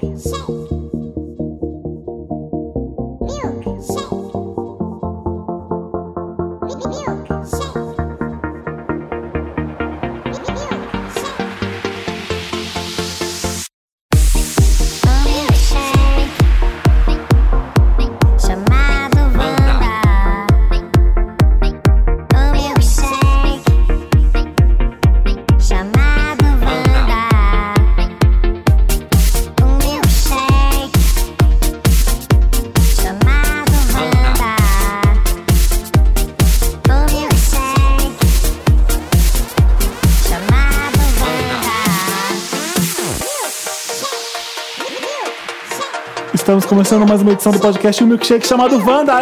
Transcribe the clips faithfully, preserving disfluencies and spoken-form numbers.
Estamos começando mais uma edição do podcast, um milkshake chamado Wanda.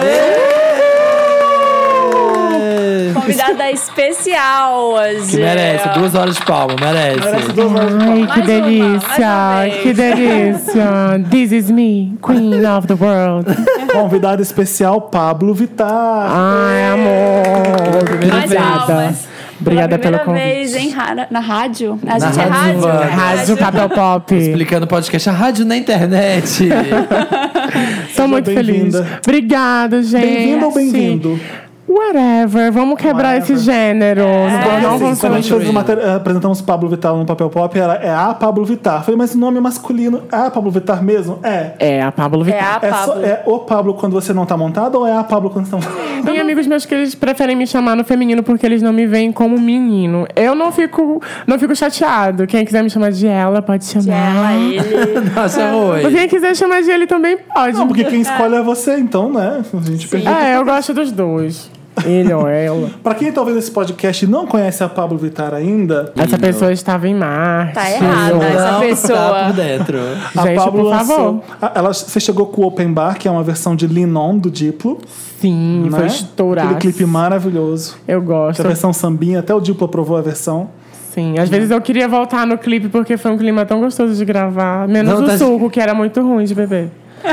Convidada especial hoje. Que merece, duas horas de palma, merece. Merece duas horas de palma. Ai, que Mais delícia, uma, mais uma que delícia. This is me, Queen of the World. Convidada especial, Pablo Vittar. Ai, amor. Primeira Mais vez. palmas. Obrigada pela pelo convite. vez em ra- na rádio. A Na gente é Rádio rádio. Wanda. Rádio Papel Pop. Explicando o podcast, a rádio na internet. Sou muito feliz. bem-vinda. Obrigada, gente. Bem-vindo ou bem-vindo? Whatever, vamos quebrar Whatever. esse gênero. Quando, Não assim, vamos quando a gente falar fez de o matéria, eh, apresentamos o Pablo Vittar no Papel Pop, ela é a Pablo Vittar. Eu falei, mas o nome é masculino. É a Pablo Vittar mesmo? É. É a Pablo É Vittar. a É, só- Pablo. é o Pablo quando você não tá montado ou é a Pablo quando você tá montado? Tem amigos meus que eles preferem me chamar no feminino porque eles não me veem como menino. Eu não fico, não fico chateado. Quem quiser me chamar de ela, pode chamar. Ela, ele. Nossa, oi. Quem quiser chamar de ele também pode. Não, porque quem escolhe é você, então, né? A gente pergunta. É, eu gosto dos dois. Ele ou ela. Pra quem tá ouvindo esse podcast e não conhece a Pablo Vittar ainda, Essa pessoa estava em Marte. Tá errada essa Não, pessoa. tá por dentro. a Gente, Pablo por favor. lançou. a- Ela, você chegou com o Open Bar, que é uma versão de Lean On do Diplo. Sim, né? foi estourar. Aquele clipe maravilhoso. Eu gosto. A versão sambinha, até o Diplo aprovou a versão. Sim, às vezes eu queria voltar no clipe porque foi um clima tão gostoso de gravar. Menos Não, o tá- suco, que era muito ruim de beber.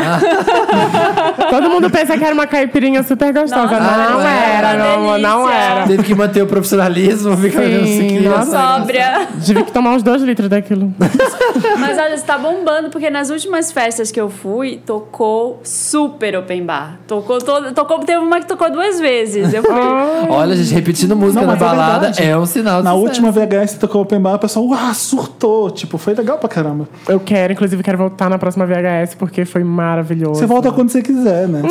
Todo mundo pensa que era uma caipirinha super gostosa. Nossa, não era era, uma meu amor, não delícia. era. Teve que manter o profissionalismo, fica Sim, olhando suquinho. nossa. Sóbria. Tive que tomar uns dois litros daquilo. Mas olha, você tá bombando, porque nas últimas festas que eu fui, tocou super open bar. Tocou todo. Tocou, teve uma que tocou duas vezes. Eu fui. Olha, gente, repetindo música Não, na mas é balada verdade. é um sinal de Na sucesso. última V H S que tocou Open Bar, o pessoal uau, surtou. Tipo, foi legal pra caramba. Eu quero, inclusive, quero voltar na próxima V H S porque foi maravilhoso. Você volta quando você quiser, né?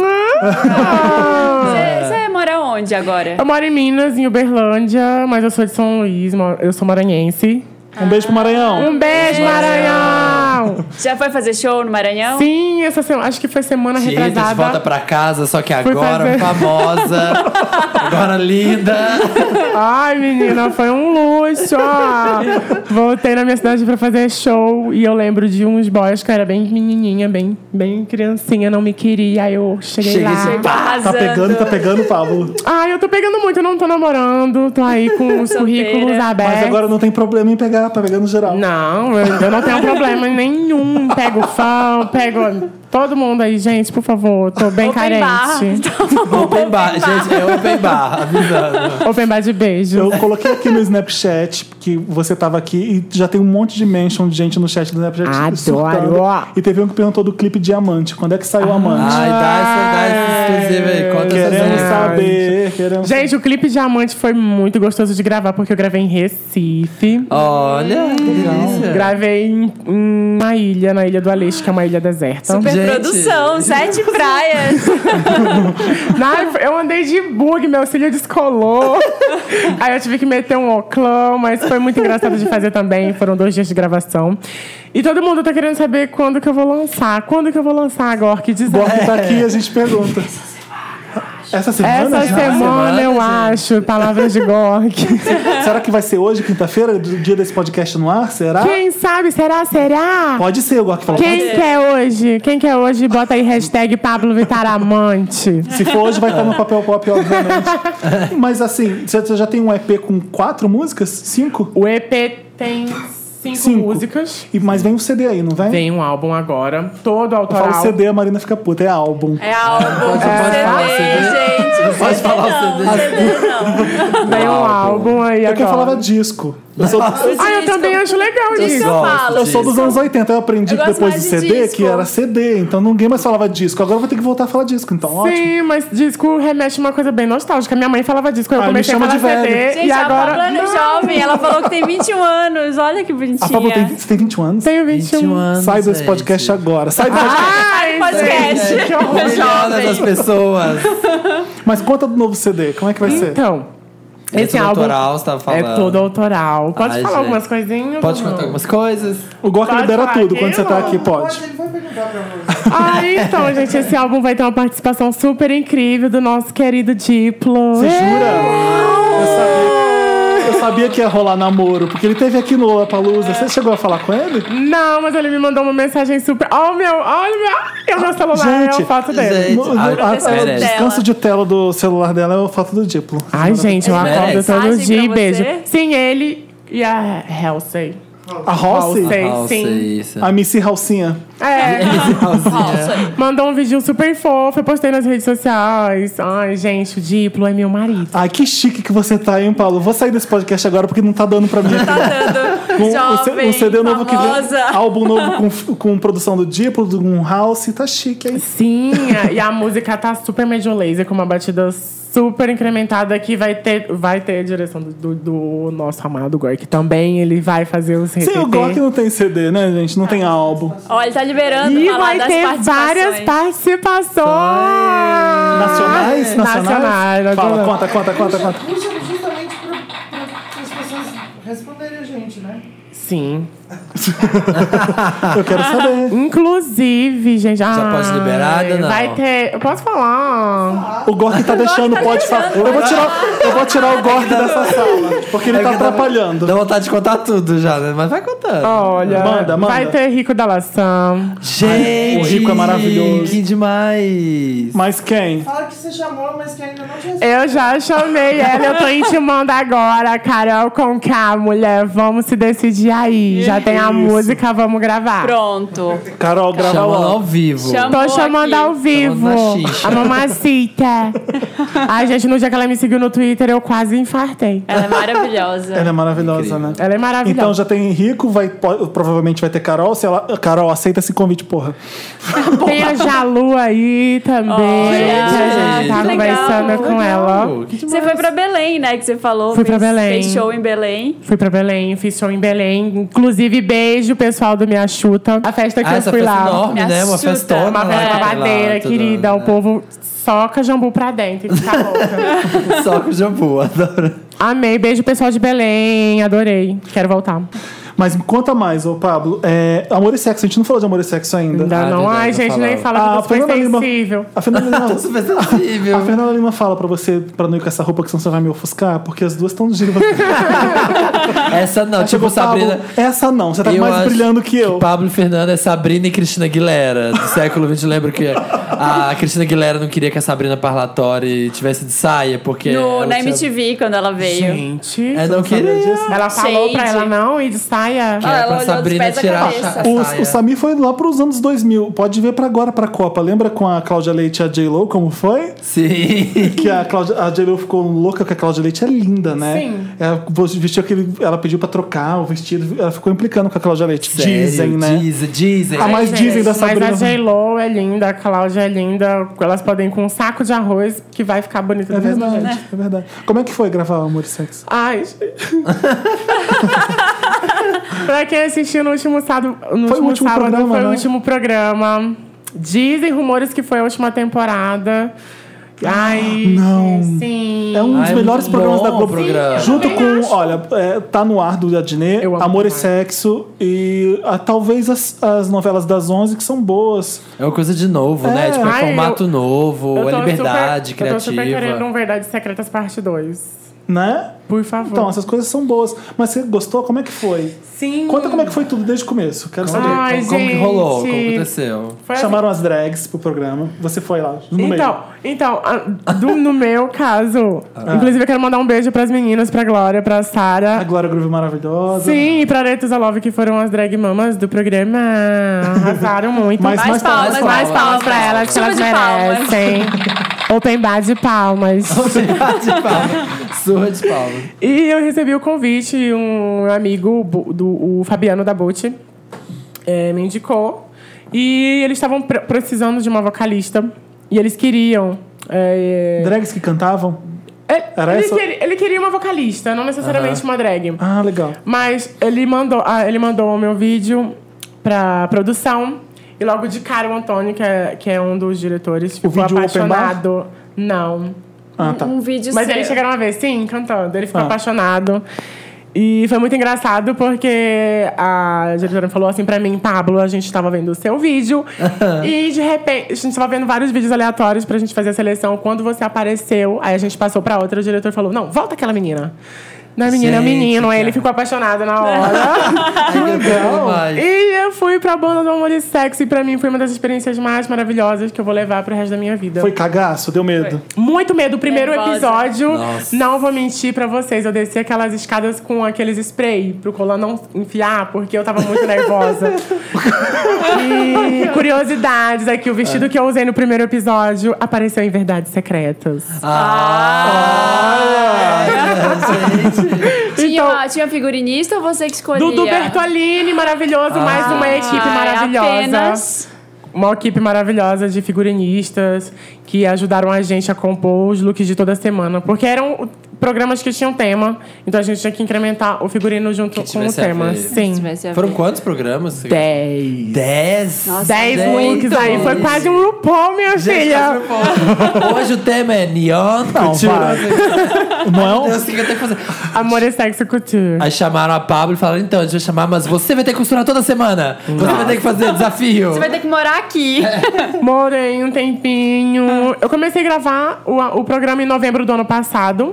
Você, você mora onde agora? Eu moro em Minas, em Uberlândia, mas eu sou de São Luís, mo- eu sou maranhense. Um beijo pro Maranhão. Um beijo, Maranhão! Já foi fazer show no Maranhão? Sim, essa semana, acho que foi semana Tieta de retrasada. volta pra casa, só que Fui agora fazer- famosa, agora linda. Ai, menina, foi um luxo! Voltei na minha cidade pra fazer show e eu lembro de uns boys que eu era bem menininha, bem, bem criancinha, não me queria. Aí eu cheguei Cheguei lá. assim, Tá Arrasando. pegando, tá pegando, Pablo. Ai, eu tô pegando muito, eu não tô namorando, tô aí com os Solteira. currículos abertos. Mas agora não tem problema em pegar, tá pegando geral. Não, eu, eu não tenho problema nenhum. Pego fã, pego todo mundo aí, gente, por favor. Tô bem Open bar. carente. Open bar, gente, é open bar, avisando. Open bar de beijo. Eu coloquei aqui no Snapchat que você tava aqui e já tem um monte de mention de gente no chat do Snapchat. Adoro. surtando. E teve um que perguntou do clipe Diamante. Quando é que saiu Amante? Ai, dá essa, dá essa exclusiva aí, conta Queremos essa saber, queremos Gente, o clipe Diamante foi muito gostoso de gravar, porque eu gravei em Recife. Olha, que delícia. Gravei em, em uma ilha, na Ilha do Aleixo, que é uma ilha deserta. Super Gente. produção, sete praias. Ai, eu andei de bug, meu cílio descolou. Aí eu tive que meter um oclão, mas foi muito engraçado de fazer também. Foram dois dias de gravação. E todo mundo tá querendo saber quando que eu vou lançar. Quando que eu vou lançar agora? Que diz Borg tá aqui e a gente pergunta. Essa semana? Essa já? semana, semana, eu gente. acho. Palavras de Gork. Será que vai ser hoje, quinta-feira, do dia desse podcast no ar? Será? Quem sabe? Será? Será? Pode ser, o Gork falou. Quem Pode ser. quer hoje? Quem quer hoje? Bota aí hashtag Pablo Vittar Amante. Se for hoje, vai estar no Papel Pop, obviamente. Mas assim, você já tem um E P com quatro músicas? Cinco? O E P tem cinco, Cinco. músicas. E, mas vem um C D aí, não vem? Tem um álbum agora, todo Eu autoral. falo C D, a Marina fica puta. É álbum. É álbum, falar C D, gente. Pode falar o não, C D. C D não. Tem um álbum aí É que eu agora. falava disco. Eu sou, Ah, eu também acho legal Disso isso. eu Gosto falo. eu sou dos anos oitenta, eu aprendi Eu que gosto depois do mais C de D disco. que era C D, então ninguém mais falava disco. Agora eu vou ter que voltar a falar disco, então ótimo. Sim, mas disco remete a uma coisa bem nostálgica. Minha mãe falava disco, eu Ah, me comecei a chama falar de velho. C D. Gente, e a agora. Pablo é jovem. Ela falou que tem vinte e um anos. Olha que bonitinha. A Pablo tem, você tem vinte e um anos? Tenho vinte e um. anos, Sai desse gente. podcast agora. Sai do podcast. Ai, podcast. gente, que horror. Humilhando essas pessoas. Mas conta do novo C D, como é que vai ser? Então, É esse tudo álbum autoral, você tava falando. é todo autoral. Pode Ai, falar gente. algumas coisinhas? Pode ou não? contar algumas coisas? O Gorka Pode libera falar tudo aqui, quando você tá ou- aqui, pode. Ele vai perguntar pra você. Ah, então, gente, esse álbum vai ter uma participação super incrível do nosso querido Diplo. Você jura? Eu sabia, eu sabia que ia rolar namoro, porque ele teve aqui no Lollapalooza. Você chegou a falar com ele? Não, mas ele me mandou uma mensagem super. Oh, meu, olha, meu, o meu celular é Gente, a foto dele. gente. No- no- Ah, a- a- proteção o dela. descanso de tela do celular dela é a foto do Diplo. Ai, gente, eu Merece. acordo todo Mensagem dia e pra beijo. você? Sim, ele e a Halsey. A Rossi? Halsey. Nossa, sim. isso. A Missy Halcinha. É, Igualzinha. mandou um vídeo super fofo, eu postei nas redes sociais. Ai, gente, o Diplo é meu marido. Ai, que chique que você tá, hein, Paulo? Vou sair desse podcast agora porque não tá dando pra mim. Tá dando. Um, um C- Jovem, um C D novo que famosa. vem. Álbum novo com, com produção do Diplo, de um House. Tá chique, hein? Sim, a- e a música tá super Major Lazer, com uma batida super incrementada que vai ter, vai ter a direção do, do, do nosso amado Gork também. Ele vai fazer os Sim, o R T T. Gork não tem C D, né, gente? Não tem álbum. Ó, ele tá liberando E falar vai das ter participações. várias participações. Nacionais? Nacionais? Nacionais. Fala, nacionais. conta, conta, conta, conta. Puxa, justamente pra, pra as pessoas responderem a gente, né? Sim. Eu quero saber. Inclusive, gente. Já pode liberar, ainda não? Vai ter. Eu posso falar? O Gork tá deixando, tá pode falar. deixando, Eu vou tirar, eu vou tirar o Gork dessa sala, porque ele É tá que dá- atrapalhando. Dá vontade de contar tudo já, né? Mas vai contando. Olha. Manda, manda. Vai ter Rico da Lação. Gente! O Rico é maravilhoso. Que demais! Mas quem? Fala que você chamou, mas que ainda não te respondeu. Eu já chamei ela, eu tô intimando agora. Carol com K, mulher. Vamos se decidir aí. Já tem a Isso. música, vamos gravar. Pronto. Carol, grava Chama ela logo. ao vivo. Chama- Tô Amor, chamando aqui. ao vivo. Chamando na xixa. A mamacita. Ai, gente, no dia que ela me seguiu no Twitter, eu quase infartei. Ela é maravilhosa. Ela é maravilhosa, Incrível. né? Ela é maravilhosa. Então já tem Rico, vai, po- provavelmente vai ter Carol. Se ela, Carol, aceita esse convite, porra. Tem a Jalu aí também. Olha, que a gente tá que conversando legal. com ela. Oh, que Você demais. foi pra Belém, né? Que você falou. Fui pra fez- Belém. Fez show em Belém. Fui pra Belém, fiz show em Belém. Inclusive, beijo, pessoal do Minha Chuta. A festa que Ah, eu essa fui festa lá. enorme, Me né? Uma assusta. festona. Uma lá, festa lá, babadeira, tudo, querida. O né? povo soca jambu pra dentro e fica louca. Só com jambu, adoro. Amei. Beijo, pessoal de Belém. Adorei. Quero voltar. Mas me conta mais, ô Pablo. É, amor e sexo, a gente não falou de amor e sexo ainda. Ainda Ah, não. verdade, Ai, não gente, nem falava. fala que Ah, eu tô super Fernanda Lima- sensível. A Fernanda Lima, Tô super sensível. a Fernanda Lima fala pra você pra não ir com essa roupa que senão você vai me ofuscar, porque as duas estão girando. Essa não, tipo Chegou, Sabrina. Pablo, essa não, você tá Eu mais acho brilhando que eu. Pablo e Fernanda é Sabrina e Cristina Aguilera, do século vinte. Lembro que a Cristina Aguilera não queria que a Sabrina Parlatori tivesse de saia, porque. No, ela na tinha- M T V, quando ela veio. Gente. É, não sabia queria. disso? Ela falou pra Shade. ela não ir de saia. Que Ah, era ela pra olhou dos Sabrina pés à tirar a cabeça. cha- a O, saia. o Samir foi lá pros anos dois mil. Pode ver pra agora, pra Copa. Lembra com a Cláudia Leite e a J-Lo, como foi? Sim. Que a, Cláudia, a J-Lo ficou louca, porque a Cláudia Leite é linda, né? Sim. Ela vestiu aquele, ela pediu pra trocar o vestido. Ela ficou implicando com a Cláudia Leite. Sério? Dizem, né? Dizem, dizem. Ah, mas Ai, dizem da gente, Sabrina. Mas a J-Lo é linda, a Cláudia é linda. Elas podem ir com um saco de arroz que vai ficar bonita É do mesmo verdade, jeito. é verdade. Como é que foi gravar Amor e Sexo? Ai, gente. Pra quem assistiu no último sábado, no Foi o último último sábado programa, foi né? o último programa. Dizem rumores que foi a última temporada. Ai, Não. sim. É um dos Ai, melhores muito programas bom da Globo. o programa. Junto também com, acho. olha, é, tá no ar do Adnet, Eu amo Amor e demais. Sexo e ah, talvez as, as novelas das onze que são boas. É uma coisa de novo, né? É. Tipo, é Ai, formato eu- novo, Eu é tô liberdade super, Eu tô super querendo criativa. um Verdades Secretas parte dois. Né? Por favor. Então, essas coisas são boas. Mas você gostou? Como é que foi? Sim. Conta como é que foi tudo desde o começo. Quero saber. Ai, Como que gente. rolou? Como aconteceu? Foi assim. Chamaram as drags pro programa. Você foi lá, no meio. Então, então a- do- no meu caso, Ah. inclusive eu quero mandar um beijo pras meninas, pra Glória, pra A Sara. Glória Groove maravilhosa. Sim, e pra Letusa Love, que foram as drag mamas do programa. Arrasaram muito. Mais, Mais mais palmas, palmas. mais palmas pra elas, que Chuva elas de palmas. merecem. Open bar de palmas. De palma. Surra de palmas. E eu recebi o convite, um amigo bu- do o Fabiano da Bote é, me indicou. E eles estavam pre- precisando de uma vocalista. E eles queriam... É, Drags que cantavam? é, Era ele, essa? queria, ele queria uma vocalista, não necessariamente uma drag. Ah, legal. Mas ele mandou, ah, ele mandou o meu vídeo pra produção. E logo de cara o Antônio, que é, que é um dos diretores, ficou vídeo open apaixonado. Não. Ah, tá. Um vídeo Mas seu. eles chegaram uma vez, sim, cantando. Ele ficou Ah. apaixonado. E foi muito engraçado porque a diretora falou assim pra mim, Pablo, a gente tava vendo o seu vídeo e de repente, a gente tava vendo vários vídeos aleatórios pra gente fazer a seleção. Quando você apareceu, aí a gente passou pra outra, o diretor falou, não, volta aquela menina. Não é menina, é Gente, menino. Aí cara. ele ficou apaixonado na hora. Que legal. E eu fui pra banda do Amor e Sexo e pra mim foi uma das experiências mais maravilhosas que eu vou levar pro resto da minha vida. Foi cagaço? Deu medo? Muito medo. O primeiro Nervosa. episódio, Nossa. não vou mentir pra vocês, eu desci aquelas escadas com aqueles spray pro colar não enfiar, porque eu tava muito nervosa. E curiosidades aqui, o vestido que eu usei no primeiro episódio apareceu em Verdades Secretas. Ah, gente. Tinha, Então- uma- tinha figurinista ou você que escolhia? Dudu Bertolini, maravilhoso, mais uma equipe Ah, maravilhosa. Apenas... Uma equipe maravilhosa de figurinistas que ajudaram a gente a compor os looks de toda semana. Porque eram programas que tinham tema, então a gente tinha que incrementar o figurino junto Que com o tivesse a tema. ver. Sim. Tivesse a Foram ver. quantos programas? Dez. Dez? Nossa, Dez dez. looks aí. Foi quase um RuPaul, minha Gente, filha. tá hoje o tema é Neon Não, Couture. vai. Não é um... Deus, o que eu tenho que fazer? Amor e Sexo Couture. Aí chamaram a Pablo e falaram, então, a gente vai chamar, mas você vai ter que costurar toda semana. Você vai ter que fazer desafio. Você vai ter que morar aqui. Morei um tempinho. Eu comecei a gravar o, o programa em novembro do ano passado.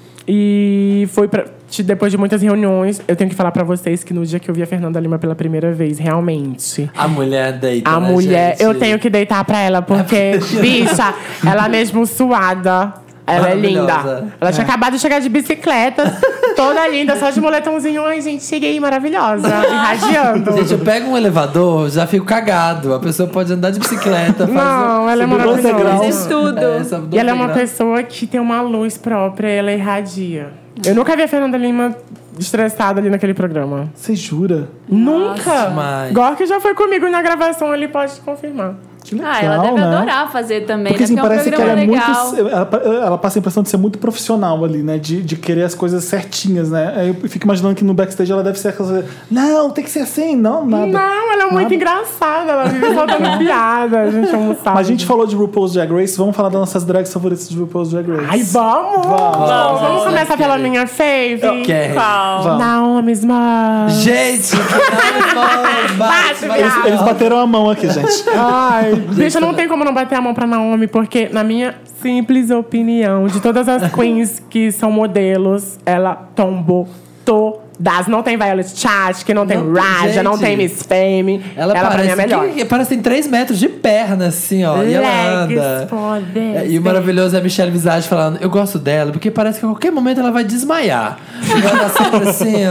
E foi pra, te- depois de muitas reuniões. Eu tenho que falar pra vocês que no dia que eu vi a Fernanda Lima pela primeira vez, realmente. A mulher deita, A né, mulher, gente? eu tenho que deitar pra ela, porque, bicha, ela mesmo suada. Ela é linda. Maravilhosa. Ela tinha acabado de chegar de bicicleta, toda linda, só de moletomzinho. Ai, gente, cheguei maravilhosa, irradiando. Gente, eu pego um elevador, já fico cagado. A pessoa pode andar de bicicleta. Faz Não, ela é Subiu dois degraus. maravilhosa. Fez tudo. É, sabe, E ela é uma dois degraus. pessoa que tem uma luz própria, ela irradia. Eu nunca vi a Fernanda Lima estressada ali naquele programa. Você jura? Nunca! demais. Gork já foi comigo na gravação, ele pode confirmar. Que legal, Ah, ela deve né? adorar fazer também, Porque né? assim, Porque é um parece que ela programa é legal. muito. Ela, ela passa a impressão de ser muito profissional ali, né? De, de querer as coisas certinhas, né? Aí eu fico imaginando que no backstage ela deve ser aquela. Não, tem que ser assim, não, nada. Não, ela é muito Nada. engraçada, ela vive soltando piada, a gente almoçava. Mas a gente falou de RuPaul's Drag Race, vamos falar das nossas drags favoritas de RuPaul's Drag Race. Ai, vamos! Vamos, Vamos, começar né, pela querida? minha fave. Quer? Qual? Vamos. Naomi Smalls. Gente, que não, bate, Bate, Eles, eles bateram a mão aqui, gente. Ai, bicha, não tem como não bater a mão pra Naomi, porque, na minha simples opinião, de todas as queens que são modelos, ela tombou todas. Não tem Violet Chachki, não tem Não tem, Raja, não gente. tem Miss Fame. Ela, Ela, pra mim é parece melhor. que parece que tem três metros de perna, assim, ó. E ela Legs anda. for this, É, e o maravilhoso é a Michelle Visage falando, eu gosto dela, porque parece que a qualquer momento ela vai desmaiar. E ela tá sempre assim,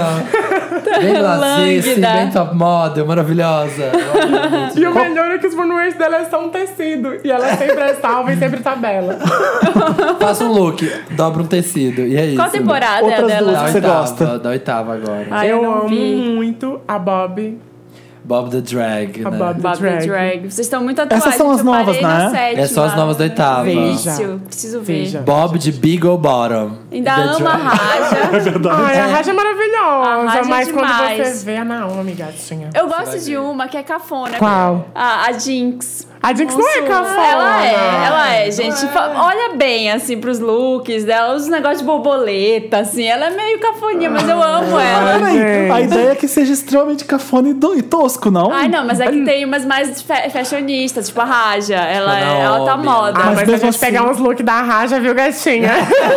ó. Bem lazice, Lânguida. bem top model, maravilhosa. E o melhor é que os manuais dela é só um tecido. E ela sempre é salva e sempre tá bela. Faça um look, dobra um tecido. E é isso. Qual temporada é a Outras dela? duas. Da Você oitava, gosta? Da oitava agora. Ai, eu eu não amo vi. muito a Bob. Bob the Drag, A né? Bob Bob the Drag. Drag. Vocês estão muito atuais. Essas são gente, as eu novas, parei na né? sétima. É só as novas da oitava. Veja. Vício. Preciso ver. Veja. Bob de Beagle Bottom. Ainda The ama a Drag. Raja. É verdade. Ai, a Raja é maravilhosa. A Raja é mas quando demais. você vê a Naomi, gatinha. Eu gosto de uma que é cafona. Qual? A, a Jinx. A Jinx não é Nossa, cafona. Ela é, ela é, gente. Fa- Olha bem, assim, pros looks dela. Os negócios de borboleta, assim. Ela é meio cafoninha, mas eu amo ela. Peraí, gente. a ideia é que seja extremamente cafona e, do- e tosco, não? Ai, não, mas é que tem umas mais fa- fashionistas, tipo a Raja. Ela, é- ela tá Naomi, moda. Ah, Mas mas, se a mesmo gente assim- pegar uns looks da Raja, viu, gatinha?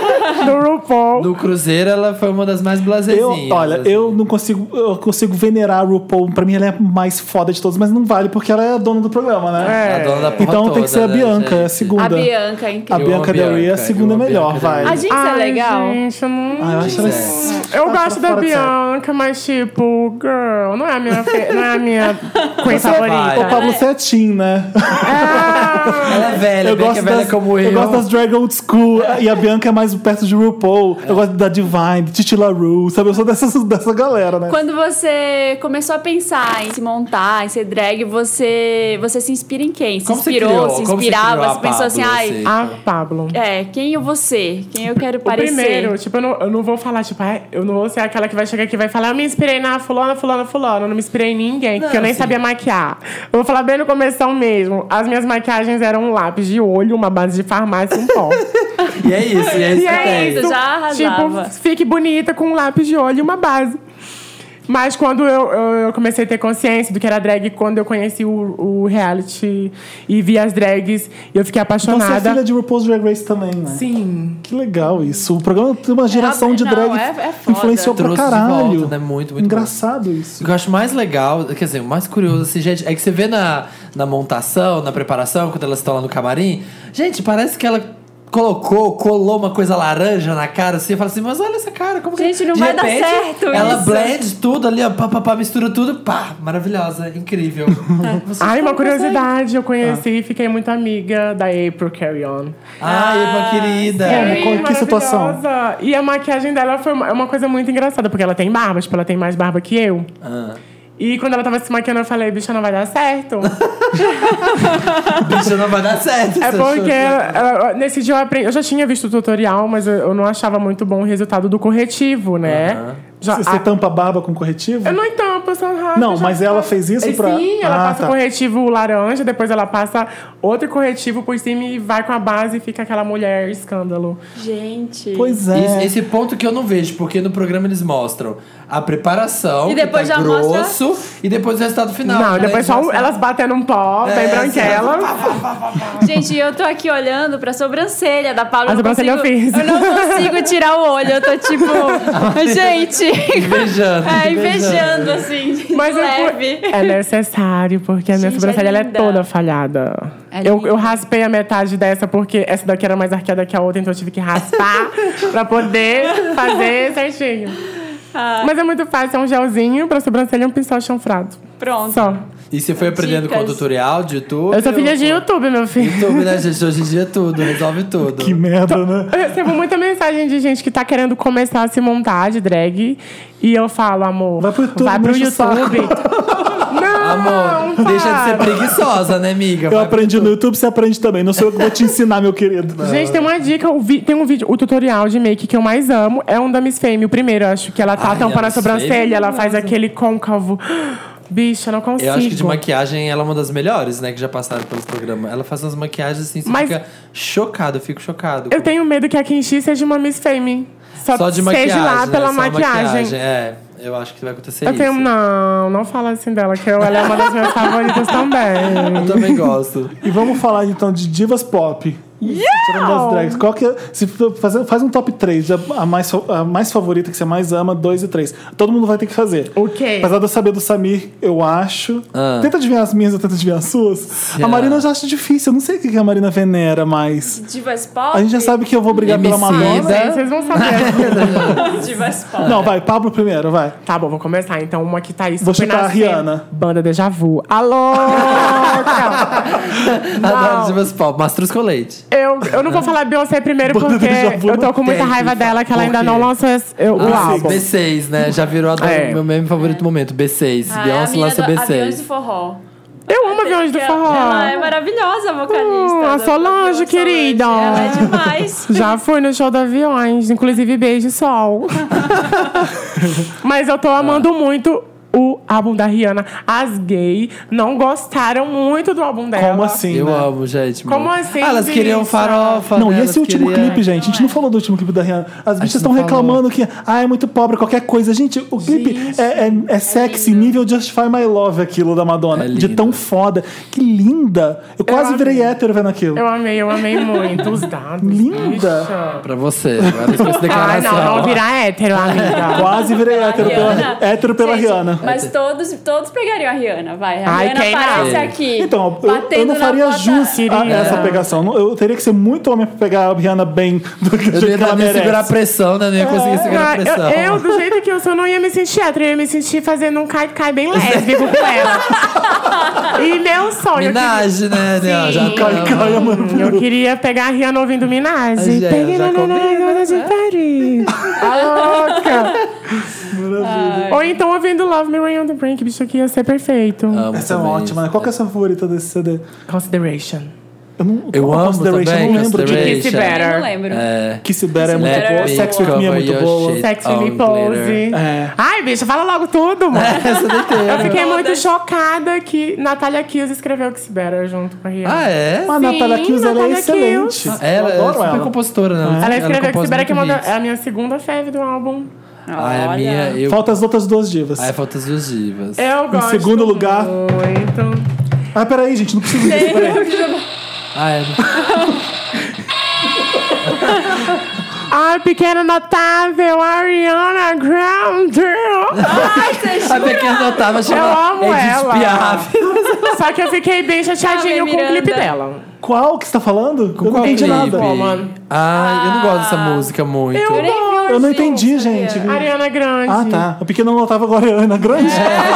Do RuPaul. No Cruzeiro, ela foi uma das mais Eu, blazezinhas. olha, assim. eu não consigo. Eu consigo venerar a RuPaul. Pra mim, ela é a mais foda de todos, mas não vale porque ela é a dona do programa, né? A dona da porra Então tem que ser a toda, né, Bianca, é a gente? segunda. A Bianca é A incrível. Eu Bianca amo Del Rio é a Bianca, segunda eu amo melhor, Bianca vai. Del A Rio. Jinx é legal. Gente, eu não... Ah, eu acho ela. Eu Ah, gosto da fora de série. Bianca, mas tipo, girl, não é a minha, fe... não é a minha queen Você, favorita. ô, Pablo, você é teen, né? É, Ela é velha, Eu bem gosto, que é velha das, como eu. eu gosto das drag old school. E a Bianca é mais perto de RuPaul. Eu gosto da Divine, de Titi LaRue, sabe? Eu sou dessas, dessa galera, né? Quando você começou a pensar em se montar, em ser drag, você, você se inspira em quem? Se Como você inspirou, criou? se Como você inspirava, criou a você pensou assim, Pablo, ai, assim? A Pablo. é, quem eu vou ser? Quem eu quero O parecer? primeiro, tipo, eu não, eu não vou falar, tipo, ai, eu não vou ser aquela que vai chegar aqui e vai falar, eu me inspirei na fulana, fulana, fulana. Eu não me inspirei em ninguém, porque eu nem sim. sabia maquiar. Eu vou falar bem no começão mesmo. As minhas maquiagens eram um lápis de olho, uma base de farmácia e um pó. E é isso, e é isso E que é tem. isso. Já arrasava. Tipo, fique bonita com um lápis de olho e uma base. Mas quando eu, eu, eu comecei a ter consciência do que era drag, quando eu conheci o, o reality e vi as drags, eu fiquei Então você é apaixonada. filha de RuPaul's Drag Race também, né? Sim. Que legal isso. O programa tem uma geração de não, drag é- é foda. influenciou pra Trouxe de caralho. volta, né? Muito, muito Engraçado isso. O que eu acho mais legal, quer dizer, o mais curioso, assim, gente, é que você vê na, na montação, na preparação, quando elas estão lá no camarim, gente, parece que ela colocou, colou uma coisa laranja na cara, assim, e fala assim, mas olha essa cara, como que... Gente, não De vai dar repente, certo ela isso. blende tudo ali, ó, pá, pá, pá, mistura tudo, pá, maravilhosa, incrível. Você Ai, uma como curiosidade, eu conheci e fiquei muito amiga da April Carry On. Ai, uma querida. É, Sim, qual- que situação? maravilhosa. E a maquiagem dela foi uma, é uma coisa muito engraçada, porque ela tem barba, tipo, ela tem mais barba que eu. Ah. E quando ela tava se maquiando, eu falei, bicha, não vai dar certo. Bicho, não vai dar certo. É você porque achou? ela- nesse dia eu aprendi. Eu já tinha visto o tutorial, mas eu, eu não achava muito bom o resultado do corretivo, né? Aham. Já, Você a- tampa a barba com corretivo? eu não entampo, eu sou rápida. Não, mas ela fez isso pra... Sim, ela Ah, passa tá. o corretivo laranja, depois ela passa outro corretivo por cima e vai com a base e fica aquela mulher escândalo. Gente. Pois é. Esse, esse ponto que eu não vejo, porque no programa eles mostram a preparação, E depois que tá já mostra- grosso, e depois o resultado final. não, né? depois Já só sabe. elas batendo um pó, É, bem branquela. Gente, eu tô aqui olhando pra sobrancelha da Paula. A eu não sobrancelha eu consigo- fiz. Eu não consigo tirar o olho. Eu tô tipo. Gente. Invejando, É, invejando. invejando, assim. de Mas eu leve. fui- é necessário, porque a minha Gente, sobrancelha é ela é linda. toda falhada. É eu, linda. eu raspei a metade dessa, porque essa daqui era mais arqueada que a outra, então eu tive que raspar pra poder fazer certinho. Ah. Mas é muito fácil, é um gelzinho pra sobrancelha e um pincel chanfrado. Pronto. Só. E você foi aprendendo com Dicas. tutorial de YouTube? Eu sou filha ou- de YouTube, meu filho. YouTube, né, gente? Hoje em dia é tudo, resolve tudo. Que merda, né? Eu recebo muita mensagem de gente que tá querendo começar a se montar de drag. E eu falo, amor, Vai pro YouTube, vai pro deixa o saco. YouTube. Não, Amor, para. deixa de ser preguiçosa, né, amiga? Eu Vai aprendi pro no YouTube, você aprende também. Não sou eu que vou te ensinar, meu querido. Gente, tem uma dica, o vi- tem um vídeo, o tutorial de make que eu mais amo é um da Miss Fame, o primeiro, eu acho que ela tá Ai, tampando a a Miss Fame sobrancelha, é ela faz maravilhosa. aquele côncavo. Bicha, eu não consigo. Eu acho que de maquiagem ela é uma das melhores, né, que já passaram pelos programas. Ela faz umas maquiagens assim, você Mas- fica chocado, eu fico chocado. Eu tenho medo que a Kinshi seja uma Miss Fame. Só, Só de maquiagem, seja lá né? pela Só maquiagem. É, eu acho que vai acontecer Eu isso. tenho. Não, não fala assim dela, que eu- ela é uma das minhas favoritas também. Eu também gosto. E vamos falar então de divas pop. Tirando das drags. Qual que é, se for fazer, faz um top três, a mais, fa- a mais favorita que você mais ama, dois e três. Todo mundo vai ter que fazer. O quê? Apesar de eu saber do Samir, eu acho. Ah. Tenta adivinhar as minhas, eu tento adivinhar as suas. Yeah. A Marina eu já acho difícil. Eu não sei o que que a Marina venera, mas. Divas pop? A gente já sabe que eu vou brigar pela Emicida. Madonna. Sim, vocês vão saber. Divas pop. Não, vai, Pablo primeiro, vai. Tá bom, vou começar. Então, uma que tá aí Vou super chutar a na cena. Rihanna. Banda Deja Vu. Alô! Adoro divas pop. Mastruz com leite. eu, eu não vou falar Beyoncé primeiro Banda porque Deja Vu eu tô não com muita tem raiva que dela que ela por ainda quê? não lançou esse- eu- o Ah, álbum. B seis, né? Já virou a É. meu meme favorito do momento. B seis. Ah, é a Beyoncé minha lança do- B A Beyoncé seis. do forró. Eu amo Aviões do Ela- Forró. Ela é maravilhosa, a vocalista. Hum, a da- Solange, da querida. Ela é demais. Já fui no show do Aviões, inclusive Beijo Sol. Mas eu tô amando muito o álbum da Rihanna. As gays não gostaram muito do álbum dela. Como assim? Eu né? amo, gente. Como meu. assim, Ah, elas queriam bicha? farofa. Não, né? e Elas esse último queriam- clipe, gente? A gente não falou do último clipe da Rihanna. As bichas gente estão não reclamando que ah, é muito pobre, qualquer coisa. Gente, o clipe é, é, é sexy, nível Justify My Love, aquilo da Madonna. É de lindo. tão foda. Que linda. Eu quase amei. virei hétero vendo aquilo. Eu amei, eu amei muito os dados. Linda. bicha. Pra você. Agora com essa Ai, declaração. não, não virar hétero, amiga. Quase virei hétero pela, Rihanna. hétero pela Gente, Rihanna. Mas todos, todos pegariam a Rihanna, vai. A Ai, Rihanna quem não? aparece É. aqui. Então, eu, eu batendo não na faria porta- jus a Querida. essa pegação. Não- Eu teria que ser muito homem pra pegar a Rihanna bem do que, do Eu não jeito ia que ela nem segurar a merece. pressão, né? Eu não ia conseguir segurar a Ah, pressão. eu, eu, do jeito que eu sou, não ia me sentir hétero. Eu ia me sentir fazendo um cai-cai bem lésbico com ela. E meu sonho... eu Minaj, né? Sim. Já Cai, cai, mano. queria- Eu queria pegar a Rihanna ouvindo Minaj. Ai, já- Peguei já na combina, nanana de Paris. A louca. Ou então ouvindo Love Me Rain on the Brink. Bicho, que ia ser perfeito. amo Essa é também ótima, né? isso. Qual que é a sua favorita desse C D? Consideration. Eu, não, Eu qual amo Consideration? também, Eu não lembro de Consideration. Kiss Eu Better. não lembro. É. Kiss Better é muito Better boa. é Sex boa. With Me é Cover muito your boa. shit. Sex with on Me Pose. glitter. É. Ai, bicha, fala logo tudo, mano. Essa daí tem, Eu né? fiquei muito Todas. chocada que Natália Kills escreveu Kiss Better junto com a Rihanna. Ah, é? A Natália Sim, Kills ela é Natália excelente. Kills. Ela Eu é adoro super ela. compositora, né? Ela escreveu Kiss compôs Better, que é, uma muito da- hits. é a minha segunda fave do álbum. Ah, é a Olha. minha... Eu... Falta as outras duas divas. Ah, é falta as duas divas. Eu gosto segundo lugar- muito. Ah, peraí, gente, não precisa disso. Peraí. Ah, é. Ai, pequena notável, Ariana Grande. A pequena notava Eu chamava amo Edith ela. Piaf. Só que eu fiquei bem chateadinha Carmen com o clipe Miranda. dela. Qual que você tá falando? eu não Qual entendi clipe? nada. Pô, mano. Ah, eu não gosto dessa música muito. Eu Eu nem vi o Eu não ursinho, entendi, sabia? gente. Ariana Grande. Ah, tá. O pequeno notava agora é Ana Grande.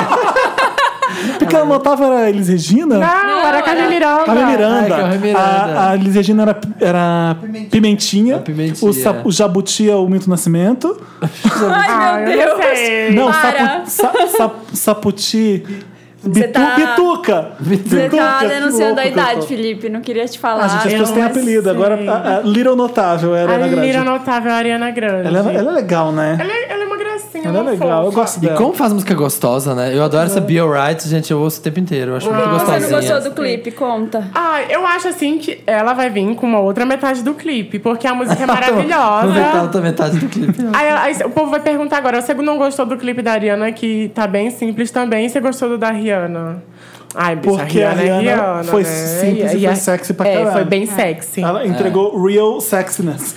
O pequeno notava era Elis Regina? Não, era Carmen era- Miranda. Carmen Miranda. Ai, Carmen Miranda. A, a Elis Regina era, era Pimentinha. A Pimentinha. O, Sa- o Jabuti é o Milton Nascimento. Ai, Ai, meu eu Deus. não sei. Não, Para. sapu, sa, sa, Saputi. Bitu, tá- Bituca. Você tá Bituca, denunciando que a louco que eu idade, tô. Felipe. Não queria te falar. Ah, gente, as eu pessoas têm não apelido. sei. Agora, a, a Little Notável era a A Ana Grande. Lira Notável, a Ariana Grande. Ela, é- ela é legal, né? Ela é, ela é uma gracinha, Ela é uma legal, eu fofa. gosto E dela. como faz música gostosa, né? Eu adoro essa Be Alright, gente. Eu ouço o tempo inteiro. Eu acho muito Ah, Você gostosinha. não gostou do clipe? Conta. Ah, eu acho assim que ela vai vir com uma outra metade do clipe, porque a música é Não veio maravilhosa. outra metade do clipe. Aí, aí o povo vai perguntar agora, você não gostou do clipe da Ariana, que tá bem simples também, você gostou do da Rihanna? Ai, bicho, Porque a a Rihanna, Rihanna é Rihanna, foi né? simples e a- foi sexy pra É, caralho. foi bem sexy. Ela entregou real sexiness.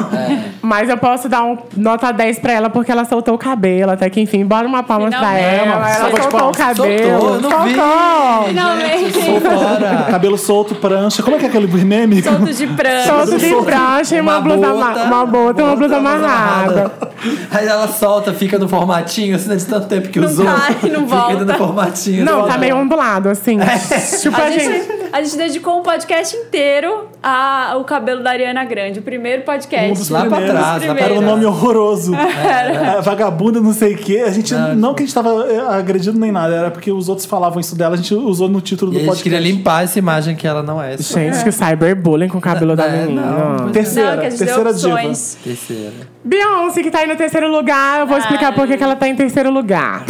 Mas eu posso dar um nota dez pra ela, porque ela soltou o cabelo, até que enfim, bora uma palma pra Finalmente. ela. Ela Salva de soltou o palmas. cabelo. Soltou, eu não vi. Soltou. Finalmente. Gente, sou fora. Cabelo solto, prancha. Como é que é aquele meme? Solto de prancha. Solto de soltou. prancha e uma, Uma blusa, bota, ama- uma bota e uma blusa amarrada. Aí ela solta, fica no formatinho, assim, né, de tanto tempo que Não usou. cai, não Fica volta. ainda no formatinho. Não, Eu tá adoro. meio ondulado, assim. Tipo A a gente. gente, a gente dedicou um podcast inteiro ao cabelo da Ariana Grande. O primeiro podcast. Um dos Lá pra primeiros. trás, lá pra Era um Primeiro. nome horroroso. É, vagabunda, não sei o quê. A gente, Não, não que a gente tava é, agredindo nem nada, era porque os outros falavam isso dela, a gente usou no título E do a gente podcast. queria limpar essa imagem que ela não é. Gente, que cyberbullying com o cabelo da É, menina. não. Terceira, Não, que a gente terceira deu diva. opções. Terceira. Beyoncé, que tá aí no terceiro lugar, eu vou explicar por que que ela tá em terceiro lugar.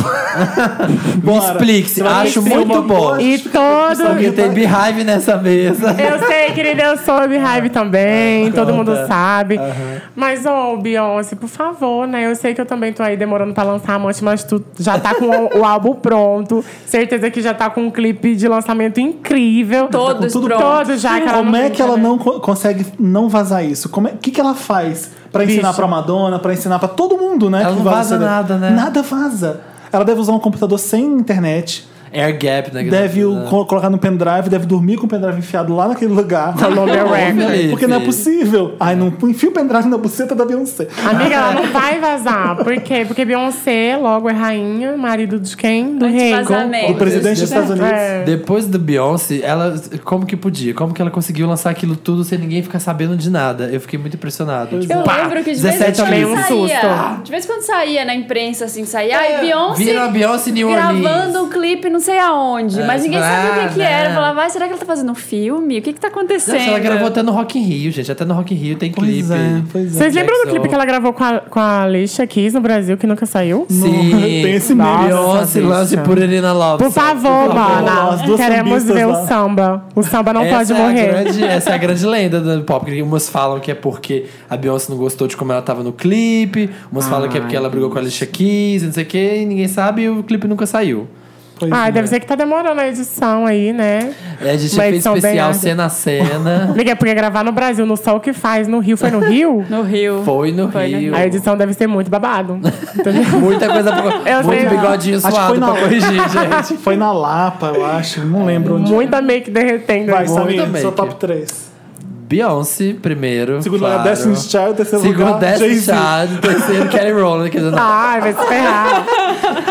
Me Bora. explique, Você vai acho ter que ser muito uma bom. boa E todo. Porque tem Beehive nessa mesa. Eu sei, querida, eu sou a Beehive também, todo mundo Conta. sabe. Mas, ô, Beyoncé, por favor, né? Eu sei que eu também tô aí demorando pra lançar Amante, mas tu já tá com o, o álbum pronto. Certeza que já tá com um clipe de lançamento incrível. Todos tudo prontos. Todos já, que ela Como não é brinca, que ela né? não co- consegue não vazar isso? Como é, o que, que ela faz pra ensinar Bicho. pra Madonna, pra ensinar pra todo mundo, né? Ela que não vaza vaza C D? nada, né? Nada vaza. Ela deve usar um computador sem internet. Air Gap, né? Deve o- co- colocar no pendrive, deve dormir com o pendrive enfiado lá naquele lugar. Columbia Records. Felipe. Porque não é possível. Ai, não enfia o pendrive na buceta da Beyoncé. Amiga, ela não vai vazar. Por quê? Porque Beyoncé logo é rainha, marido de quem? Do rei. Antivazamento. O presidente dos Estados Unidos. É. Depois do Beyoncé, ela como que podia? Como que ela conseguiu lançar aquilo tudo sem ninguém ficar sabendo de nada? Eu fiquei muito impressionado. Tipo, Eu pá, lembro que de vez em dezessete quando também um saía. susto. De vez em quando saía na imprensa, assim, saía. Ai, Beyoncé Viram a Beyoncé em New Orleans. gravando um clipe não sei aonde. É, mas ninguém sabia o que, que ah, era. Eu né? falava, vai, será que ela tá fazendo um filme? O que que tá acontecendo? Nossa, ela gravou até no Rock in Rio, gente. Até no Rock in Rio tem clipe. Pois é, pois é. Vocês lembram do Jackson. clipe que ela gravou com a, com a Alicia Keys no Brasil, que nunca saiu? Sim. Tem esse meme. Nossa, Beyoncé, bicha. lance por Irina Lopes. Por favor, favor, mana. as duas Queremos sambistas ver lá. o samba. O samba não essa pode é morrer. A grande, essa é a grande lenda do pop. Que umas falam que é porque a Beyoncé não gostou de como ela tava no clipe. Umas falam que é porque ela brigou com a Alicia Keys, não sei o que. E ninguém sabe e o clipe nunca saiu. Pois Ah, é. deve ser que tá demorando a edição aí, né? É, a gente Uma fez edição bem especial árdua. cena a cena. Amiga, porque gravar no Brasil, no Sol que faz, no Rio, foi no Rio? No Rio. Foi no Foi no Rio. A edição deve ser muito babado. Entendeu? Muita coisa pra... Eu Muito sei. bigodinho Acho que suado foi na pra corrigir, gente. Foi na Lapa, eu acho. Não lembro onde. Muita make derretendo. Vai, aí. Samir, make. seu top três. Beyoncé, primeiro. Segundo claro. lugar, Destiny's Child. Terceiro Segundo, lugar, Destiny's Jay-Z. Child. Terceiro, Kelly Rowland. Quer dizer, não. Ai, vai se ferrar.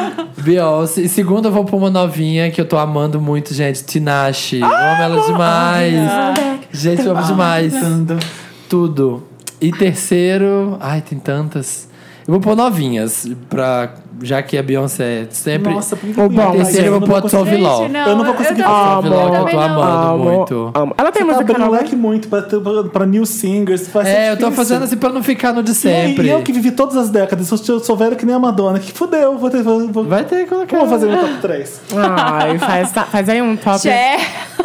Beyoncé. E segundo, eu vou pra uma novinha que eu tô amando muito, gente. Tinashe. Eu amo ela demais. Gente, eu amo demais. Tudo. E terceiro... Ai, tem tantas. Eu vou pôr novinhas, pra, já que a Beyoncé sempre... Nossa, por que O que bom, terceiro eu vou pôr Tove Lo. Gente, Eu não vou conseguir eu falar. também- Tove Lo, que eu tô também não. amando Amo, muito. amo. Ela tem Você tá música abrindo o nova? leque muito pra, ter- pra, pra new singers. Vai ser É, eu tô difícil. fazendo assim pra não ficar no de E, sempre. e eu que vivi todas as décadas, eu sou, sou velho que nem a Madonna. Que fudeu, vou ter... Vou, vou, Vai ter que colocar. vou fazer meu top três. Ai, faz, faz aí um top. Cher,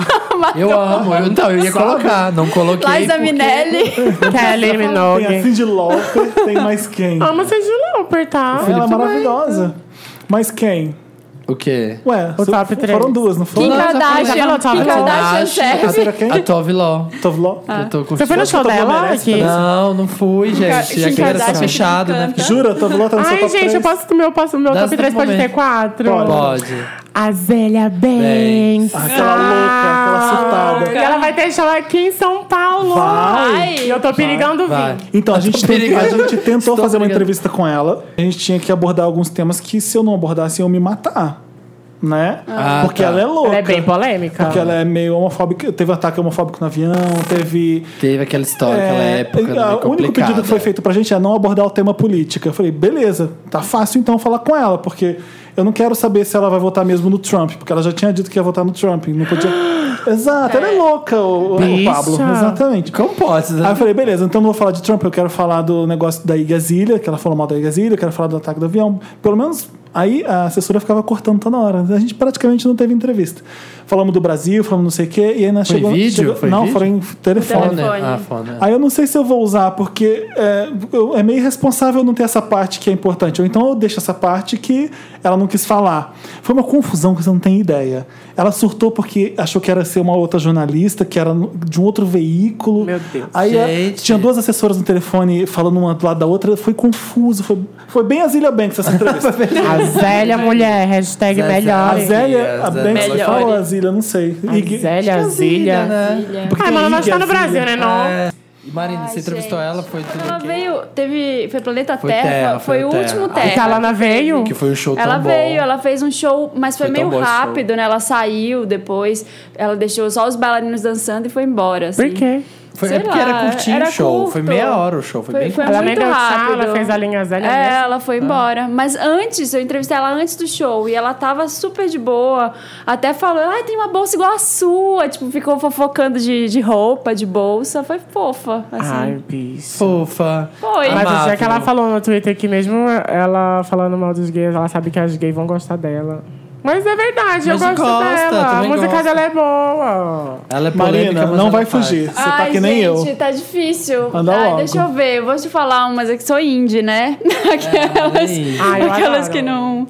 Eu amo. Eu, então, eu ia colocar. Não coloquei Liza porque- Minelli. Kylie Tem a Minogue. Cyndi Lauper, tem mais quem? Amo Cyndi Lauper, tá? Ela é também. maravilhosa. Mas quem? O quê? Ué, O so- top três. foram duas, não Kim foram? já falei, já Kardashian. falou, Tove Kim Lo. Kardashian Acho- A serve. quem? A Tove Lo. Tove Lo? Eu tô Você foi no curtindo. show Tove Lo dela? merece, Aqui? né? Não, não fui, gente. Kim Aquele era só Kardashian fechado, né? canta. Jura? Tove Lo tá no seu Ai, top gente, três? eu posso, meu, posso, meu Dá top esse três pode momento. ter quatro? Pode. Pode. A Zélia Banks. Ah, aquela louca, aquela surtada. E ela vai ter show aqui em São Paulo. Vai. E eu tô perigando Vai. vir. Então, a gente, tem- perigando. a gente tentou Estou fazer uma perigando. entrevista com ela. A gente tinha que abordar alguns temas que, se eu não abordasse, iam me matar. Né? Ah, Porque tá. ela é louca. Ela é bem polêmica. Porque ela é meio homofóbica. Teve ataque homofóbico no avião, teve. Teve aquela história, aquela É, época. e, meio a- o único complicada. pedido que foi feito pra gente é não abordar o tema política. Eu falei, beleza, tá fácil então falar com ela, porque eu não quero saber se ela vai votar mesmo no Trump, porque ela já tinha dito que ia votar no Trump. Não podia. Exato, ela é louca, o, o Bicha. Pablo. Exatamente. Como pode, né? Aí eu falei, beleza, então não vou falar de Trump, eu quero falar do negócio da Igazilha, que ela falou mal da Igazilha, eu quero falar do ataque do avião. Pelo menos aí a assessora ficava cortando toda hora. A gente praticamente não teve entrevista. Falamos do Brasil, falamos não sei o quê, e aí nós Foi chegou. vídeo? chegou- Foi não, vídeo? foi em telefone. telefone. Ah, foda. Aí eu não sei se eu vou usar, porque é, eu- é meio irresponsável não ter essa parte que é importante. Ou então eu deixo essa parte que ela não quis falar. Foi uma confusão que você não tem ideia. Ela surtou porque achou que era ser uma outra jornalista, que era no- de um outro veículo. Meu Deus. Aí a- Gente. tinha duas assessoras no telefone falando uma do lado da outra. Foi confuso. Foi, foi bem a Zília Banks essa entrevista. A Zélia mulher, hashtag Zé- melhor. A Zélia, a Zé- Banks Melhore. falou a Zília, não sei. A Ig- Zélia, a Zília. né? porque Ai, tem mas ela não Ig, está no a Zília. Brasil, né, não? É. E Marina, Ai, você entrevistou gente. ela, foi tudo Ela o quê? veio, teve. Foi Planeta Foi Terra, Terra, foi, foi o o Terra. último Ah, Terra. Que a Lana veio? Que foi um show Ela tão bom. veio, ela fez um show, mas foi, Foi meio tão bom esse show. rápido, né? Ela saiu depois, ela deixou só os bailarinos dançando e foi embora. Assim. Por quê? Foi, Sei é porque lá, era curtinho era o show. curto. Foi meia hora o show, foi, Foi- bem foi curto. Ela nem muito deu tchau, rápido. ela fez a linha Zélia É, mesmo. ela foi embora. Mas antes, eu entrevistei ela antes do show e ela tava super de boa. Até falou, ai, tem uma bolsa igual a sua. Tipo, ficou fofocando de, de roupa, de bolsa. Foi fofa, assim. Ai, bicho. Fofa. Foi. Mas o dia Amável. que ela falou no Twitter que mesmo ela falando mal dos gays, ela sabe que as gays vão gostar dela. Mas é verdade, eu Mas gosto gosta, dela. A também música gosta. dela é boa. Ela é polêmica, Marina, mas não ela vai faz. fugir. Você Ai, tá que nem gente, eu. tá difícil. Anda Ai, logo. deixa eu ver. Eu vou te falar umas aqui. Sou indie, né? Aquelas, indie. Ai, eu aquelas adoro. que não...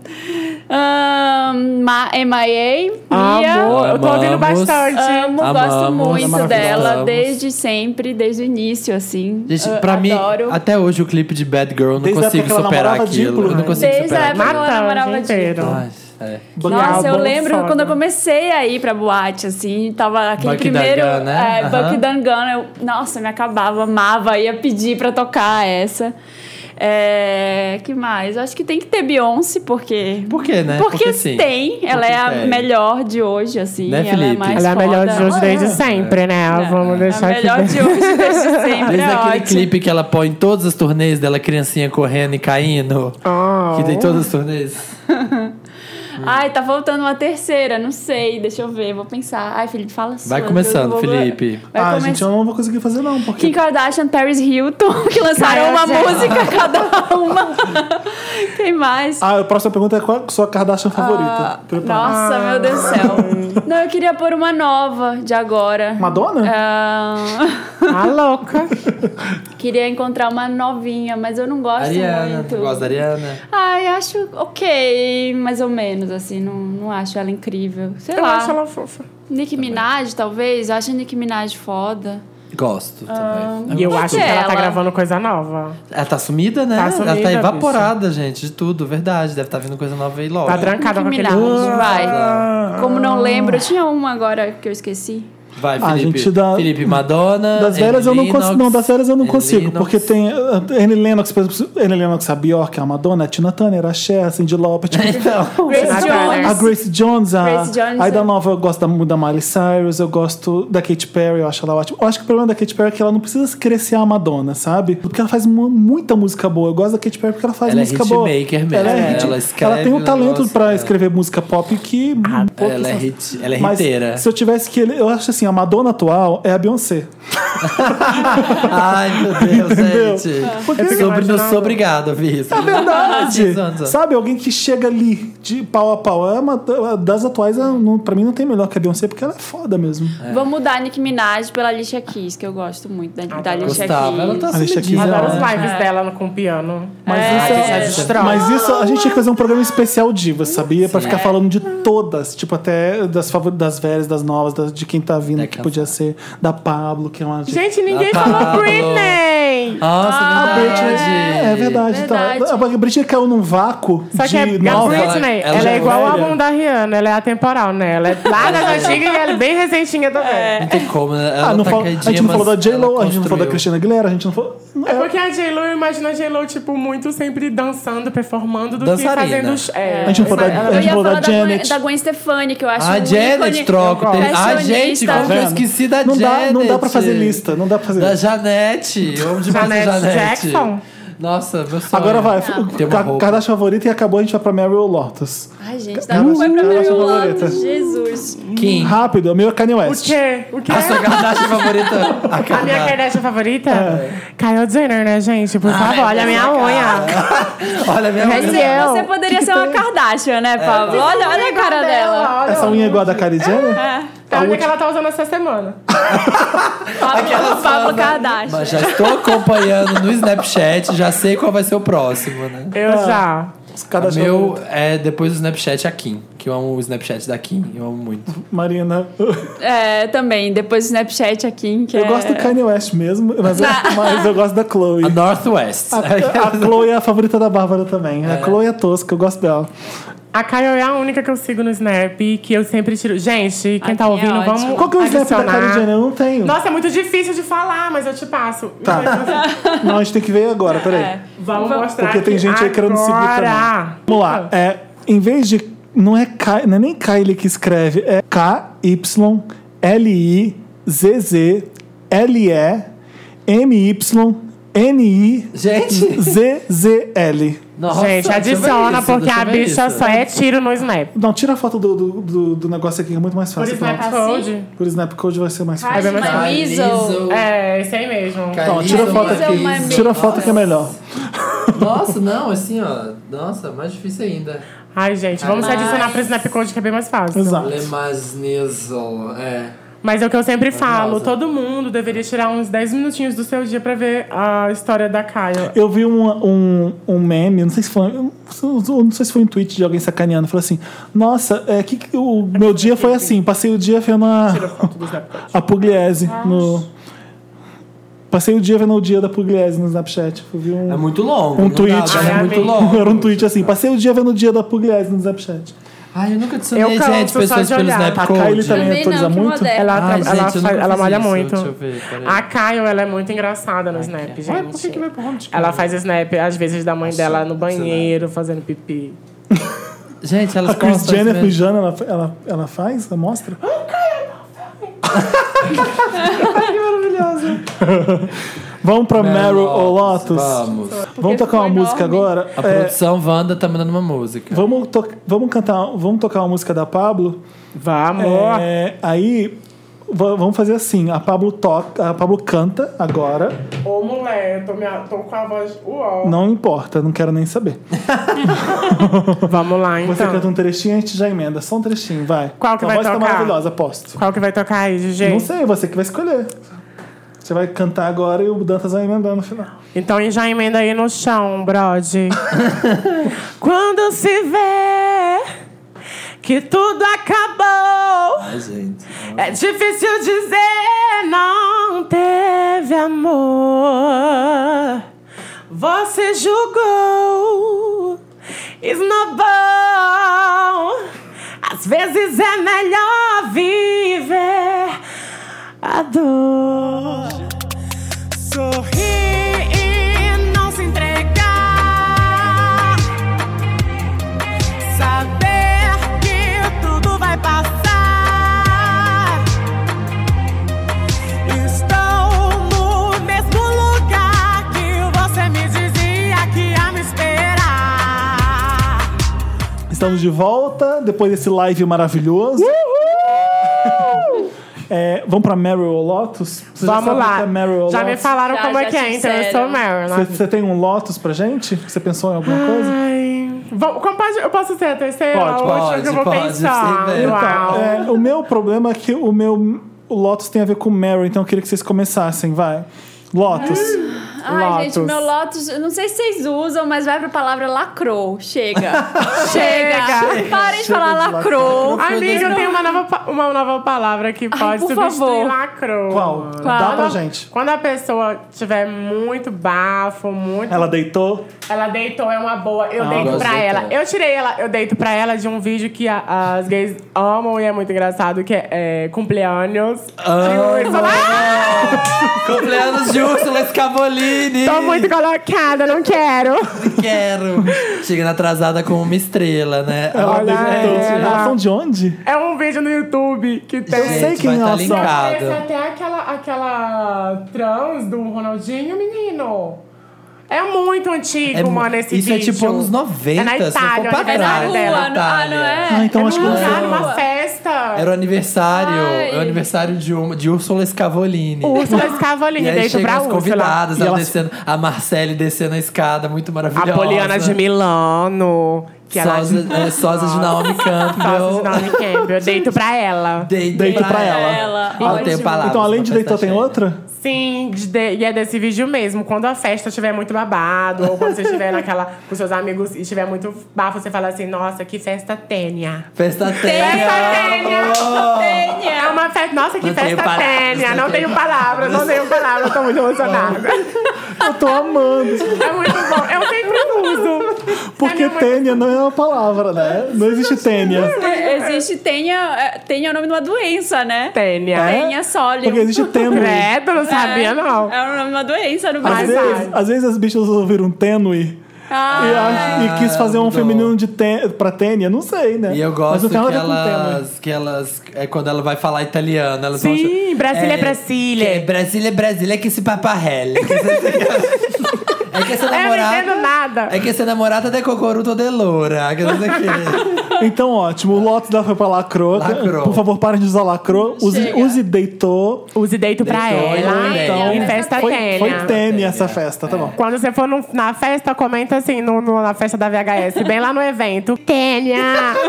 Ahn, Ma- M I A, Mia. Amor, eu tô ouvindo Amamos. bastante. Amo, Amamos. gosto É muito maravilhosa. dela, Amamos. desde sempre, desde o início, assim. Gente, Eu pra mim, adoro. até hoje o clipe de Bad Girl eu não Desde a consigo época que ela superar namorava aquilo. Diplo, Eu não né? consigo Desde a superar. época que ela Mata namorava o dia inteiro. Diplo. Ai, é. Nossa, eu Álbum lembro foda. quando eu comecei a ir pra boate, assim, tava aquele Bucky primeiro. Dungan, né? É, Aham. Bucky Dungan, eu, nossa, me acabava, amava, ia pedir pra tocar essa. É, que mais? Eu acho que tem que ter Beyoncé, porque. Por quê, né? Porque, Porque sim. tem, ela Porque é a tem. melhor de hoje, assim. Né, ela é Felipe? mais Ela é a melhor de foda. hoje desde é. sempre, né? Vamos A deixar aqui. melhor de hoje desde sempre. Desde é aquele ótimo. clipe que ela põe em todas as turnês dela, criancinha correndo e caindo. Oh. Que tem todas as turnês. Ai, tá faltando uma terceira, não sei, deixa eu ver, vou pensar. Ai, Felipe, fala a sua, Vai eu começando, vou- Felipe. Vai Ah, começar. gente, eu não vou conseguir fazer não, porque... Kim Kardashian, Paris Hilton, que lançaram Ai, uma eu sei. música cada uma. Quem mais? Ah, a próxima pergunta é qual a sua Kardashian favorita? Ah, Prepara. nossa, meu Deus do céu. Não, eu queria pôr uma nova de agora. Madonna? Ah, Tá louca. queria encontrar uma novinha, mas eu não gosto Ariana, muito. gosta da Ariana? Ai, acho ok, mais ou menos, assim, não, não acho ela incrível. Sei Eu lá. acho ela fofa. Nicki Minaj, talvez. Eu acho a Nicki Minaj foda. Gosto também. E eu Gosto acho que ela tá dela. gravando coisa nova. Ela tá sumida, né? Tá ela sumida, tá evaporada, gente, de tudo, verdade. Deve estar vindo coisa nova aí logo. Tá trancada com Nicki aquele... Minaj, vai. Ah. Como não lembro, tinha uma agora que eu esqueci. Vai, A Felipe. gente dá- Felipe, Madonna. Das velhas eu não Annie consigo. Lennox, Não, das velhas eu não Annie consigo. Lennox. Porque tem uh, Annie Lennox, por exemplo, Annie Lennox, a Bjork, a Madonna, a Tina Turner, a Cher, a Cyndi Lauper. Tipo, Então, Grace A Jones. a Grace Jones, a, Grace Jones, aí da é. nova eu gosto da, da Miley Cyrus, eu gosto da Katy Perry, eu acho ela ótima. Eu acho que o problema da Katy Perry é que ela não precisa crescer a Madonna, sabe? Porque ela faz mu- muita música boa. Eu gosto da Katy Perry porque ela faz Ela é música boa. hitmaker mesmo, Ela, é né? hit- Ela escreve ela tem um um talento negócio, pra é. escrever música pop que. poucas ela é são. hit- ela é Mas hiteira. se eu tivesse que. Eu acho assim, a Madonna atual é a Beyoncé. Ai, meu Deus, Entendeu? gente. Porque- Eu sou, eu imaginando. sou obrigado a ver isso. É verdade. Exato. Sabe, alguém que chega ali de pau a pau. É uma, das atuais, é, não, pra mim, não tem melhor que a Beyoncé, porque ela é foda mesmo. Vou mudar a Nicki Minaj pela Alicia Keys, que eu gosto muito da, da Alicia Gostava. Keys. Ela tá Alicia sumidinha. Keys é Adoro os ótima. lives dela no- com o piano. Mas É. isso Ai, é, já destrói. mas isso a gente tinha que fazer um programa especial divas, sabia? Pra ficar falando de todas, tipo até das favor- das velhas, das novas, das- de quem tá vindo, Da que canção. podia ser da Pablo, que é uma Gente, ninguém Da falou Pablo. Britney! Nossa, Ah, verdade. É verdade, Verdade. Tá. A Britney caiu num vácuo Só de que a, a nova. Britney, Ela- ela, ela é é igual ao velha. álbum da Rihanna, ela é atemporal, né? Ela é lá das antigas e ela é bem recentinha também. Não tem como, né? Ela Ah, não tá fala- a caidinha, gente não falou mas da J-Lo, ela a gente não falou da construiu. Christina Aguilera, a gente não falou. É porque a J-Lo, eu imagino a J-Lo, tipo, muito sempre dançando, performando, do Dançarina. que fazendo... sh- É, A gente não falou da- ela- a Eu gente ia falou falar da da Gwen, Janet. da Gwen Stefani, que eu acho A um Janet ícone troco. Eu Tem... gosto. Ah, gente, Fashionista. como que eu Tá vendo? esqueci da Não dá, Janet? não dá pra fazer lista, não dá pra fazer Da lista. Janete. Eu amo demais Janete a Janete. Jackson. Nossa, meu sonho. Agora vai, Tem uma Ca- roupa. Kardashian favorita e acabou, a gente vai pra Meryl Lotus. Ai, gente, dá uma foi pra Uh, Mary nossa Love. favorita. Jesus. Kim. Rápido, o meu é Kanye O West. quê? O quê? A sua Kardashian favorita? A A minha Kardashian. Kardashian favorita? Kylie Jenner, né, gente? Por favor, olha a minha unha. Olha, minha Real. mulher. Eu. Você poderia ser uma Kardashian, né, Pablo? Olha, olha a cara dela. Olha, Essa unha é igual a da Kylie Jenner? É a unha que ela tá usando essa semana. Pablo, Pablo Kardashian. Mas já estou acompanhando no Snapchat, já sei qual vai ser o próximo, né? Eu já. Os O Kardashian meu favorita. é depois do Snapchat a Kim, que eu amo o Snapchat da Kim, eu amo muito. Marina. É, também. Depois do Snapchat aqui, que Eu é... gosto do Kanye West mesmo, mas, eu, mas eu gosto da Chloe. A Northwest. A, a Chloe é a favorita da Bárbara também. A Chloe é tosca, eu gosto dela. A Kylie é a única que eu sigo no Snap, que eu sempre tiro. Gente, quem tá Aqui é ouvindo, ótimo. vamos Qual que é o snap da adicionar. Kylie Jenner? Eu não tenho. Nossa, é muito difícil de falar, mas eu te passo. Tá. Não, a gente tem que ver agora, peraí. É. Vamos Vamos- mostrar Porque tem aqui gente aí querendo seguir também. agora. Vamos lá. É, em vez de. Não é, Ky- não é nem Kylie que escreve, é K Y L I Z Z L E M Y N I Gente, Z Z L. nossa, Gente, deixa eu ver adiciona, isso, porque deixa a eu ver bicha isso. só é tiro no Snap. Não, tira a foto do, do, do, do negócio aqui, que é muito mais Por fácil. Snap Pronto. Code. Por Snapcode vai ser mais Ai, fácil. bem mais my fácil. Weasel. É, esse aí mesmo. Então, tira a foto Weasel, aqui. my Tira a foto que é melhor. Nossa, não, assim, ó. Nossa, mais difícil ainda. Ai, gente, vamos se Ai. adicionar pro Snap Code, que é bem mais fácil. Exato. Le Masnizel, é. Mas é o que eu sempre falo, Maravilhosa. todo mundo deveria tirar uns dez minutinhos do seu dia pra ver a história da Kylie. Eu vi um, um, um meme, não sei se foi. eu Não sei se foi um tweet de alguém sacaneando. Falou assim: Nossa, é, que, que o meu dia foi assim. Passei o dia vendo a, Tira a foto do Snap Code. a Pugliese no. Passei o dia vendo o dia da Pugliese no Snapchat. Eu vi um, É muito longo. um não tweet. dá, Ai, é muito amei. longo. Era um tweet assim: Passei o dia vendo o dia da Pugliese no Snapchat. Ai, eu nunca adicionei, Eu canso gente, só pessoas de pelo olhar. Snap A Code. Kylie também Também atualiza não, que muito. moderno. Ela, Ai, tra- gente, ela, eu faz- nunca ela fiz malha isso. muito. Deixa eu ver, peraí. A Kylie, ela é muito engraçada no Snap, gente. Ué, por que, que vai pro home de Ela faz Snap, às vezes, da mãe dela no banheiro, fazendo pipi. Gente, elas A Kris postam Jenner isso mesmo. mijando, ela, ela, ela faz? Ela mostra? Vamos pra Meryl ou Lotus? Vamos. Vamos tocar uma ficou música enorme. agora? A É, produção Wanda tá mandando uma música. vamos, to vamos cantar, vamos tocar uma música da Pablo. Vamos! É, aí va- vamos fazer assim: a Pablo toca, a Pablo canta agora. Ô, mulher, tô, me, tô com a voz uó. Não importa, não quero nem saber. Vamos lá, Você então. canta um trechinho, a gente já emenda. Só um trechinho, vai. Qual que Tua vai voz tá tocar? maravilhosa, aposto. Qual que vai tocar aí, D J? Não sei, você que vai escolher. Você vai cantar agora e o Dantas vai emendar no final. Então já emenda aí no chão, brode. Quando se vê que tudo acabou, Ai, gente. é difícil dizer não teve amor. Você julgou, esnobou. Às vezes é melhor viver lado. Sorrir e não se entregar. Saber que tudo vai passar. Estou no mesmo lugar que você me dizia que ia me esperar. Estamos de volta, depois desse live maravilhoso. É, vamos pra Meryl ou Lotus? Você já Vamos sabe o lá. que é Meryl ou Já me Lotus? falaram Já, como já é que é, te então eu disseram. sou Meryl. Você, né? você tem um Lotus pra gente? Você pensou em alguma coisa? Ai. Vamos, como pode- eu posso ser a terceira? Pode, A última pode, que eu vou pode, pensar. você vê. Uau. É, o meu problema é que o meu o Lotus tem a ver com Meryl, então eu queria que vocês começassem, vai. Lotus. Ai, Lotus. gente, meu Lotus, eu não sei se vocês usam, mas vai pra palavra lacrou. Chega. Chega. Parem de Chega falar de lacrou. lacrou. Amiga, eu tenho uma nova, pa- uma nova palavra que pode por substituir favor. lacrou. Qual? Qual? Dá pra gente. Quando a pessoa tiver muito bafo, muito... Ela deitou. Ela deitou, é uma boa. Eu Ah, deito gosto pra de ela. deitar. Eu tirei ela, eu deito pra ela de um vídeo que a- as gays amam e é muito engraçado, que é, é Cumpleaños. Amo. Eu falo, "Ah, Cumpleanos de Úrsula Scavolini. tô muito colocada, não quero. Quero. Chegando atrasada com uma estrela, né? Ela Olha deitou. ela. Elas são de onde? É um vídeo no YouTube que tem... Eu sei Gente, quem vai tá elas são. linkado. Parece até aquela, aquela trans do Ronaldinho, menino. É muito antigo, É mu- mano, esse isso é vídeo. tipo anos noventa, É na se for Itália, pra o aniversário trás. É na dela. rua, não, ah, não é? Ah, então É acho que num não lugar, sei. numa festa. Era o aniversário. Ai. É o aniversário de, uma, de Úrsula Scavolini. Úrsula Scavolini, E aí deito chegam pra as Úrsula. convidadas, E ela elas- descendo, a Marcele descendo a escada, muito maravilhosa. A Poliana de Milano. Que ela... Sosa, é, Sosa de Naomi Nossa, Campbell. de Naomi Campbell. Eu deito pra ela. Deito, Deito pra ela. Ela. Não Ótimo. tenho palavras. Então, além de pra deitou, festa tem cheia. outra? Sim, de- de- e é desse vídeo mesmo. Quando a festa estiver muito babado, ou quando você estiver naquela com seus amigos e estiver muito bafo, você fala assim, nossa, que festa tênia. Festa Festa tênia. tênia! É uma festa. Nossa, que Não tenho festa palavras, tênia! não Não tenho tenho palavras, não tenho palavras, tô muito emocionada. Eu tô amando. É muito bom. Eu sempre uso. Porque É minha mãe- tênia não é uma palavra, né? Não existe tênia. É, Existe, tenha, é, tenha o nome de uma doença, né? Tênia. É? Tenha sólido. Porque existe tênue. Credo, não sabia, não. É o nome de uma doença no Às Mas Brasil. vezes, vai. às vezes as bichas ouviram tênue e, Ah, ach- e quis fazer um mudou. feminino de tê, pra tênia, não sei, né? E eu Mas gosto não que tem nada a ver com tênue. elas, que elas. É quando ela vai falar italiano, elas vão. Sim, Brasília é Brasília. É, Brasília é Brasília, que esse paparrelli. É que essa Eu não namorada. entendo nada. É que essa namorada de cocoruto de loura. Que não sei o quê. Então, ótimo. O Lotus dá foi pra lacrou. Lacrou. Por favor, parem de usar lacrou. Use, Chega. use deitou. Use deito pra Deitou, ela. então, em festa Foi, tênia. foi tênia essa festa, tá bom. Quando você for no- na festa, comenta assim, no, no- na festa da V H S, bem lá no evento. Tênia!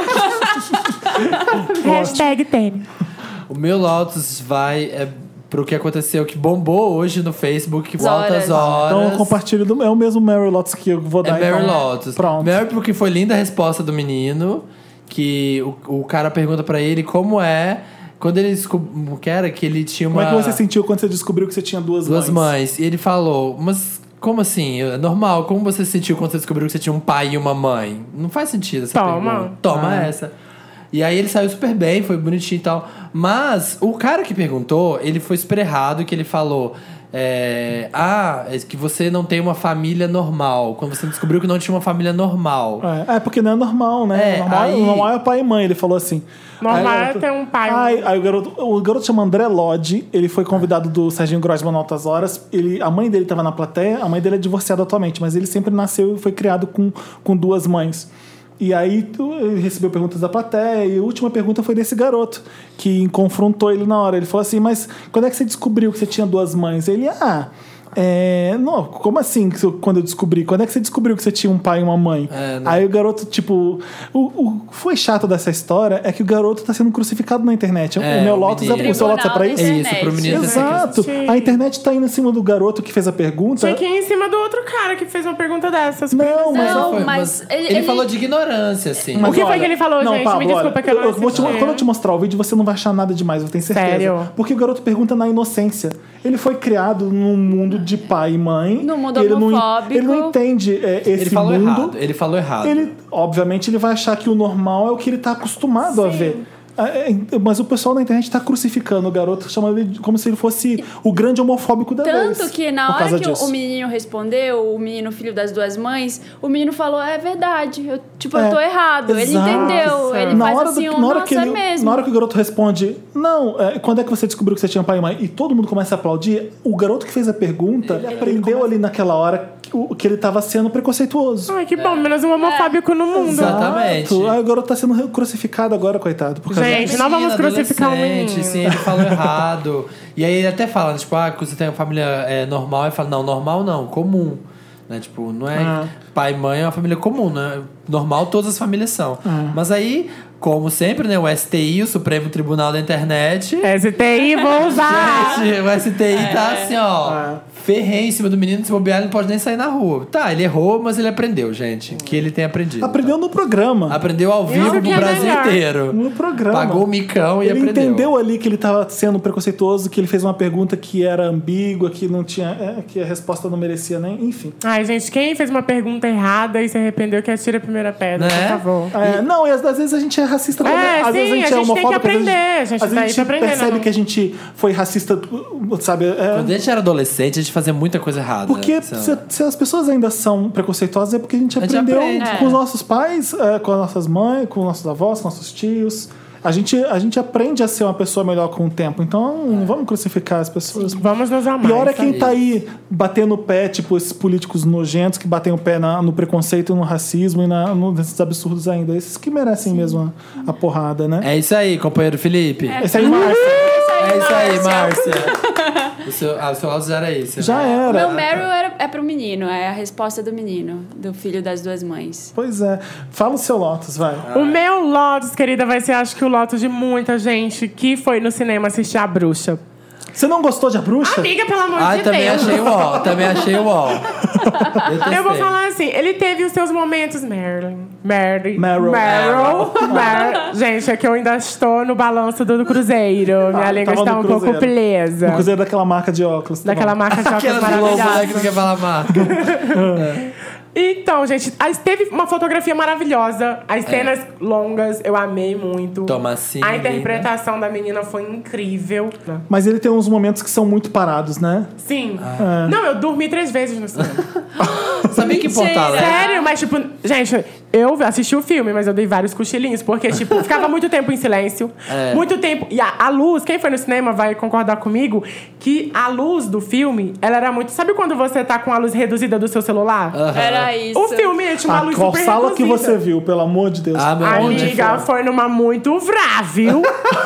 Hashtag tênia. O meu Lotus vai é, pro que aconteceu, que bombou hoje no Facebook, por altas horas. horas. Então eu compartilho. Do, é o mesmo Meryl Lotus que eu vou É dar. Mary então. Lotus. Pronto. Mary porque foi linda a resposta do menino, que o, o cara pergunta pra ele como é quando ele descobriu que era que ele tinha uma Como é que você sentiu quando você descobriu que você tinha duas, duas mães? mães. E ele falou, mas como assim? É normal. Como você se sentiu quando você descobriu que você tinha um pai e uma mãe? Não faz sentido essa Toma. pergunta. Toma Ah. essa. E aí ele saiu super bem, foi bonitinho e tal. Mas o cara que perguntou, ele foi super errado, que ele falou... é, ah, é que você não tem uma família normal. Quando você descobriu que não tinha uma família normal. É, é, porque não é normal, né? É, normal, aí- normal é pai e mãe, ele falou assim. Normal Aí o é garoto- ter um pai. Ai, aí o garoto, o garoto chama André Lodge, ele foi convidado do Serginho Grosman Altas Horas. Ele, a mãe dele estava na plateia, a mãe dele é divorciada atualmente, mas ele sempre nasceu e foi criado com, com duas mães. E aí tu, ele recebeu perguntas da plateia, e a última pergunta foi desse garoto, que confrontou ele na hora. Ele falou assim, mas quando é que você descobriu que você tinha duas mães? Ele, ah... É, não, como assim que eu- quando eu descobri? Quando é que você descobriu que você tinha um pai e uma mãe? É, né? Aí o garoto, tipo. O, o foi chato dessa história é que o garoto tá sendo crucificado na internet. É, o meu o Lotus é, menino. o seu Lotus é pra Tribunal isso? da É isso, pro menino Exato. Gente. A internet tá indo em cima do garoto que fez a pergunta. Tinha que ir em cima do outro cara que fez uma pergunta dessas. Não, mas. Não, Foi, mas ele- ele ele- falou de ignorância, assim. Mas O que foi olha, que ele falou, gente? Me desculpa olha, que eu não vou te, assisti. Quando eu te mostrar o vídeo, você não vai achar nada demais, eu tenho certeza. Sério? Porque o garoto pergunta na inocência. Ele foi criado num mundo de pai e mãe. Num mundo e ele não, homofóbico. ele não entende é, esse Ele falou mundo. errado. Ele falou errado. Ele, obviamente, ele vai achar que o normal é o que ele tá acostumado a ver. é, é, mas o pessoal na internet tá crucificando o garoto, chamando ele de- como se ele fosse o grande homofóbico da vez. Tanto que na por hora causa que o- disso. o menino respondeu, o menino filho das duas mães, o menino falou, é verdade, eu, tipo, É, eu tô errado. Ele exato. entendeu, ele na faz hora assim, do, um, na hora nossa, que ele, é mesmo. Na hora que o garoto responde, não, é, quando é que você descobriu que você tinha pai e mãe? E todo mundo começa a aplaudir, o garoto que fez a pergunta ele aprendeu ali naquela hora que, o, que ele tava sendo preconceituoso. Ai, que bom, menos um homofóbico no mundo. Exatamente. Exato. Aí o garoto tá sendo crucificado agora, coitado. Por causa Gente, disso. não vamos Menina, crucificar o adolescente, menino. Sim, ele falou errado. E aí ele até fala, tipo, ah, que você tem uma família é, normal. Ele fala, não, normal não, comum. Né? Tipo, não é Ah. pai e mãe é uma família comum, né? Normal todas as famílias são. Mas aí, como sempre, né? O S T I, o Supremo Tribunal da Internet... S T I, vou usar. Gente, o S T I tá assim, ó, É. ferrenho em cima do menino, se bobear, ele não pode nem sair na rua. Tá, ele errou, mas ele aprendeu, gente. Que ele tem aprendido. Aprendeu no programa. Aprendeu ao vivo que pro é Brasil melhor. inteiro. No programa. Pagou o micão e Ele aprendeu. entendeu ali que ele estava sendo preconceituoso, que ele fez uma pergunta que era ambígua, que não tinha, é, que a resposta não merecia nem, enfim. Ai, gente, quem fez uma pergunta errada e se arrependeu que atira a primeira pedra, Né? por favor. É, não, e às, às vezes a gente é racista É, também. Às sim, vezes a gente, a é gente tem que homofóbico, às vezes aprender, a gente às vezes tá aí pra aprender, percebe né? que a gente foi racista, sabe? É, Quando a gente era adolescente, a gente fazia muita coisa errada. porque Assim, ó. se, se as pessoas ainda são preconceituosas é porque a gente A gente aprendeu aprende. com os nossos pais, é, com as nossas mães, com os nossos avós, com nossos tios. A gente, a gente aprende a ser uma pessoa melhor com o tempo. Então, não vamos crucificar as pessoas. Vamos nos amar. Pior é isso quem aí. tá aí batendo o pé, tipo, esses políticos nojentos que batem o pé na- no preconceito, no racismo e na, no- nesses absurdos ainda. Esses que merecem mesmo a, a porrada, né? É isso aí, companheiro Felipe. É, Esse aí, Márcia, isso aí, Márcia. o seu, ah, o seu áudio já era isso. já né? O era. meu Meryl era, é pro menino, é a resposta do menino, do filho das duas mães. Pois é. Fala o seu Lotus, vai. O meu Lotus, querida, vai ser, acho que o Lotus de muita gente que foi no cinema assistir A Bruxa. Você não gostou de A Bruxa? Amiga, pelo amor Ah, de também Deus. achei o ó. Também achei o ó. Eu, Eu vou testei. falar assim, ele teve os seus momentos, Marilyn. Marilyn. Meryl. Meryl. Mer- Gente, é que eu ainda estou no balanço do, do cruzeiro. Minha Ah, língua tava está no um pouco cruzeiro. presa. No cruzeiro daquela marca de óculos. tá Daquela bom. marca de óculos Aquelas Globo, né, que maravilhosa. não quer falar marca. Então, gente, aí teve uma fotografia maravilhosa. As cenas longas, eu amei muito. Tomacinho, A interpretação da menina foi incrível. Mas ele tem uns momentos que são muito parados, né? Sim. Ah. Não, eu dormi três vezes no cinema. Sabia que em Porto Alegre... Sério, mas tipo, gente, eu assisti o filme, mas eu dei vários cochilinhos, porque, tipo, ficava muito tempo em silêncio. É. Muito tempo. E a, a luz, quem foi no cinema vai concordar comigo, que a luz do filme, ela era muito. Sabe quando você tá com a luz reduzida do seu celular? Era isso. O filme tinha uma Ah, luz qual super sala reduzida. que você viu, pelo amor de Deus? Ah, meu Onde Amiga, foi? foi numa muito vrá, viu?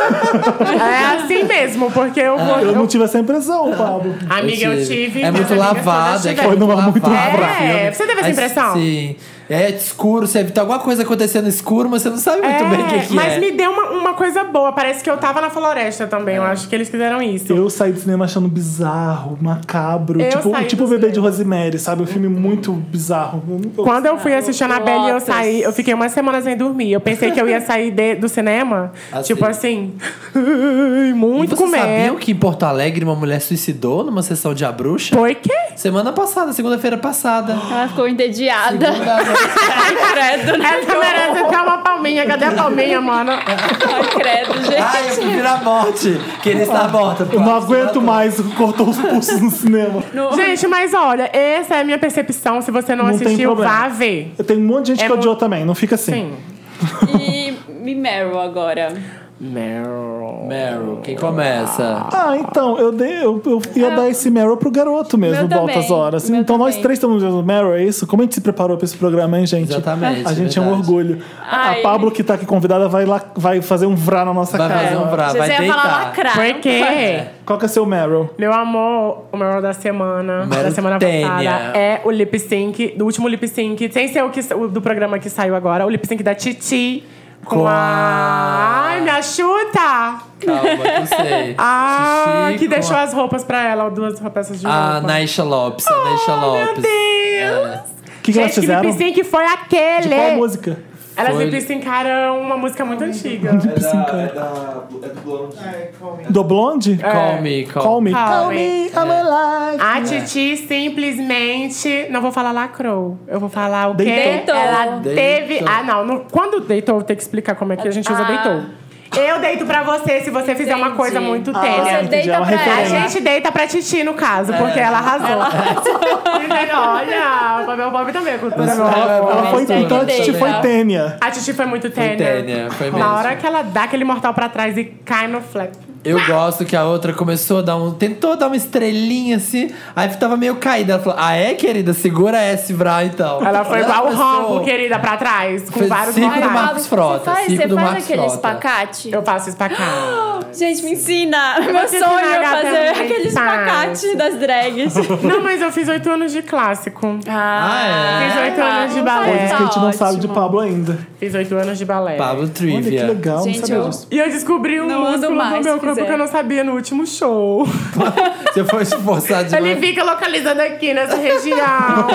É assim mesmo, porque eu vou. Eu eu- não tive essa impressão, Pablo. Amiga, eu tive. É muito minhas amigas lavado. todas É que tiveram. Foi numa muito lavado. brava. É, você teve essa Aí, impressão? Sim. É escuro, você tem alguma coisa acontecendo escuro, mas você não sabe muito bem o que, que mas é. me deu uma, uma coisa boa. Parece que eu tava na floresta também. Eu acho que eles fizeram isso. Eu saí do cinema achando bizarro, macabro. Eu tipo saí tipo o do Bebê de cinema. Rosemary, sabe? Um filme muito bizarro. Eu- Quando eu fui assistir a Annabelle, eu Lotus. saí. Eu fiquei uma semana sem dormir. Eu pensei que eu ia sair de- do cinema, Assim. tipo assim, E muito vocês com sabiam medo. que em Porto Alegre uma mulher suicidou numa sessão de A Bruxa? Por quê? Semana passada, segunda-feira passada. Ela ficou entediada. Segunda- Ai, credo, né? Essa merece até uma palminha. Cadê a palminha, mano? Ai, credo, gente. Ai, eu prefiro a morte. Queria estar morta. Eu não aguento mais, cortou os pulsos no cinema. No- Gente, mas olha, essa é a minha percepção. Se você não, Não tem assistiu, problema. vá ver. Eu tenho um monte de gente É que odiou mu- também, não fica assim. Sim. E me Meryl agora. Meryl. Meryl, quem começa? Ah, então, eu, dei, eu, eu ia dar esse Meryl pro garoto mesmo, Meu do Altas também, Horas. meu Então nós também. três estamos no Meryl, é isso? Como a gente se preparou pra esse programa, hein, gente? Exatamente, A gente é um verdade. orgulho. Ai. A Pablo, que tá aqui convidada, vai lá, vai fazer um vrá na nossa Vai cara. fazer um vrá, Você vai ia deitar. falar lacrar. Por não quê? pode. Qual que é seu Meryl? Meu amor, o Meryl da semana, Meryl da semana Tênia. passada, é o lip sync, do último lip sync, sem ser o, que, o do programa que saiu agora, o lip sync da Titi. Com, Com a... a- Ai, me achuta! Calma, que eu sei. Ah, Xixi que com deixou a- as roupas pra ela, duas peças de A roupa. Naisha Lopes. A Naisha Lopes. Meu Deus! É. O que, que elas Gente, que fizeram? lip sync foi aquele! De qual música? Elas Foi- lip syncaram uma música muito antiga. É da, é da. É do Blonde. É, calma. Do Blonde? Call me, call, Call me. Call me, me. I'm alive. A Titi simplesmente. Não vou falar lacrou. Eu vou falar o quê? Deitou. Deitou. Ela Deitou. teve. Ah, não. no- Quando deitou, eu tenho que explicar como é que a gente usa Ah. deitou. Eu deito pra você se você fizer uma Entendi. coisa muito Ah, tênia. Você entendi, é deita uma pra A referência. ela. gente deita pra Titi, no caso, porque ela arrasou. Entendeu? Olha, o papel pop também é cultura. Mas- meu amor. Ela foi, Tem que então a Titi deitar. foi tênia. A Titi foi muito tênia. tênia, foi mesmo. Na hora que ela dá aquele mortal pra trás e cai no flap. Eu gosto que a outra começou a dar um. Tentou dar uma estrelinha assim, aí tava meio caída. Ela falou: ah, é, querida? Segura esse bra então. Ela foi igual o começou- Rambo, querida, pra trás, com Fez vários circo do mortais. Marcos Frota. Você faz, circo você do faz Marcos aquele Frota. espacate? Eu faço espacar. Gente, me ensina. Meu te sonho ensinar, é gata, fazer é aquele muito espacate fácil. das drags. Não, mas eu fiz oito anos de clássico. Ah, é? Fiz oito anos de tá balé. Coisas que a gente não sabe de ótimo. Pablo ainda. Fiz oito anos de balé. Pablo Olha que Trivia. legal, Gente, não sabia eu- disso. E eu descobri um Não ando músculo mais, no meu se corpo quiser. que eu não sabia no último show. Você foi se forçar de Ele fica localizado aqui nessa região.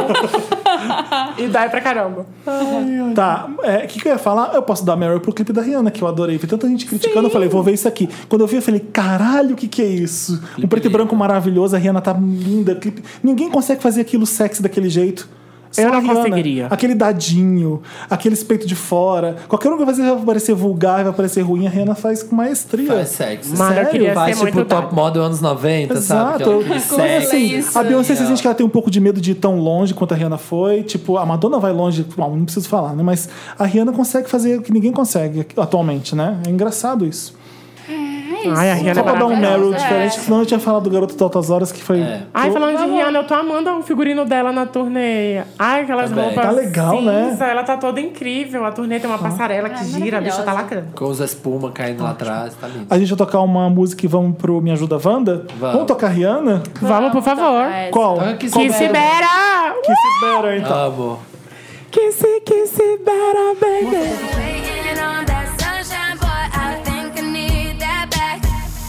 E dói pra caramba. Tá, é, o que, que eu ia falar? Eu posso dar Meryl pro clipe da Rihanna, que eu adorei. Vi tanta gente criticando, eu falei, vou ver isso aqui. Quando eu vi, eu falei, caralho, o que, que é isso? Um preto e lindo. branco maravilhoso, a Rihanna tá linda. Clipe... Ninguém consegue fazer aquilo sexy daquele jeito. Só Eu não a Rihanna. conseguiria. Aquele dadinho, aquele peito de fora. Qualquer um que vai fazer vai parecer vulgar, vai parecer ruim, a Rihanna faz com maestria. Faz sexo. Mano, eu Sério? queria Faz ser tipo muito top dado. model anos noventa, sabe? Exato. Aquele Mas sexy. assim, isso. a Beyoncé, você Ó. sente que ela tem um pouco de medo de ir tão longe quanto a Rihanna foi. Tipo, a Madonna vai longe, bom, não preciso falar, né? Mas a Rihanna consegue fazer o que ninguém consegue atualmente, né? É engraçado isso. Ai, a Rihanna Só é pra dar um maravilhosa. Meryl É. diferente, senão eu tinha falado do Garoto de Altas Horas, que foi... É. Ai, falando de Rihanna, eu tô amando o figurino dela na turnê. Ai, aquelas Também. roupas Tá legal, né? cinza, ela tá toda incrível. A turnê tem uma passarela que gira, a bicha tá maravilhosa. lacrando. Com os espuma caindo lá atrás, tá lindo. A gente vai tocar uma música e vamos pro Me Ajuda Wanda? Vamos. tocar Rihanna? Vamos, por favor. essa. Qual? Toca Kiss Qual Me Kiss Better. Better! Kiss It Better, então. Amo. Kiss it, kiss it better, baby. Waiting on that sunshine, boy, I think I need that back.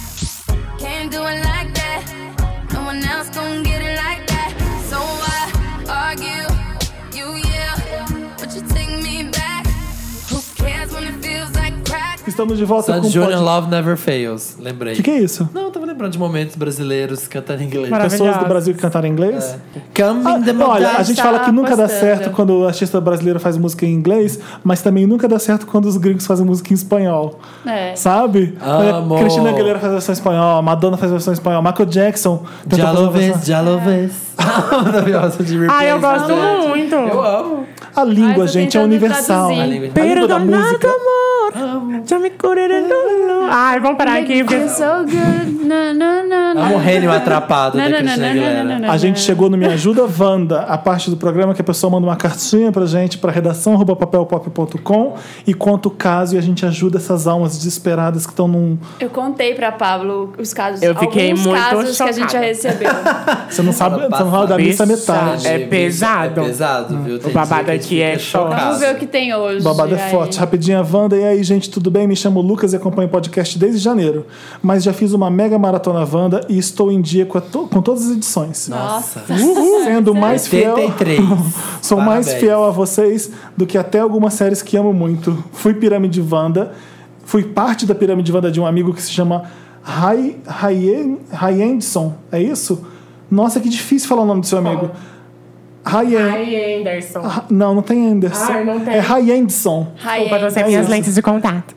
Can't do it like that. No one else gon' get it like that. So I argue, you yell, but you take me back. Who cares when it feels like crack? Estamos de volta Sandy com o Junior pod... Love Never Fails. Lembrei. O que, que é isso? Não, eu tava lembrando de momentos brasileiros cantando inglês. Maravilhoso. Pessoas do Brasil que cantaram inglês? Come Ah, in the olha, a gente tá fala que nunca dá postando. certo quando o artista brasileiro faz música em inglês, mas também nunca dá certo quando os gringos fazem música em espanhol. É. Sabe? Amo. Olha, Cristina Aguilera faz versão em espanhol, Madonna faz versão em espanhol, Michael Jackson tentou Já fazer uma louves, versão- já louves. Maravilhosa de replays. Ai, eu gosto gente. muito. Eu amo. A língua, Ai, tô gente, é tentando universal. traduzir. A língua- A língua da música. amor. Já me curei. Ai, vamos parar aqui. porque- You're so good. Na, na, na, na. Amo o rênio atrapado Na, da na, na, Cristina na, na, na, Aguilera. na, A gente chegou no Me Ajuda Wanda, a parte do programa que a pessoa manda uma cartinha pra gente, pra redação arroba papelpop ponto com e conta o caso e a gente ajuda essas almas desesperadas que estão num. Eu contei pra Pablo os casos, Eu fiquei alguns muito casos que a gente já chocada. recebeu. Você não sabe, você não sabe da missa Bicha. metade. É Bicho, pesado. É pesado, viu? Tem babado dia que a gente aqui é fica forte. chocado. Vamos ver o que tem hoje. O babado é aí. forte. Rapidinho, Wanda. E aí, gente, tudo bem? Me chamo Lucas e acompanho o podcast desde janeiro. Mas já fiz uma mega maratona Wanda e estou em dia com, a to- com todas as edições. Nossa. Sendo mais fiel. oitenta e três. Sou mais Parabéns. fiel a vocês do que até algumas séries que amo muito. Fui Pirâmide Wanda. Fui parte da Pirâmide Wanda de um amigo que se chama Ray, Ray, Rayendson. É isso? Nossa, que difícil falar o nome do seu amigo. Ryan. Ai, Anderson. Ah, Não, não tem Anderson. Ai, não tem. É Rayendson. Desculpa, eu trouxe É minhas isso. lentes de contato.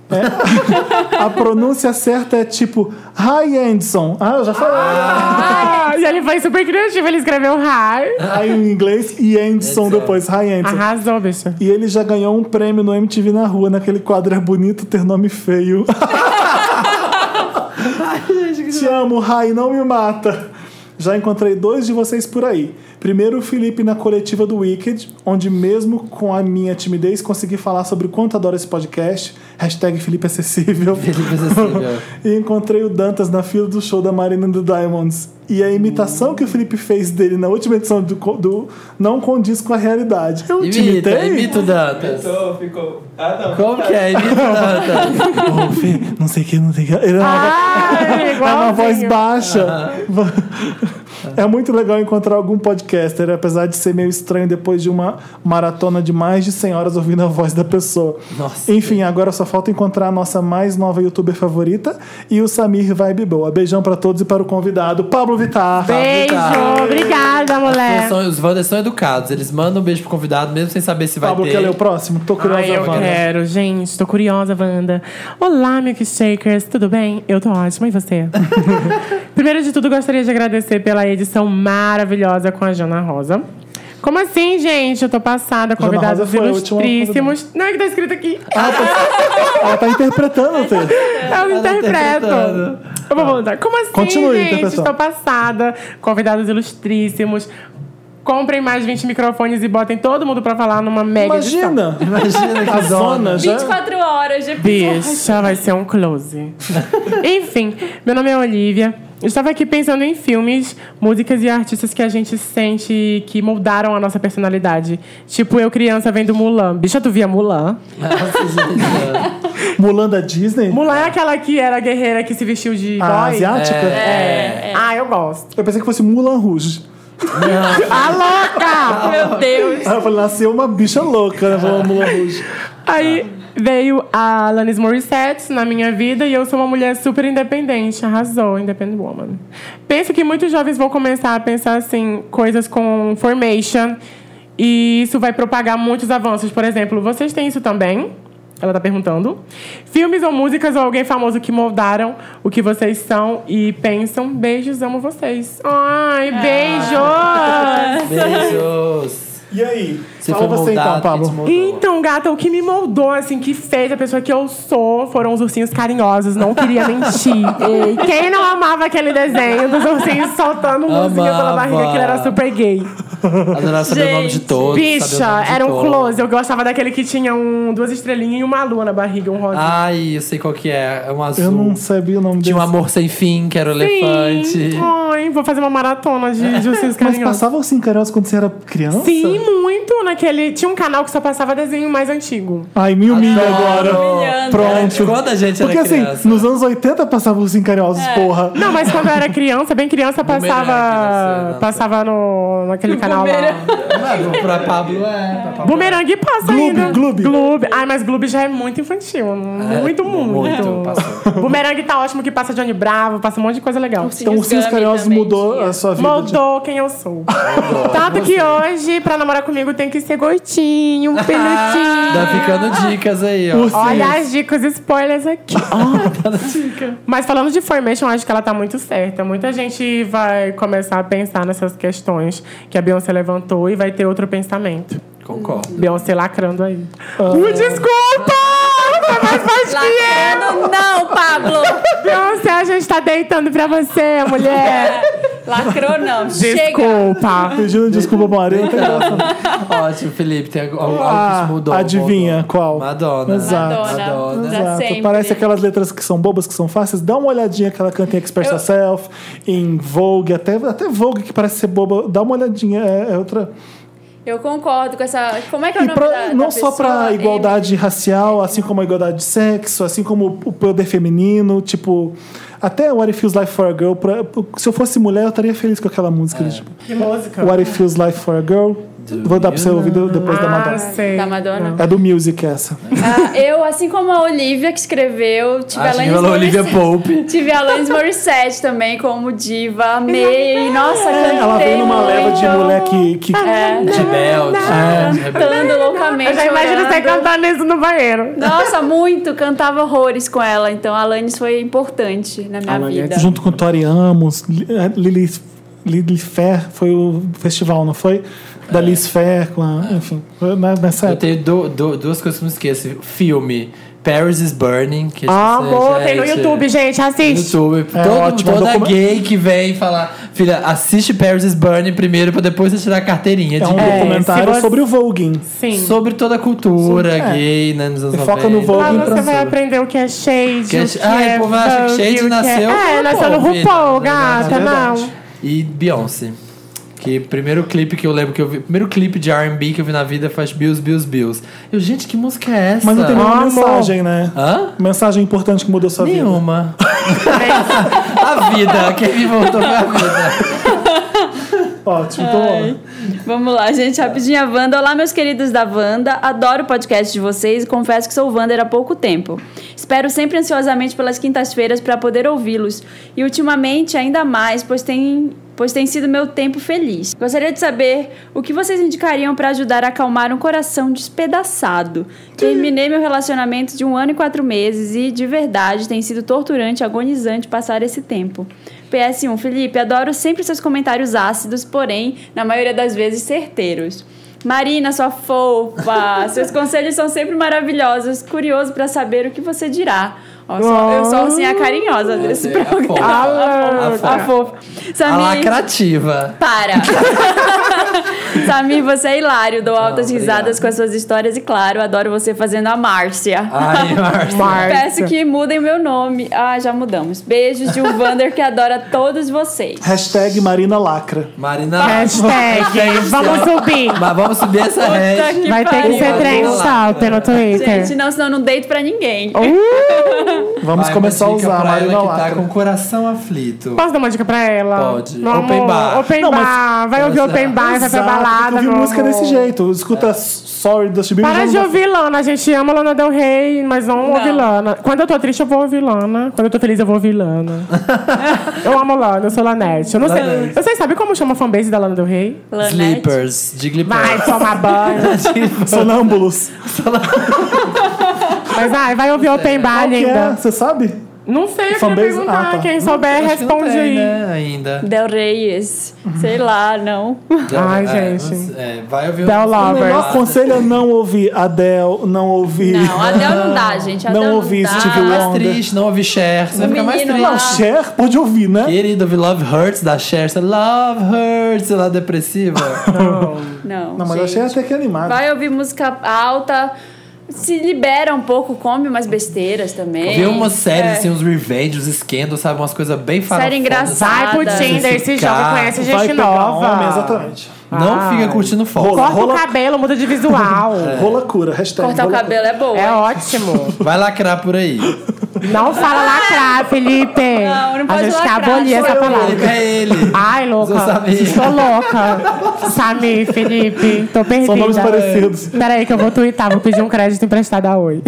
A pronúncia certa é tipo Rayendson. Ah, eu já falei. Ah, e ele foi super criativo, ele escreveu hi. Ray em inglês e Anderson depois. Rayendson. Arrasou, bicho. E ele já ganhou um prêmio no M T V na rua, naquele quadro É Bonito Ter Nome Feio. Te amo, Rai, não me mata. Já encontrei dois de vocês por aí. Primeiro o Felipe na coletiva do Wicked, onde mesmo com a minha timidez consegui falar sobre o quanto adoro esse podcast. Hashtag Felipe Acessível. Felipe Acessível. E encontrei o Dantas na fila do show da Marina do Diamonds. E a imitação que o Felipe fez dele na última edição do, do não condiz com a realidade. Eu te Imita, imitei? imita o Dantas. Então, ficou. Ah, não. Como que é? Imita o Dantas. Ô, Fê, não sei o que, não sei o que. Ele é uma, Ai, é uma voz igualzinho. baixa. É muito legal encontrar algum podcaster, apesar de ser meio estranho depois de uma maratona de mais de cem horas ouvindo a voz da pessoa. Nossa. Enfim, agora só falta encontrar a nossa mais nova youtuber favorita e o Samir Vibe Boa. Beijão pra todos e para o convidado, Pablo Vittar. Beijo, obrigada, mulher. Eles são, os Wanders são educados, eles mandam um beijo pro convidado, mesmo sem saber se vai Pablo, ter. quer ler o próximo? Tô curiosa, Ai, eu Wanda. quero, gente. Tô curiosa, Wanda. Olá, milkshakers. Tudo bem? Eu tô ótima. E você? Primeiro de tudo, gostaria de agradecer pela edição maravilhosa com a Jana Rosa. Como assim, gente? Eu tô passada. Jana Convidados Rosa foi a última ilustríssimos. Não é que tá escrito aqui. Ela tá interpretando, Fê. Eu interpreto. Eu vou voltar. Como assim, Continue gente? interpretando. Estou passada. Convidados ilustríssimos. Comprem mais vinte microfones e botem todo mundo pra falar numa mega edição. Imagina. Imagina que A zona já... vinte e quatro horas de Bicha, vai ser um close. Enfim, meu nome é Olivia. Eu estava aqui pensando em filmes, músicas e artistas que a gente sente que moldaram a nossa personalidade. Tipo, eu criança vendo Mulan. Bicha, tu via Mulan? Nossa, gente. Mulan da Disney? Mulan é aquela que era a guerreira que se vestiu de A boy? asiática? É. Ah, eu gosto. Eu pensei que fosse Mulan Rouge. A louca! Meu Deus. Aí eu falei, nasceu uma bicha louca, né? Falando Mulan Rouge. Aí veio a Alanis Morissette na minha vida e eu sou uma mulher super independente. Arrasou, independent woman. Penso que muitos jovens vão começar a pensar assim, coisas com formation, e isso vai propagar muitos avanços. Por exemplo, vocês têm isso também? Ela tá perguntando. Filmes ou músicas ou alguém famoso que moldaram o que vocês são e pensam. Beijos, amo vocês. Ai, beijos! Beijos. E aí? Você Fala foi você então, moldado, Pablo. quem te moldou? Então, gata, o que me moldou, assim, que fez a pessoa que eu sou, foram os ursinhos carinhosos. Não queria mentir. Ei, quem não amava aquele desenho dos ursinhos soltando luzinha pela Amava. barriga, que ele era super gay? Adorava saber o nome de Gente. todos. saber o Bicha, nome de era um todos. close. Eu gostava daquele que tinha um, duas estrelinhas e uma lua na barriga, um rosa. Ai, eu sei qual que é. É um azul. Eu não sabia o nome Tinha um desse. amor sem fim, que era o elefante. Sim. Ai, vou fazer uma maratona de, de ursinhos Mas carinhosos. passava o Cincarosa quando você era criança? Sim, muito. Naquele... Tinha um canal que só passava desenho mais antigo. Ai, me humilha agora. Humilhando. Pronto. Quando a gente Porque era assim, criança. nos anos oitenta passava os Cincarosos, porra. Não, mas quando eu era criança, bem criança, Bumerangue, passava... você, não Passava no, naquele canal lá. Não, pra Pablo é. Pra Pablo Bumerangue passa Gloob, ainda. Gloob. Gloob. Ai, mas Gloob já é muito infantil. Muito, muito. muito, passou. Bumerangue tá ótimo, que passa Johnny Bravo, passa um monte de coisa legal. Então os Cincarosos Carinhosos também mudou tinha. a sua vida. Moldou quem eu sou. Tanto que hoje, pra namorar comigo, tem que ser gordinho, Tá pelutinho. ficando dicas aí, ó. Ursinhos. Olha as dicas, spoilers aqui. Mas falando de formation, acho que ela tá muito certa. Muita gente vai começar a pensar nessas questões que a Beyoncé levantou e vai ter outro pensamento. Concordo. Beyoncé lacrando aí. Uh, desculpa! Foi mais forte que eu! Lacrando não, Pablo. Beyoncé, a gente tá deitando pra você, mulher. Lacrou não. Chega. Desculpa. Pedindo desculpa pro Maria, não tem graça. Ótimo, Felipe. Tem algo, algo Ah, que te mudou. adivinha mudou. qual? Madonna. Exato. Madonna. Madonna. Pra Exato. sempre. Parece aquelas letras que são bobas, que são fáceis. Dá uma olhadinha que ela canta em Express Eu- Yourself, em Vogue, até, até Vogue, que parece ser boba. Dá uma olhadinha, é, é outra. Eu concordo com essa... Como é que é o E nome pra- da, da não só pessoa? pra igualdade racial, assim como a igualdade de sexo, assim como o poder feminino, tipo. Até What It Feels Like for a Girl. Pra, se eu fosse mulher, eu estaria feliz com aquela música. Tipo, Que música? What It Feels Like for a Girl. Vou dar pra você ouvir depois da Ah, Madonna. sei. Da Madonna. É do Music essa. Ah, eu, assim como a Olivia que escreveu, tive a Acho que Alanis falou Olivia Morissette. Pope. Tive a Alanis Morissette também como diva. Amei. Nossa, cantei Ela veio numa leva de muito. mulher que. que É, De Belt. cantando loucamente. Eu já imagino você chorando. cantando isso no banheiro. Nossa, muito. Cantava horrores com ela. Então a Alanis foi importante na minha Alanis. vida. junto com Tori Amos, Li- Lily, Lily Fair, foi o festival, não foi? Da Liz Fair, com a, enfim, foi na- nessa Eu época. tenho du- du- duas coisas que eu não esqueço. Filme Paris is Burning. Que Ah, você, amor, tem no gente, YouTube, gente, No assiste. YouTube. É Todo, ótimo, toda documa- gay que vem falar, filha, assiste Paris is Burning primeiro pra depois você tirar a carteirinha É de um gay. documentário se você- sobre o Voguing. Sim. Sobre toda a cultura Sim, é. gay, né, nos anos E foca no noventa. Vogue. Lá em você vai Brasil. aprender o que é shade. Que é- o que Ai, é o povo acha que Vogue, shade o que nasceu É, no nasceu no RuPaul, RuPaul, né? gata, É não. verdade. E Beyoncé. Que primeiro clipe que eu lembro que eu vi, primeiro clipe de R and B que eu vi na vida foi Bills, Bills, Bills. Eu, gente, que música é essa? Mas não tem nenhuma Amor. mensagem, né? Hã? Mensagem importante que mudou sua vida. Nenhuma. A vida, quem me voltou foi a vida. Ótimo, então Ai. Vamos lá, gente, rapidinho a Wanda. Olá, meus queridos da Wanda. Adoro o podcast de vocês e confesso que sou Wander há pouco tempo. Espero sempre ansiosamente pelas quintas-feiras para poder ouvi-los. E ultimamente ainda mais, pois tem... pois tem sido meu tempo feliz. Gostaria de saber o que vocês indicariam para ajudar a acalmar um coração despedaçado. Terminei meu relacionamento de um ano e quatro meses e, de verdade, tem sido torturante e agonizante passar esse tempo. P S um, Felipe, adoro sempre seus comentários ácidos, porém, na maioria das vezes, certeiros. Marina, sua fofa, seus conselhos são sempre maravilhosos. Curioso para saber o que você dirá. Ó, só- eu sou assim a carinhosa desse Você é a programa. fofa. A, A fofa. fofa. A fofa. A Samir, lacrativa. para. Samir, você é hilário. Dou altas obrigado. risadas com as suas histórias e, claro, adoro você fazendo a Márcia. Ai, Márcia. Márcia. Peço que mudem meu nome. Ah, já mudamos. Beijos de um Wander que adora todos vocês. Hashtag Marina Lacra. Marina. Hashtag, vamos subir. Mas vamos subir essa Puta hashtag. que Vai ter que pariu. ser trend Vamos lá. topic no Twitter. Gente, não, senão eu não deito pra ninguém. Vamos Vai, começar a uma dica usar a pra Marina ela que Lacra. tá com o coração aflito. Posso dar uma dica pra ela? Pode. Meu Open amor, bar. Open Não, mas- bar. Vai ouvir Exato. open bar, vai pra Exato, balada. tem que ouvir meu música amor. desse jeito. Escuta Sorry da Chibim. Para de ouvir Lana, a gente ama Lana Del Rey, mas não, Não. ouvir Lana. Quando eu tô triste, eu vou ouvir Lana. Quando eu tô feliz, eu vou ouvir Lana. Eu amo Lana, eu sou Lanete. Eu não sei. Lanete. Vocês sabem como chama a fanbase da Lana Del Rey? Lanete. Sleepers. De Vai tomar banho. Sonâmbulos. Mas ai, vai ouvir open bar, Qual que é? linda. Você sabe? Não sei, eu queria Fanbase? perguntar. Ah, tá. Quem souber, Acho que não responde tem, aí. né, ainda. Del Reyes. Sei lá, não. Ai, É, gente. é, vai ouvir Del um- O Lovers. melhor conselho é não ouvir Adele, não ouvir... Não, Adele não dá, gente. Adele Não ouvi dá. Stevie Fica mais Wonder. triste, não ouvir Cher. Você vai O ficar mais menino triste. lá. Não, Cher pode ouvir, né? Querido, ouvir Love Hurts da Cher. Você Love Hurts, sei lá, depressiva. Não, Não, mas eu gente. achei até que animado. Vai ouvir música alta, se libera um pouco, come umas besteiras também. Ver umas séries, É. assim, uns revenge, uns scandals, sabe? Umas coisas bem farofas. Série engraçada. Vai pro Nada. Tinder, se Ficar- joga, conhece Vai gente pegar nova. homem, exatamente. Não Ai. fica curtindo foto. Rola. Corta o cabelo, muda de visual. Rola cura, hashtag. Cortar o rola cabelo é boa. É hein? ótimo. Vai lacrar por aí. Não fala lacrar, Felipe. Não, não pode A gente quer lacrar, abolir sou essa eu. palavra. É ele. Ai, Sou louca. Samir. Estou louca. Samir, Felipe, tô perdida. São nomes parecidos. Peraí que eu vou twittar, vou pedir um crédito emprestado a Oi.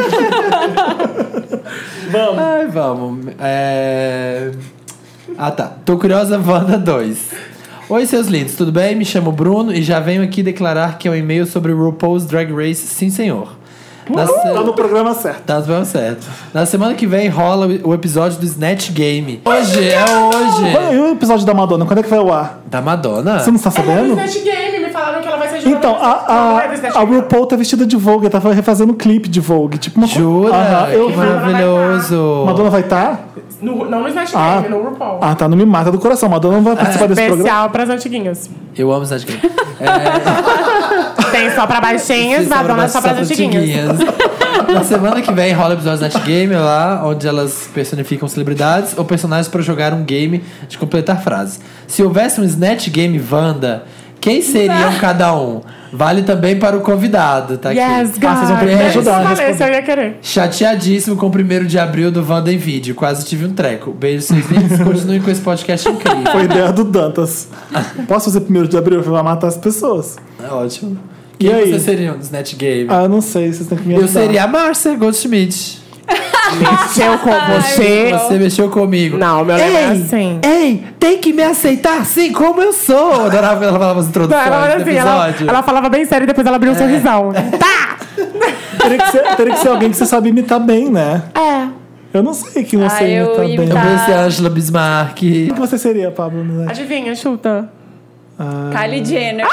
Vamos. Ai, vamos. É... Ah, tá. Tô curiosa, Wanda dois. Oi, seus lindos, tudo bem? Me chamo Bruno e já venho aqui declarar que é um e-mail sobre o RuPaul's Drag Race, sim, senhor. Na se- Tá no programa certo. Tá bem certo. Na semana que vem rola o episódio do Snatch Game. Hoje, é hoje. E o episódio da Madonna, quando é que vai ao ar? Da Madonna? Você não está sabendo? Snatch Game, me falaram que ela vai ser Então, a, a, a RuPaul tá vestida de Vogue, ela tava refazendo um clipe de Vogue. Tipo uma co- Jura? Aham, eu que vi. maravilhoso. Madonna vai estar? No, não no Snatch Ah. Game, no RuPaul. Ah, tá, não me mata do coração. Madonna não vai participar desse programa. Especial pras antiguinhas. Eu amo Snatch Game. Tem só pra baixinhas, Madonna só pras antiguinhas. Na semana que vem rola o episódio do Snatch Game lá, onde elas personificam celebridades ou personagens para jogar um game de completar frases. Se houvesse um Snatch Game Wanda, quem seriam cada um? Vale também para o convidado, tá aqui. Yes, Ah, vocês vão ter que me guys. ajudar a Se valesse, responder. eu ia querer. Chateadíssimo com o primeiro de abril do Wanda em vídeo. Quase tive um treco. Beijo, seus lindos. Continuem com esse podcast incrível. Foi ideia do Dantas. Posso fazer primeiro de abril? Vai matar as pessoas. É ótimo. E Quem aí? vocês seriam do Snatch Game? Ah, eu não sei, vocês têm que me Eu ajudar. seria a Márcia Goldschmidt. Mexeu com você. Você mexeu comigo. Não, meu lema é assim. Ei, tem que me aceitar assim como eu sou. Eu adorava quando ela falava as Não, introduções ela, era do assim, ela, episódio. ela falava bem sério e depois ela abriu um sorrisão. Tá! Teria que, ser, teria que ser alguém que você sabe imitar bem, né? É. Eu não sei quem você Ah, eu imita ia bem. Eu imitar- conheci a Angela Bismarck. Quem que você seria, Pablo? Né? Adivinha, chuta. Kylie Jenner.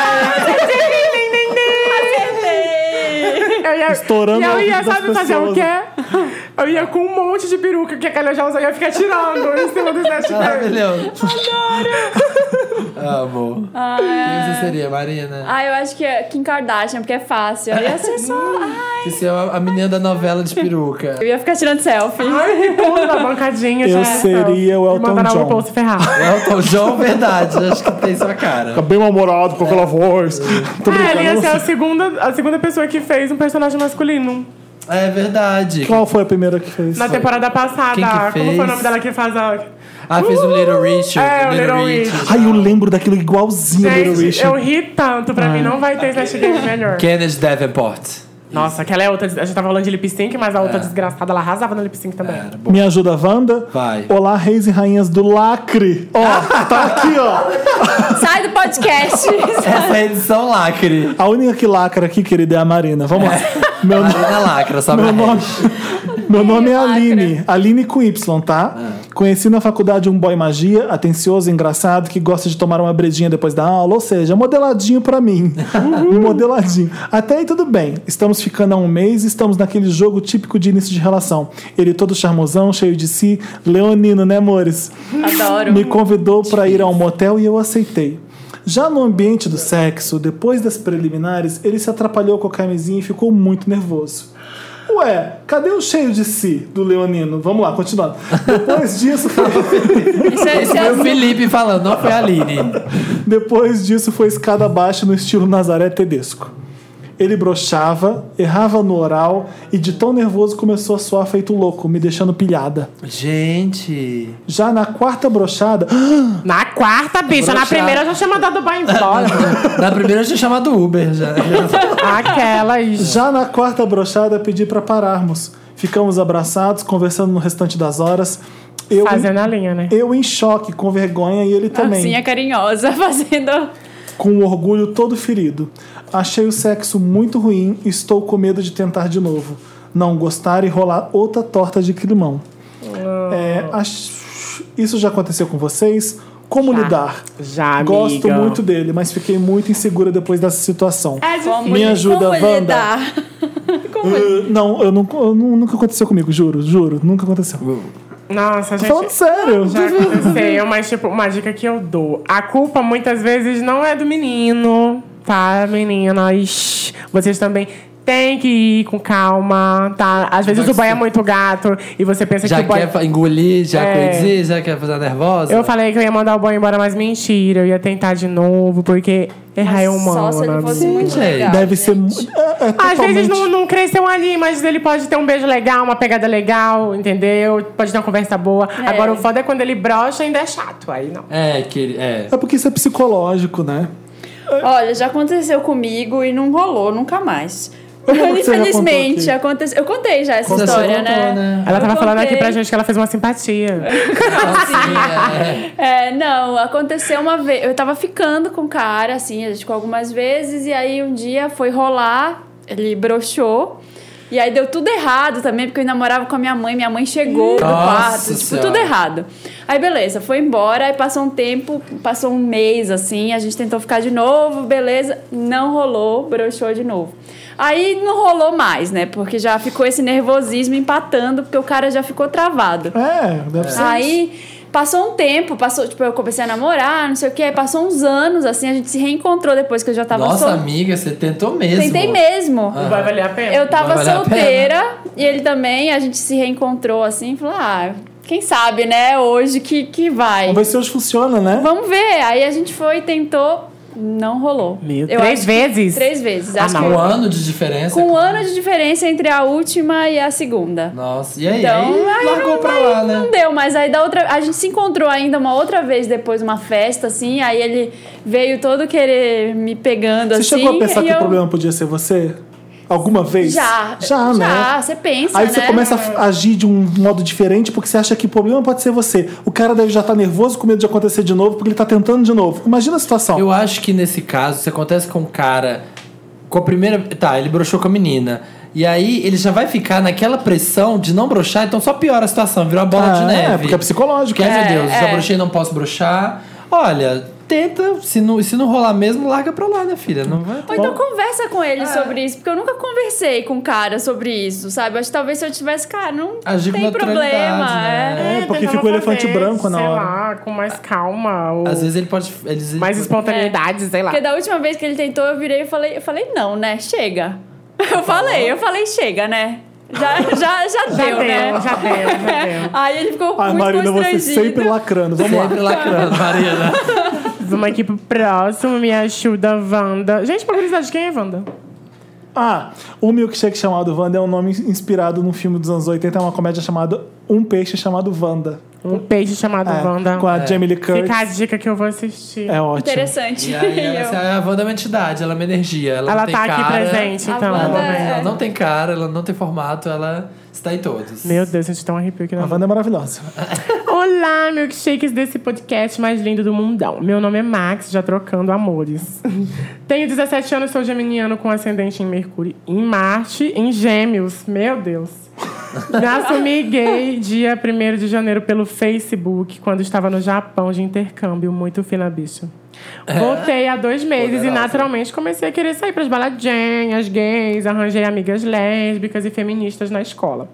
Eu ia, Estourando e a eu ia, vida das sabe fazer o pessoas. quê? Eu ia com um monte de peruca que a Kylie já usa, eu ia ficar tirando em cima do Snatch Game. Maravilhoso. Amo. Quem você seria, Marina? Ah, eu acho que é Kim Kardashian, porque é fácil. Eu ia ser só. Ai. Você é a a menina da novela de peruca. Eu ia ficar tirando selfie. Ai, tudo na bancadinha. Eu tirando seria o selfie. Elton E mandar John. o RuPaul se ferrar. Elton John, verdade. Acho que tem sua cara. Fica bem mal-humorado com aquela voz. Tô É, brincando. ele ia eu ser não a sei. segunda, a segunda pessoa que fez um personagem masculino. É verdade. Qual foi a primeira que fez? Na temporada passada. Quem que Como foi o fez? nome dela que faz a. Ah, fez o Little Richard. É, o Little Richard. Ai, eu lembro daquilo igualzinho, Little Gente, Richard. eu ri tanto. Pra mim não vai ter Snatch Game melhor. Kenneth Davenport. Nossa, aquela é outra. A gente tava falando de lip sync, mas a outra desgraçada, ela arrasava no lip sync também. Era bom. Me ajuda, Wanda? Vai. Olá, reis e rainhas do lacre. Ó, tá aqui, ó. Sai do podcast. Essa é a edição lacre. A única que lacra aqui, querida, é a Marina. Vamos lá. Meu, no- Marina lacra, só meu pra nome, meu nome é Lacra. Aline. Aline com Y, tá? Conheci na faculdade um boy magia, atencioso, engraçado, que gosta de tomar uma brejinha depois da aula, ou seja, modeladinho pra mim. Modeladinho. Até aí tudo bem. Estamos ficando há um mês e estamos naquele jogo típico de início de relação. Ele todo charmosão, cheio de si, leonino, né, amores? Adoro. Me convidou pra ir a um motel e eu aceitei. Já no ambiente do sexo, depois das preliminares, ele se atrapalhou com a camisinha e ficou muito nervoso. Ué, cadê o cheio de si do leonino? Vamos lá, continuando. Depois disso foi... Isso é, isso Foi é o Felipe falando, não foi a Aline. Depois disso foi escada abaixo no estilo Nazaré Tedesco. Ele broxava, errava no oral e de tão nervoso começou a suar feito louco, me deixando pilhada. Gente. Já na quarta broxada... Na quarta, bicha. Na Broxar. primeira eu já tinha mandado o banho embora. Na primeira eu tinha chamado Uber já. Aquelas. Já na quarta broxada pedi pra pararmos. Ficamos abraçados, conversando no restante das horas. Eu, Fazendo a linha, né? eu em choque, com vergonha e ele também. Assim é carinhosa, fazendo. Com o orgulho todo ferido. Achei o sexo muito ruim e estou com medo de tentar de novo. Não gostar e rolar outra torta de climão. É, ach- Isso já aconteceu com vocês? Como Já. lidar? Já, amiga. Gosto muito dele, mas fiquei muito insegura depois dessa situação. É difícil. Como Me li- ajuda, como Wanda. lidar? Como Uh, não, eu nunca, eu nu- nunca aconteceu comigo, juro, juro, nunca aconteceu. Nossa, Tô gente. falando sério. Já aconteceu, mas tipo, uma dica que eu dou. A culpa muitas vezes não é do menino, tá, meninas? Vocês também têm que ir com calma, tá? Às vezes Vai o banho ser. é muito gato e você pensa Já que o banho... quer fa- engolir, já É. coidir, já quer fazer a nervosa. Eu falei que eu ia mandar o banho embora, mas mentira. Eu ia tentar de novo, porque errar é humano. Só se ele fosse amiga. muito gente. legal. Deve ser. mu- gente. É, é Às totalmente- vezes não, não cresceu ali, mas ele pode ter um beijo legal, uma pegada legal, entendeu? Pode ter uma conversa boa. É. Agora, o foda é quando ele brocha e ainda é chato. Aí não. É, que ele. É. É porque isso é psicológico, né? Olha, já aconteceu comigo e não rolou nunca mais. Como você já contou Infelizmente, aqui? aconteceu. Eu contei já essa Você história, contou, né? né? Ela Eu tava falando aqui contei. pra gente que ela fez uma simpatia. Assim, é. É, não, aconteceu uma vez. Eu tava ficando com o cara, assim, a gente ficou algumas vezes, e aí um dia foi rolar, ele broxou. E aí deu tudo errado também, porque eu namorava com a minha mãe, minha mãe chegou no Nossa quarto, tipo, Senhora. tudo errado. Aí beleza, foi embora, aí passou um tempo, passou um mês assim, a gente tentou ficar de novo, beleza, não rolou, broxou de novo. Aí não rolou mais, né? Porque já ficou esse nervosismo empatando, porque o cara já ficou travado. É, deve ser. Aí passou um tempo, passou, tipo, eu comecei a namorar, não sei o que, aí passou uns anos, assim, a gente se reencontrou depois que eu já tava Nossa, sol- amiga, você tentou mesmo. Tentei mesmo. Não vai valer a pena. Eu tava Vai valer a solteira e ele também, a gente se reencontrou assim, falou: ah, quem sabe, né, hoje que, que vai. Vamos ver se hoje funciona, né? Vamos ver. Aí a gente foi, tentou, não rolou. Meu, Eu três acho que- vezes? Três vezes. Ah, acho não. que Um ano de diferença. com um ano de diferença entre a última e a segunda. Nossa, e aí? Então, aí aí largou não, pra aí lá, né? não deu, mas aí da outra, a gente se encontrou ainda uma outra vez depois numa festa, assim, aí ele veio todo querer me pegando, Você assim. chegou a pensar e que eu... o problema podia ser você? Alguma vez? Já. Já, né? Já, você pensa, Aí né? você começa a agir de um modo diferente porque você acha que o problema pode ser você. O cara deve já estar nervoso com medo de acontecer de novo porque ele tá tentando de novo. Imagina a situação. Eu acho que nesse caso, se acontece com um cara. Com a primeira. Tá, ele broxou com a menina. E aí ele já vai ficar naquela pressão de não broxar, então só piora a situação, vira uma bola Ah, de neve. É, porque é psicológico. Porque, ai É, meu Deus, já é. broxei, não posso broxar. Olha, tenta, se não, se não rolar mesmo, larga pra lá, né, filha? Não vai. Ou então conversa com É. ele sobre isso, porque eu nunca conversei com um cara sobre isso, sabe? Eu acho que talvez se eu tivesse, cara, não Agir com tem naturalidade, problema. né? É. É, porque tentava fica o elefante fazer, branco na sei hora. lá, com mais calma. Ou Às vezes ele pode. Eles, mais espontaneidade, sei lá. Porque da última vez que ele tentou, eu virei e falei, eu falei, não, né? Chega. Eu falei, eu falei, chega, né? Já, já, já, Já deu, deu, né? já deu, já deu. Aí ele ficou Ai, muito Marina, você constrangido. sempre lacrando. Vamos lá. Sempre lacrando, Marina. Vamos aqui pro próximo. Me ajuda, Wanda. Gente, pra curiosidade, quem é Wanda? Ah, o milkshake chamado Wanda é um nome inspirado num filme dos anos oitenta, é uma comédia chamada Um Peixe Chamado Wanda. Um peixe chamado É, Wanda. com a Jamie Lee Curtis. Fica a dica que eu vou assistir. É ótimo. Interessante. E aí, E eu- essa é a Wanda é uma entidade, ela é uma energia. Ela, Ela não tem tá aqui cara, presente, A então. Wanda no é- momento. Ela não tem cara, ela não tem formato, ela está em todos. Meu Deus, a gente tá um arrepio aqui na A Wanda é maravilhosa. Olá, milkshakes desse podcast mais lindo do mundão. Meu nome é Max, já trocando amores. Tenho dezessete anos, sou geminiano com ascendente em Mercúrio, em Marte, em Gêmeos. Meu Deus. Me assumi gay dia primeiro de janeiro pelo Facebook, quando estava no Japão de intercâmbio. Muito fina, bicho. Voltei há dois meses Poderosa. e naturalmente comecei a querer sair pras baladinhas gays, arranjei amigas lésbicas e feministas na escola.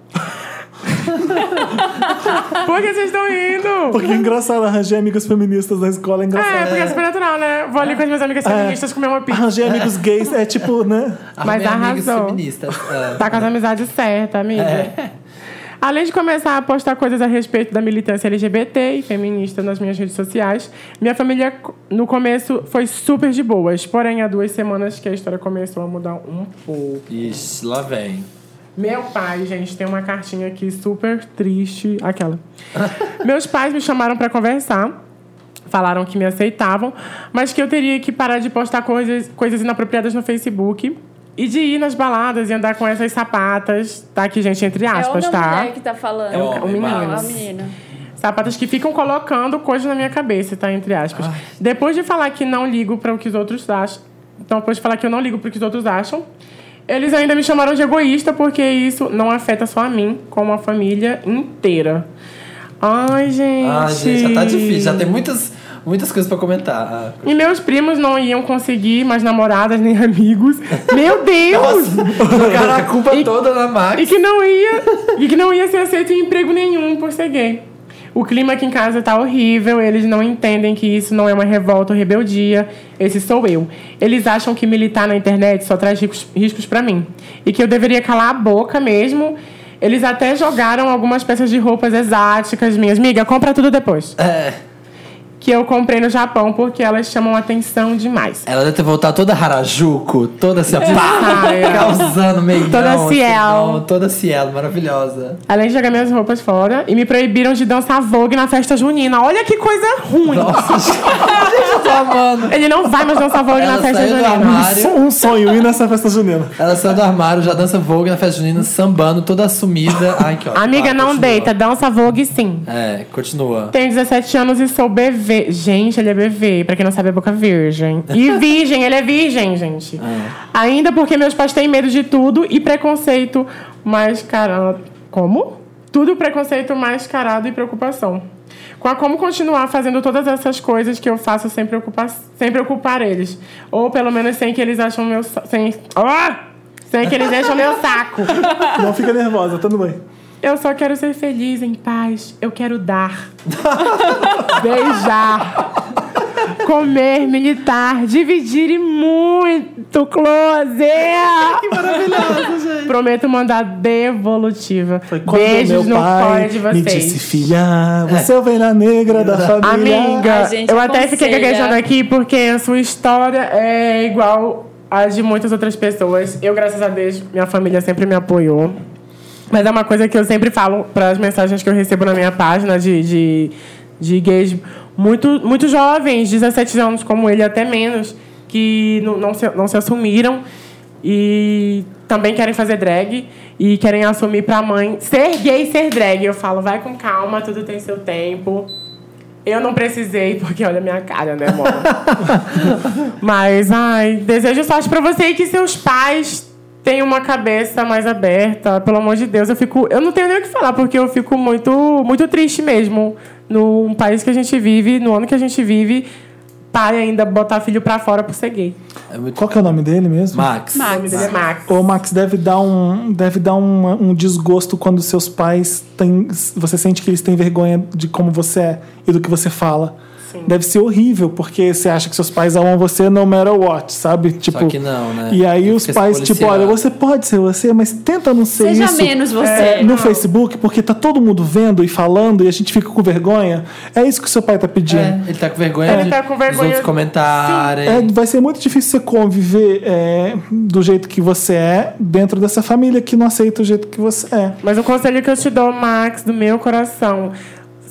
Por que vocês estão rindo? Porque é engraçado, arranjei amigos feministas na escola, é engraçado. É, porque é super natural, né? Vou ali com as minhas amigas feministas comer uma pizza. Arranjei amigos gays, é tipo, né? Mas Arrumei amigas arrasou. feministas. É. Tá com as amizades certas, amiga. Além de começar a postar coisas a respeito da militância L G B T e feminista nas minhas redes sociais, minha família, no começo, foi super de boas. Porém, há duas semanas que a história começou a mudar um pouco. Ixi, lá vem. Meu pai, gente, tem uma cartinha aqui super triste. Aquela. Meus pais me chamaram pra conversar. Falaram que me aceitavam, mas que eu teria que parar de postar coisas, coisas inapropriadas no Facebook e de ir nas baladas e andar com essas sapatas. Tá aqui, gente, entre É aspas, uma tá? mulher que tá falando. É homem, um menino. Não, Max. a menina. Sapatas que ficam colocando coisas na minha cabeça, tá? Entre aspas. Depois de falar que não ligo para o que os outros acham. Então, depois de falar que eu não ligo para o que os outros acham, eles ainda me chamaram de egoísta porque isso não afeta só a mim, como a família inteira. Ai, gente. Ai, gente, já tá difícil. Já tem muitas, muitas coisas pra comentar. Ah, E meus primos não iam conseguir mais namoradas nem amigos. Meu Deus! jogaram a culpa E- toda na Max. E que não ia, e que não ia ser aceito em emprego nenhum por ser gay. O clima aqui em casa tá horrível, eles não entendem que isso não é uma revolta ou rebeldia. Esse sou eu. Eles acham que militar na internet só traz riscos, riscos para mim. E que eu deveria calar a boca mesmo. Eles até jogaram algumas peças de roupas exóticas minhas. Miga, compra tudo depois. É. Que eu comprei no Japão porque elas chamam atenção demais. Ela deve ter voltado toda Harajuku, toda assim, pá, Saia. causando meio. Toda Ciel. Toda Ciel, maravilhosa. Além de jogar minhas roupas fora, e me proibiram de dançar Vogue na festa junina. Olha que coisa ruim. Nossa, gente, eu tô amando. Ele não vai mais dançar Vogue Ela na festa saiu do junina. armário. Um sonho ir nessa festa junina. Ela saiu do armário, já dança Vogue na festa junina, sambando, toda assumida. Ai, que ótimo. Amiga, Vai, não continua. deita, dança Vogue sim. É, continua. Tenho dezessete anos e sou B V. Gente, ele é B V, pra quem não sabe, é boca virgem. E virgem, ele é virgem, gente. Ainda porque meus pais têm medo de tudo e preconceito mascarado. Como? Tudo preconceito mascarado e preocupação. Com a como continuar fazendo todas essas coisas que eu faço sem preocupar, sem preocupar eles. Ou pelo menos sem que eles acham meu sa- sem Ah! Sem que eles enchem meu saco. Não fica nervosa, tudo bem. Eu só quero ser feliz, em paz. Eu quero dar. Beijar. Comer, militar, dividir e muito close. Que maravilhoso, gente. Prometo mandar devolutiva. Foi quando Beijos meu no pai core de me vocês. disse, filha, você é a ovelha negra da família. Amiga, Ai, gente, eu até fiquei aconselha. gaguejando aqui porque a sua história é igual a de muitas outras pessoas. Eu, graças a Deus, minha família sempre me apoiou. Mas é uma coisa que eu sempre falo para as mensagens que eu recebo na minha página de, de, de gays muito, muito jovens, dezessete anos como ele, até menos, que não, não, se, não se assumiram e também querem fazer drag e querem assumir pra mãe ser gay e ser drag. Eu falo, vai com calma, tudo tem seu tempo. Eu não precisei, porque olha a minha cara, né, amor? Mas, ai, desejo sorte pra você e que seus pais tenham uma cabeça mais aberta. Pelo amor de Deus, eu fico... Eu não tenho nem o que falar, porque eu fico muito, muito triste mesmo. Num país que a gente vive, no ano que a gente vive, pai ainda botar filho pra fora por ser gay. É muito... Qual que é o nome dele mesmo? Max. O nome dele é Max. Ô, Max, deve dar um, deve dar um, um desgosto quando seus pais têm. Você sente que eles têm vergonha de como você é e do que você fala. Sim. Deve ser horrível, porque você acha que seus pais amam você no matter what, sabe? Tipo, Só que não, né? E aí Ele os fica se pais, tipo, policiando. olha, você pode ser você, mas tenta não ser Seja isso. menos você. é, no Não. Facebook, porque tá todo mundo vendo e falando e a gente fica com vergonha. É isso que o seu pai tá pedindo. É, ele tá com vergonha Ele de tá com os vergonha outros de- comentarem. É, vai ser muito difícil você conviver é, do jeito que você é dentro dessa família que não aceita o jeito que você é. Mas o conselho que eu te dou, Max, do meu coração...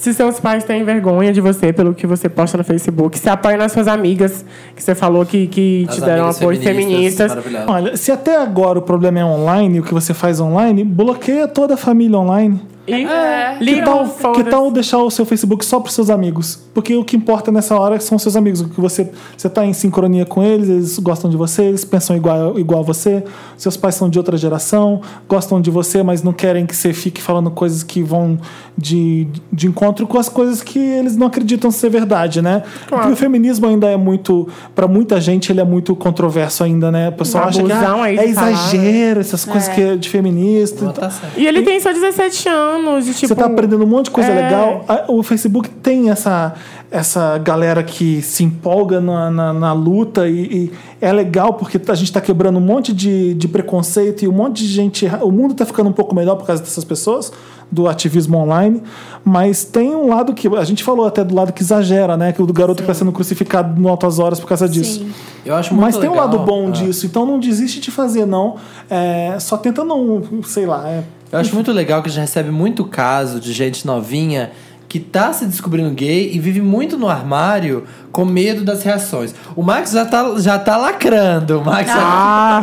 Se seus pais têm vergonha de você pelo que você posta no Facebook, se apoia nas suas amigas, que você falou que, que te As deram amigas apoio, feministas. maravilhosas. Olha, se até agora o problema é online, o que você faz online, bloqueia toda a família online. E É. Que liga tal, o foda-se. que tal deixar o seu Facebook só para os seus amigos? Porque o que importa nessa hora são os seus amigos. O que você você está em sincronia com eles, eles gostam de você, eles pensam igual, igual a você. Seus pais são de outra geração, gostam de você, mas não querem que você fique falando coisas que vão de, de encontro com as coisas que eles não acreditam ser verdade, né? Porque o feminismo ainda é muito, para muita gente, ele é muito controverso ainda, né? O pessoal acha que Abusão ah, aí é de falar. exagero, essas coisas que é de feminista. Não tá certo. E ele tem só dezessete anos. E, tipo, Você tá aprendendo um monte de coisa é. legal. A- O Facebook tem essa, essa galera que se empolga na, na, na luta e, e é legal porque a gente tá quebrando um monte de, de preconceito e um monte de gente. O mundo tá ficando um pouco melhor por causa dessas pessoas, do ativismo online, mas tem um lado que a gente falou até do lado que exagera, né? Que o do garoto que tá sendo crucificado no Altas Horas por causa disso. Sim. Eu acho muito Mas tem um legal. lado bom Ah. disso, então não desiste de fazer, não. É, só tenta não, sei lá. É, Eu acho muito legal que a gente recebe muito caso de gente novinha que tá se descobrindo gay e vive muito no armário com medo das reações. O Max já tá, já tá lacrando. O Max, Ah,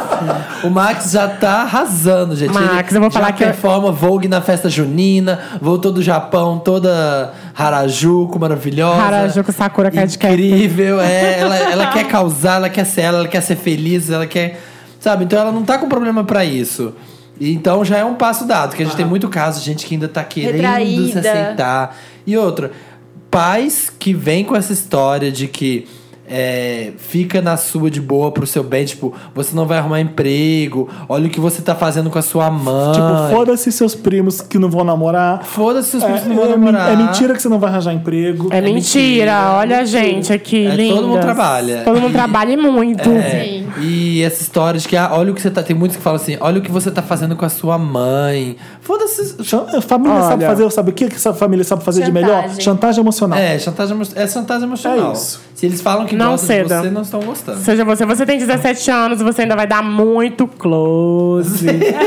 o Max já tá arrasando, gente. Max, Ele eu vou já falar que eu- performa Vogue na festa junina, voltou do Japão toda Harajuku, maravilhosa. Harajuku Sakura Cat Cat. Incrível, é. Ela, ela quer causar, ela quer ser ela, ela quer ser feliz, ela quer... Sabe? Então ela não tá com problema pra isso. Então já é um passo dado, que a gente tem muito caso de gente que ainda tá querendo se Retraída. aceitar. E outra, pais que vêm com essa história de que é, fica na sua de boa pro seu bem, tipo, você não vai arrumar emprego, olha o que você tá fazendo com a sua mãe. tipo, foda-se seus primos que não vão namorar. Foda-se seus É, filhos não vão é, namorar. é mentira que você não vai arranjar emprego. É, mentira. mentira, Olha é a gente aqui, É, lindas. todo mundo trabalha. Todo mundo trabalha e muito. É, Sim. e essa história de que, ah, olha o que você tá. Tem muitos que falam assim: olha o que você tá fazendo com a sua mãe. Foda-se. Chan- A família Olha. sabe fazer, sabe o que que essa família sabe fazer de melhor? Chantagem. Chantagem emocional. É, chantagem, emo- é chantagem emocional. É isso. Se eles falam que Não gostam ceda. de você, não estão gostando. Seja você, você tem dezessete anos e você ainda vai dar muito close.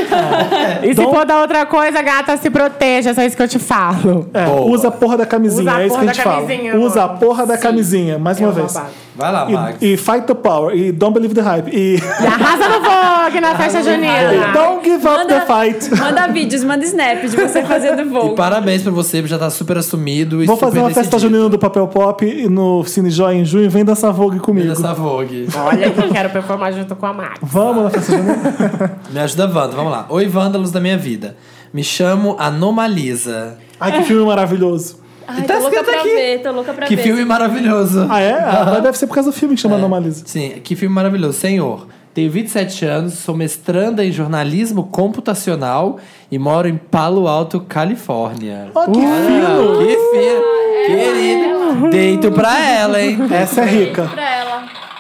E se Então- for dar outra coisa, gata, se proteja, é só isso que eu te falo. É, Boa. usa a porra da camisinha, Usa a é isso que a porra gente da fala. camisinha, Usa a amor. porra da camisinha, mais uma É uma vez. babada. Vai lá, Max. E, e fight the power, e don't believe the hype. E, E arrasa no Vogue na festa e junina. don't give up the fight. Manda vídeos, manda snap de você fazendo E voo. parabéns pra você, já tá super assumido. E Vou super fazer uma festa decidido. junina do Papel Pop e no Cine Joy em junho, vem dançar Vogue comigo. Nessa Vogue. Olha que eu quero performar junto com a Max. Vamos na festa junina? Me ajuda, Wanda. Vamos lá. Oi, vândalos da minha vida. Me chamo Anomalisa. Ai, que filme maravilhoso. Ai, tá tô louca escrito pra aqui. ver, tô louca pra Que ver. filme maravilhoso. Ah, é? Ah, mas deve ser por causa do filme que chama Anomalisa. Sim, que filme maravilhoso. Senhor, tenho vinte e sete anos, sou mestranda em jornalismo computacional e moro em Palo Alto, Califórnia. Ó, que fino! Que fino. Querido. Deito pra ela, hein? Essa é rica. Pra ela.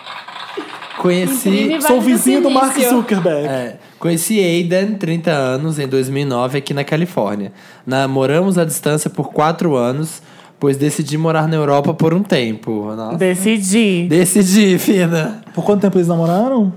Conheci... Imprime Sou Vale do vizinho do Mark Silício. Zuckerberg. É, conheci Aiden, trinta anos, em dois mil e nove, aqui na Califórnia. Namoramos à distância por quatro anos, pois decidi morar na Europa por um tempo. Nossa. Decidi. Decidi, fina. Por quanto tempo eles namoraram?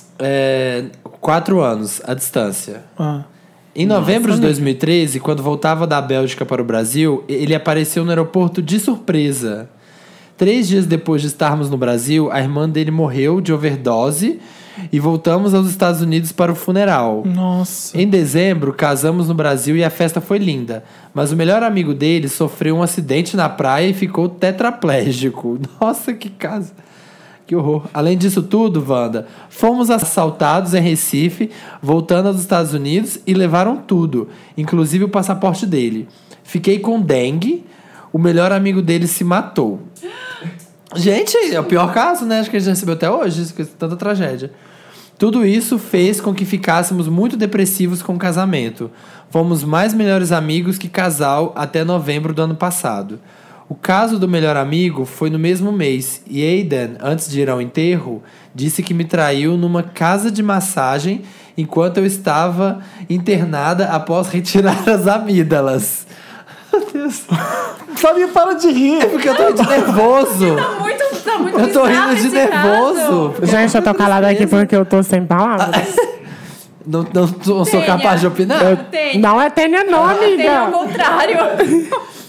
É, quatro anos, à distância. Ah. Em novembro de dois mil e treze, quando voltava da Bélgica para o Brasil, ele apareceu no aeroporto de surpresa. Três dias depois de estarmos no Brasil, a irmã dele morreu de overdose e voltamos aos Estados Unidos para o funeral. Nossa. Em dezembro, casamos no Brasil e a festa foi linda. Mas o melhor amigo dele sofreu um acidente na praia e ficou tetraplégico. Nossa, que casa. Que horror. Além disso tudo, Wanda, fomos assaltados em Recife, voltando aos Estados Unidos e levaram tudo, inclusive o passaporte dele. Fiquei com dengue, o melhor amigo dele se matou. Gente, é o pior caso, né? Acho que a gente recebeu até hoje, isso, tanta tragédia. Tudo isso fez com que ficássemos muito depressivos com o casamento. Fomos mais melhores amigos que casal até novembro do ano passado. O caso do melhor amigo foi no mesmo mês e Aiden, antes de ir ao enterro, disse que me traiu numa casa de massagem enquanto eu estava internada após retirar as amígdalas. Meu Deus. Fabinho, para de rir. É porque eu tô rindo de nervoso. Tá muito, tá muito Eu tô bizarro rindo de esse nervoso. caso. Gente, eu tô calada aqui porque eu tô sem palavras. Não, não, não sou Tenha. capaz de opinar? Tem. Não é Tênia, não, Tem ao amiga. contrário.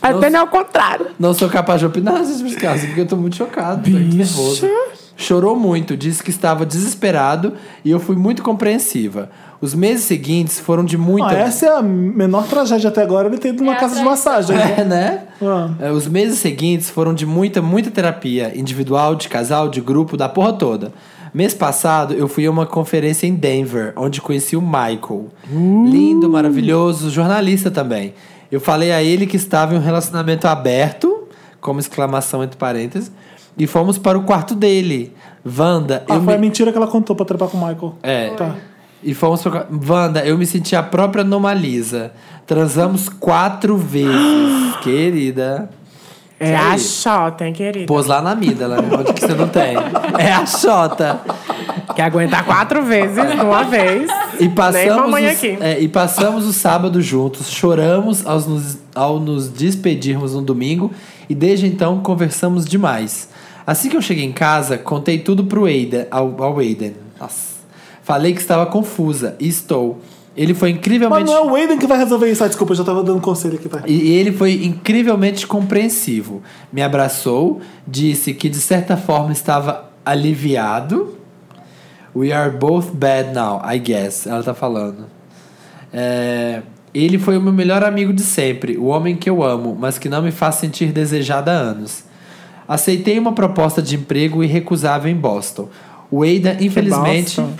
Até não é o contrário. Não sou capaz de opinar nesses casos, porque eu tô muito chocado. Tô muito nervoso. Chorou muito, disse que estava desesperado e eu fui muito compreensiva. Os meses seguintes foram de muita... Ah, essa é a menor tragédia até agora, ele ter ido numa É a casa de traição. massagem. É, né? Ah. É, Os meses seguintes foram de muita, muita terapia, individual, de casal, de grupo, da porra toda. Mês passado, eu fui a uma conferência em Denver, onde conheci o Michael. Lindo, maravilhoso, jornalista também. Eu falei a ele que estava em um relacionamento aberto, como exclamação entre parênteses, e fomos para o quarto dele. Wanda, Ah, eu foi me... a mentira que ela contou pra trepar com o Michael. É. Tá. E fomos pra... Wanda, eu me senti a própria anomalisa. Transamos quatro vezes, querida. É Isso aí. a Xota, hein, querida? Pôs lá na amígdala, né? Onde que você não tem? É a Xota. Quer aguentar quatro vezes de uma vez. E passamos, Nem mamãe os, aqui. é, e passamos o sábado juntos, choramos ao nos, ao nos despedirmos no domingo e desde então conversamos demais. Assim que eu cheguei em casa, contei tudo pro Aiden, ao, ao Aiden. Nossa. Falei que estava confusa e estou. Ele foi Mas incrivelmente... não é o Aiden que vai resolver isso. Ah, desculpa, eu já tava dando conselho aqui, tá? E ele foi incrivelmente compreensivo. Me abraçou, disse que de certa forma estava aliviado. We are both bad now, I guess. Ela tá falando. É, ele foi o meu melhor amigo de sempre, o homem que eu amo, mas que não me faz sentir desejada há anos. Aceitei uma proposta de emprego irrecusável em Boston. O Aiden, infelizmente... Boston.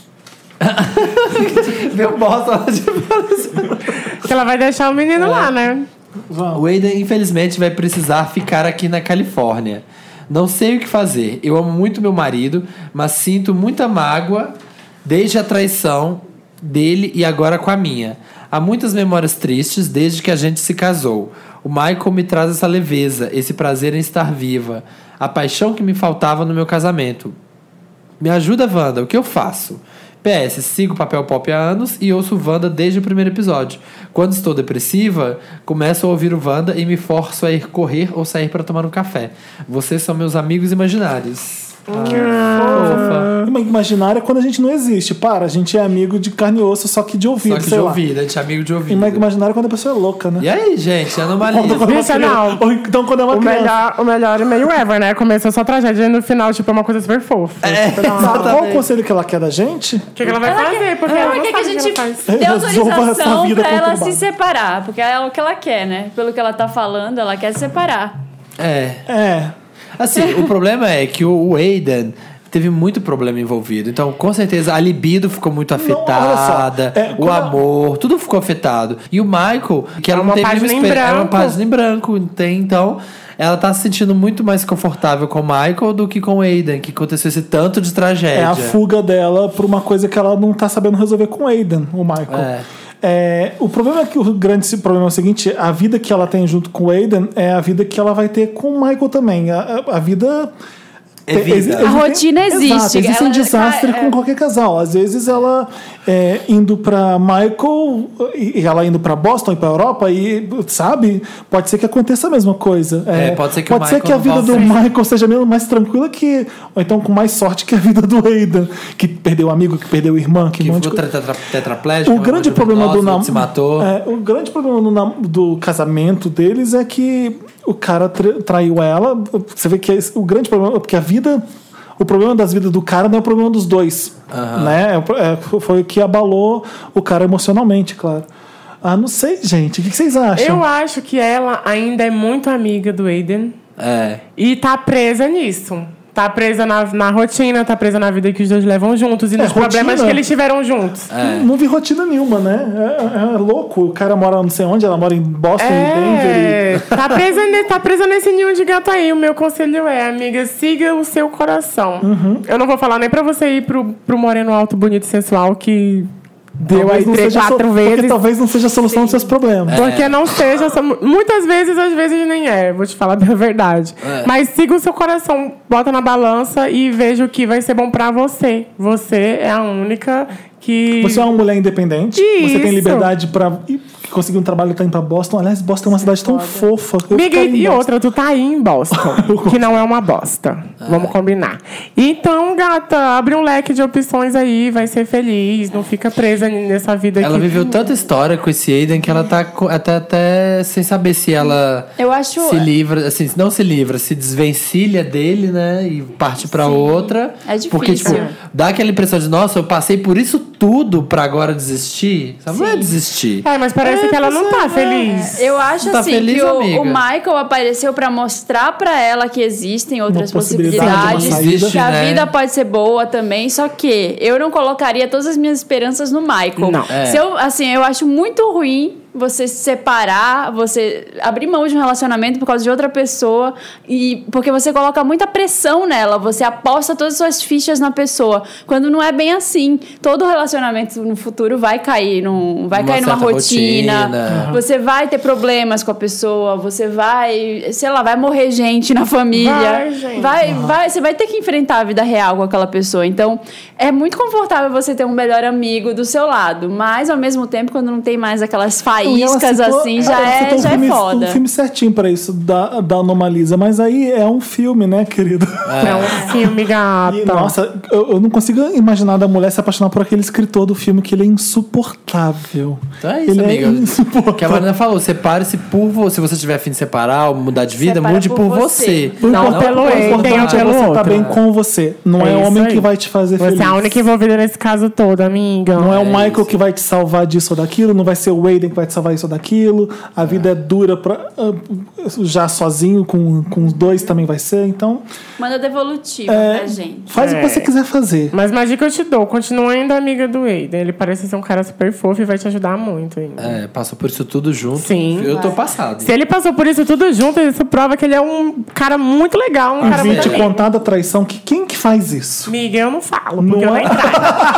Meu Boston... Que ela vai deixar o menino lá, né? O Aiden, infelizmente, vai precisar ficar aqui na Califórnia. Não sei o que fazer. Eu amo muito meu marido, mas sinto muita mágoa desde a traição dele e agora com a minha. Há muitas memórias tristes desde que a gente se casou. O Michael me traz essa leveza, esse prazer em estar viva, a paixão que me faltava no meu casamento. Me ajuda, Wanda, o que eu faço? P S, sigo Papel Pop há anos e ouço Wanda desde o primeiro episódio. Quando estou depressiva, começo a ouvir o Wanda e me forço a ir correr ou sair para tomar um café. Vocês são meus amigos imaginários. Ah, Uma imaginária é quando a gente não existe. Para, a gente é amigo de carne e osso, só que de ouvido, Só que sei de lá. ouvido, a gente é amigo de E ouvido. uma imaginária é quando a pessoa é louca, né? E aí, gente, anomalia. Quando é uma Bicha, criança. não. Ou então quando é uma O criança. melhor, o melhor e-mail ever, né? Começou só tragédia e no final, tipo, é uma coisa super fofa. É, Tipo, não, Qual o exatamente. conselho que ela quer da gente? O que, que ela vai Ela fazer? quer- Porque ela ela não quer que a sabe o gente ela faz. dê Resolva essa autorização vida pra ela conturbada. se separar. Porque é o que ela quer, né? Pelo que ela tá falando, ela quer se separar. É. É. Assim, o problema é que o, o Aiden teve muito problema envolvido. Então, com certeza, a libido ficou muito afetada. olha só, é, o quando- amor, tudo ficou afetado. E o Michael, que ela É não uma teve nenhuma página em experiência. É uma branco. página em branco. Tem, então, ela tá se sentindo muito mais confortável com o Michael do que com o Aiden, que aconteceu esse tanto de tragédia. É a fuga dela por uma coisa que ela não tá sabendo resolver com o Aiden, o Michael. É. É, o problema é que o grande problema é o seguinte: a vida que ela tem junto com o Aiden é a vida que ela vai ter com o Michael também. A, a, a vida. É vida. Exi- A rotina existe. Exato, existe um Ela- desastre é. com qualquer casal. Às vezes ela é, indo pra Michael e e ela indo pra Boston e pra Europa e, sabe, pode ser que aconteça a mesma coisa. É, pode ser que o pode ser Michael que a não vida vá do frente. Michael seja mesmo mais tranquila que, ou então com mais sorte que a vida do Aiden, que perdeu o amigo, que perdeu o irmão, que, Que um monte de ficou coisa. tetra- tetraplégico. O grande uma problema do overdose, nam- outro se matou. É, o grande problema do, nam- do casamento deles é que o cara tra- traiu ela. Você vê que esse- o grande problema, porque a vida, o problema das vidas do cara não é o problema dos dois, Aham. né? É o pro- é, foi o que abalou o cara emocionalmente, claro. Ah, não sei, gente. O que que vocês acham? Eu acho que ela ainda é muito amiga do Aiden É. e tá presa nisso. Tá presa na, na rotina, tá presa na vida que os dois levam juntos e nos rotina. problemas que eles tiveram juntos. É. Não vi rotina nenhuma, né? É, é louco. O cara mora não sei onde, ela mora em Boston, em Denver. É, tá presa, ne- tá presa nesse ninho de gato aí. O meu conselho é, amiga, siga o seu coração. Uhum. Eu não vou falar nem pra você ir pro, pro moreno alto, bonito e sensual que deu Talvez aí não três, seja a so- quatro Porque vezes. talvez não seja a solução dos seus problemas. Porque não seja. só- Muitas vezes, às vezes nem é. Vou te falar a verdade. É. Mas siga o seu coração, bota na balança e veja o que vai ser bom pra você. Você é a única que. Você é uma mulher independente, você tem Isso. liberdade pra. e que conseguiu um trabalho e tá indo pra Boston. Aliás, Boston é uma cidade tão fofa. Eu Amiga, ficaria em e Boston. outra, tu tá aí em Boston, que não é uma bosta. Vamos combinar. Então, gata, abre um leque de opções aí, vai ser feliz, não fica presa nessa vida Ela aqui. viveu tanta história com esse Aiden que ela tá co- até, até sem saber se ela Eu acho- se livra, assim, não se livra, se desvencilha dele, né? E parte pra outra. É difícil. Porque, tipo, dá aquela impressão de, nossa, eu passei por isso tudo pra agora desistir. Sabe? Não é desistir. É, mas parece que ela não tá feliz. Eu acho Tá assim feliz, que o, amiga? o Michael apareceu pra mostrar pra ela que existem outras Uma possibilidade, possibilidades, uma saída. que a Né? vida pode ser boa também. Só que eu não colocaria todas as minhas esperanças no Michael. Não. É. Se eu, assim, eu acho muito ruim você se separar, você abrir mão de um relacionamento por causa de outra pessoa, e porque você coloca muita pressão nela, você aposta todas as suas fichas na pessoa, quando não é bem assim. Todo relacionamento no futuro vai cair, num, vai Uma cair numa certa rotina, rotina. você vai ter problemas com a pessoa, você vai, sei lá, vai morrer gente na família. Vai, gente. Vai, vai, você vai ter que enfrentar a vida real com aquela pessoa. Então, é muito confortável você ter um melhor amigo do seu lado, mas ao mesmo tempo, quando não tem mais aquelas E ela faíscas citou- assim, já ela é, citou um já é filme, foda. um filme certinho pra isso, da, da Anomalisa. Mas aí é um filme, né, querido? É um filme, gata. E, nossa, eu, eu não consigo imaginar da mulher se apaixonar por aquele escritor do filme, que ele é insuportável. Então é isso, ele amiga. é insuportável. Que a Marina falou, separe-se por você. Se você tiver afim de separar ou mudar de vida, Separa mude por por você. você. Não, O pelo o Aiden, importante ou é pelo você estar outro. bem com você. Não é, É o isso homem aí. que vai te fazer Você feliz. é a única envolvida nesse caso todo, amiga. Não é o É Michael isso. que vai te salvar disso ou daquilo, não vai ser o Aiden que vai te salvar isso ou daquilo. A vida é dura pra, ah, já sozinho, com, com os dois também vai ser. Então, Manda devolutiva é, pra gente. faz o que É. você quiser fazer. Mas uma dica eu te dou, continua ainda amiga do Aiden. Ele parece ser um cara super fofo e vai te ajudar muito ainda. É, passou por isso tudo junto. Sim. Eu tô passado. Se ele passou por isso tudo junto, isso prova que ele é um cara muito legal, um E cara vim muito te amigo. contar da traição, que quem que faz isso? Amiga, eu não falo, porque Não eu é? nem traio.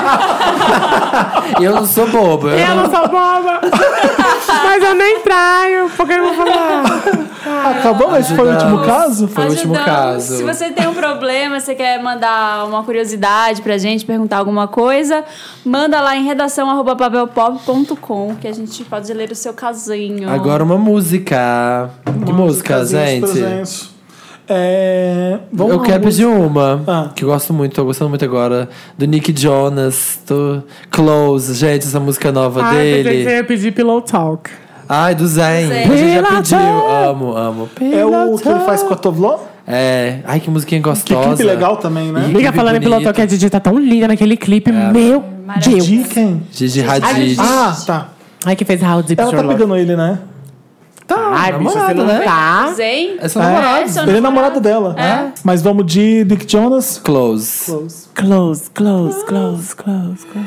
Eu não sou bobo. Eu Eu não... não sou boba. Mas eu nem traio, porque eu vou falar. Acabou? Esse foi o último Ajudamos. caso? Foi o último Ajudamos. caso. Se você tem um problema, você quer mandar uma curiosidade pra gente, perguntar alguma coisa, manda lá em redação arroba papelpop ponto com, que a gente pode ler o seu casinho. Agora uma música. Que música, Casinhos gente? presentes. É, vamos Eu lá, quero música. pedir uma, Ah. que eu gosto muito, tô gostando muito agora, do Nick Jonas, tô Close, gente, essa música nova Ai, pensei que você dele. ia pedir Pillow Talk. Ai, do Zen, Zen. a gente já Pillow pediu, Talk. amo, amo. É o que ele faz com a Tovló? É, ai, que musiquinha Que gostosa. clipe legal também, né? E- Amiga, clipe falando em Pillow bonito. Talk, a Didi tá tão linda naquele clipe. Meu Maravilhoso. Deus. De quem? Gigi Hadid. Ah, tá. Ai, que fez How Deep Ela Is tá Your Love. pegando ele, né? Tá, Ai, bicho, você namorado, não né? tá. Zen? É seu É, namorado. seu ele é namorado dela. É. Mas vamos de Nick Jonas. Close. Close. Close, close, close, close, close.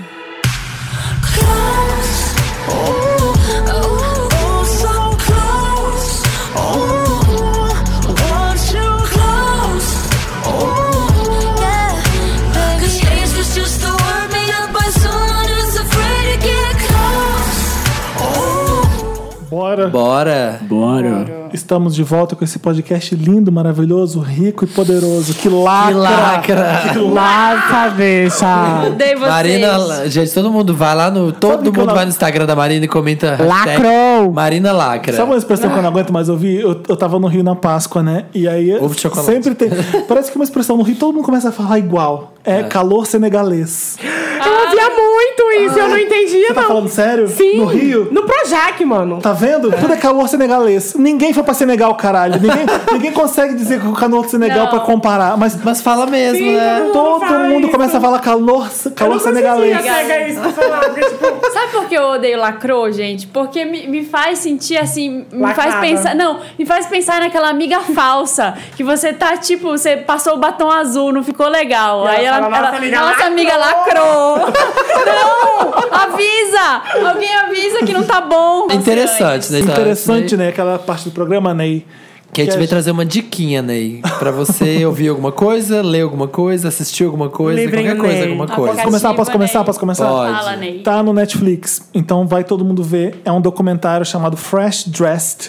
Close, oh, oh, oh, so close, oh, want you close, oh, yeah. 'Cause change was just the word made up by someone who's afraid to get close, oh. Bora. Bora. Bora. Estamos de volta com esse podcast lindo, maravilhoso, rico e poderoso. Que lacra! Que lacra. Que lacra! Nossa, bicha. Dei vocês. Marina, gente, todo mundo vai lá no. Todo que eu mundo não- vai no Instagram da Marina e comenta. hashtag Lacrou. Marina Lacra. Sabe uma expressão que eu não aguento mais ouvir? Eu, eu tava no Rio na Páscoa, né? E aí Ovo de chocolate. sempre tem. Parece que uma expressão no Rio todo mundo começa a falar igual. É, calor senegalês. Eu ouvia muito isso, eu não entendia, Você tá não. falando sério? Sim. No Rio? No Projac, mano. Tá vendo? Tudo é calor senegalês. Ninguém foi pra Senegal, caralho. Ninguém, ninguém consegue dizer que o calor de Senegal Não. pra comparar. Mas Mas fala mesmo, Sim, né? todo todo fala mundo isso. começa a falar calor, calor senegalês. Pega isso pra falar, porque, tipo, Sabe por que eu odeio lacrou, gente? Porque me, me faz sentir assim, me Lacrada. faz pensar, não, me faz pensar naquela amiga falsa que você tá tipo, você passou o batom azul, não ficou legal. E Aí ela ela, fala, ela, "Nossa amiga nossa amiga lacrou". Não, avisa! Alguém avisa que não tá bom. Interessante, né? Interessante, né? Aquela parte do programa, Ney. Que a gente Que a veio gente- trazer uma diquinha, Ney. Pra você ouvir alguma coisa, ler alguma coisa, assistir alguma coisa, Livrinho qualquer coisa, Ney. alguma Posso coisa. Posso começar? Posso começar? Ney. Posso começar? Pode. Fala, Ney. Tá no Netflix, então vai todo mundo ver. É um documentário chamado Fresh Dressed.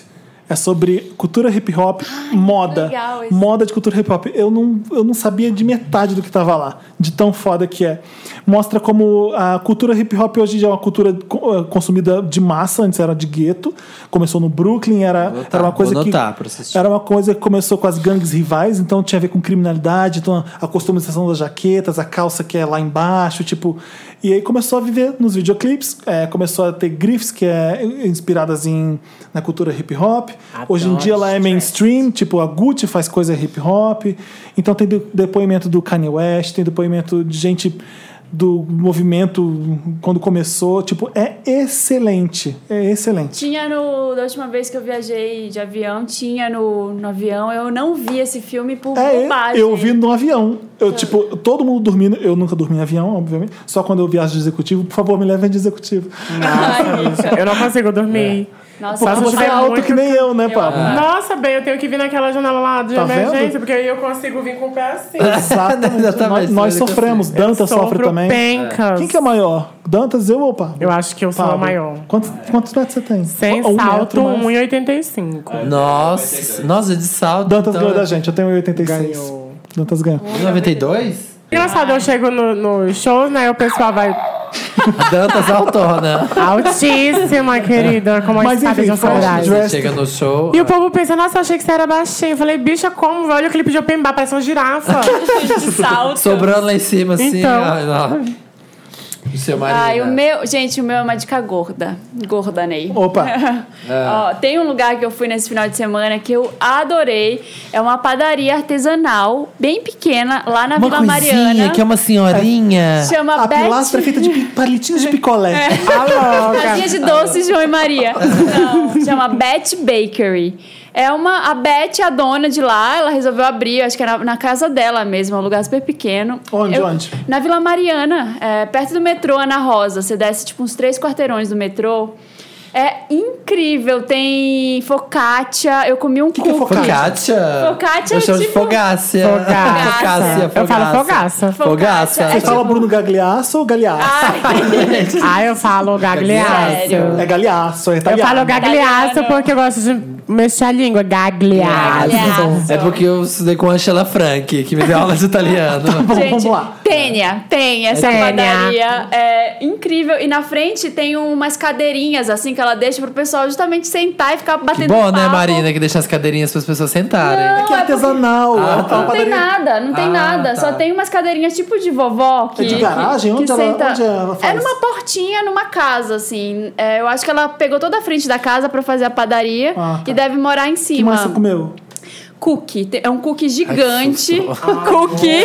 É sobre cultura hip hop, moda. legal esse. Moda de cultura hip hop. Eu não, eu não sabia de metade do que tava lá, de tão foda que é. Mostra como a cultura hip hop hoje é uma cultura co- consumida de massa, antes era de gueto. Começou no Brooklyn, era, Vou notar, era uma coisa vou que. notar pra assistir. Era uma coisa que começou com as gangues rivais, então tinha a ver com criminalidade, então a customização das jaquetas, a calça que é lá embaixo, tipo. E aí começou a viver nos videoclipes, é, começou a ter grifes que é inspiradas em, na cultura hip hop. Hoje em dia ela é mainstream, tipo a Gucci faz coisa hip hop. Então tem de- depoimento do Kanye West, tem depoimento de gente do movimento quando começou. Tipo, é excelente. É excelente. Tinha no. Da última vez que eu viajei de avião, tinha no, no avião. Eu não vi esse filme por É, bobagem. eu vi no avião. Eu, tipo, todo mundo dormindo. Eu nunca dormi em avião, obviamente. Só quando eu viajo de executivo. Por favor, me levem de executivo. Eu não consigo dormir. Nossa, Porque Só se você tiver é alto muito que nem eu, né, Pablo? Nossa, bem, eu tenho que vir naquela janela lá de Tá emergência, vendo? porque aí eu consigo vir com o pé assim. Exatamente. Exatamente, Nós, nós você vai sofremos. Dantas Eu sofre sofro também. pencas. Quem que é maior? Dantas, eu ou Pablo? Eu acho que eu sou a Pablo. maior. Quantos, quantos metros você tem? Sem Um salto, metro mais. um e oitenta e cinco. Nossa, nossa, de salto. Dantas então, ganhou da gente. Eu tenho um e oitenta e seis. Ganhou. Dantas ganhou. um e noventa e dois? Engraçado, eu chego no, no shows, né? O pessoal vai. Dantas autona. Altíssima, querida, como a Mas espada de enfim, uma saudade. Dress- Chega no show. E o povo pensa, nossa, eu achei que você era baixinho. Eu falei, bicha, como? Olha o clipe de Open Bar, parece uma girafa. de salto. Sobrando lá em cima, assim. Então. Ai, não. O seu marido. Ai, o meu. Gente, o meu é uma dica gorda. Gorda, Ney. Opa. Ó, tem um lugar que eu fui nesse final de semana que eu adorei. É uma padaria artesanal, bem pequena, lá na Uma Vila coisinha Mariana. que é uma senhorinha. Chama A pilastra é Beth. feita de pi- palitinhos de picolé. A louca. Casinha de doces, João e Maria. Não, chama Beth Bakery. É uma. A Beth, a dona de lá, ela resolveu abrir, acho que era na, na casa dela mesmo, um lugar super pequeno. Onde, Eu- onde? Na Vila Mariana, é, perto do metrô, Ana Rosa. Você desce tipo uns três quarteirões do metrô. É incrível, tem focaccia. Eu comi um que é cookie. Focaccia? Focaccia Eu é chamo de tipo- fogácia. Fogácia. Fogácia, Eu falo fogaça. Fogaça. Você fala Bruno Gagliasso ou Galeasso? Ai, Ah, eu falo gagliaço. Sério? É Galeasso, é Eu italiano. falo gagliaço Italiano. porque eu gosto de mexer a língua. Gagliaço. Gagliasso. É porque eu estudei com a Angela Frank, que me deu aula de italiano. Bom, Gente, vamos lá. Tenha, tem essa Tenha. padaria. É incrível. E na frente tem umas cadeirinhas, assim, que ela deixa pro pessoal justamente sentar e ficar Que batendo bom, né, papo. Marina, que deixa as cadeirinhas para as pessoas sentarem. É que é artesanal. é uma Não tem padaria- nada, não tem Ah, nada. tá. Só tem umas cadeirinhas tipo de vovó. Que, É de garagem? que, Onde que ela- senta... onde ela faz? É numa portinha, numa casa, assim. É, eu acho que ela pegou toda a frente da casa pra fazer a padaria Ah, tá. e deve morar em O que cima. mais você comeu? Cookie. Tem- É um cookie gigante. susto. Cookie.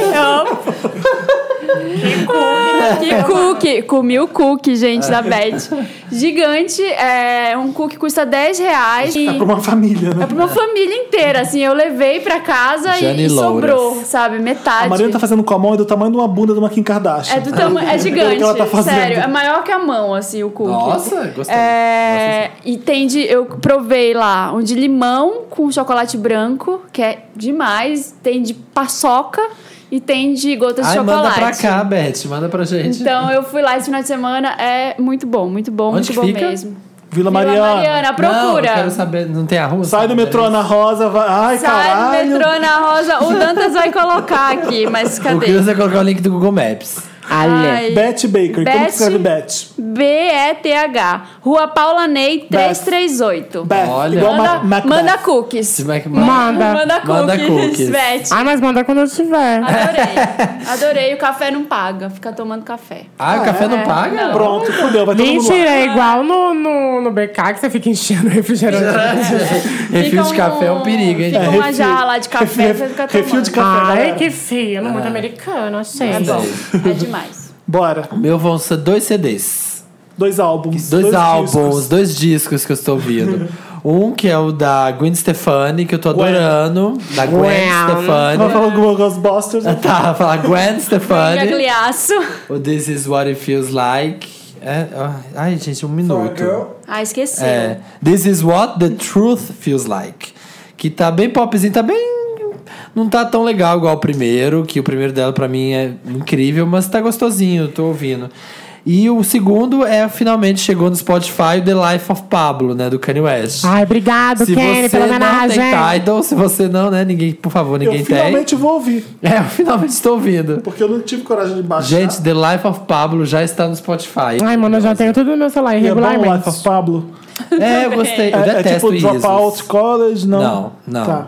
Que cookie. Comi o cookie, gente, da Beth. Gigante. É, um cookie custa dez reais. E É pra uma família, né? é pra uma família inteira, assim. Eu levei pra casa Jane e, e sobrou, Louras. sabe? Metade. A Mariana tá fazendo com a mão, é do tamanho de uma bunda de uma Kim Kardashian. É do tamanho. É Pelo gigante. que ela tá fazendo. Sério, é maior que a mão, assim, o cookie. Nossa, gostei. É, e tem de. Eu provei lá um de limão com chocolate branco, que é demais. Tem de paçoca e tem de gotas Ai, de chocolate. manda pra cá, Beth. Manda pra gente. Então eu fui lá esse final de semana, é muito bom, muito bom, Onde muito que bom fica? mesmo. Vila Vila Mariana. Mariana, Não, procura. eu quero saber. Não tem a rua? Sai do sabe? metrô Ana Rosa, vai. Ai, Sai caralho. do metrô Ana Rosa. O Dantas vai colocar aqui, mas O que cadê? você colocar o link do Google Maps. Ai, Beth Baker. Como Beth- que escreve Beth? B E T H. Rua Paula Ney, trezentos e trinta e oito. Beth. Olha. Igual Manda, Ma Macbeth. manda cookies. Se vai que- Manda. Manda cookies. Manda cookies. Beth. Ai, mas manda quando eu tiver. Adorei. Adorei. O café não paga. Fica tomando café. Ah, o café não paga? Não. Pronto, fudeu. Vai todo mundo Mentira, lá. é igual no, no, no B K que você fica enchendo o refrigerante. Refil de Fica café é um perigo, hein? Fica É, uma refil- jarra lá de café, refil- você fica tomando. refil de café. Ai, galera. que fio. Muito americano, achei. É bom. É demais. Bora. O meu vão ser dois C Ds. Dois álbuns. Dois, álbuns, discos. dois discos que eu estou ouvindo. Um que é o da Gwen Stefani, que eu tô Gwen. adorando. Da Gwen, Gwen. Vamos Stefani. falar do Ghostbusters. Tá, falar Gwen Stefani. Gagliaço. O This Is What It Feels Like. É, ó, ai, gente, um For a minuto. Girl. Ah, esqueci. É, This Is What the Truth Feels Like. Que tá bem popzinho, tá bem... Não tá tão legal igual o primeiro, que o primeiro dela pra mim é incrível, mas tá gostosinho, tô ouvindo. E o segundo é, finalmente, chegou no Spotify, o The Life of Pablo, né? Do Kanye West. Ai, obrigado, Se Kenny, você pela não homenagem. tem Tidal, se você não, né? Ninguém, por favor, ninguém Eu tem. finalmente vou ouvir. É, eu finalmente estou ouvindo. Porque eu não tive coragem de baixar. Gente, The Life of Pablo já está no Spotify. Ai, mano, eu já tenho tudo no meu celular, E é bom o regularmente. Life of Pablo? É, eu gostei. Eu É, é detesto tipo Isos. Dropout College? Não. Não, não. Tá.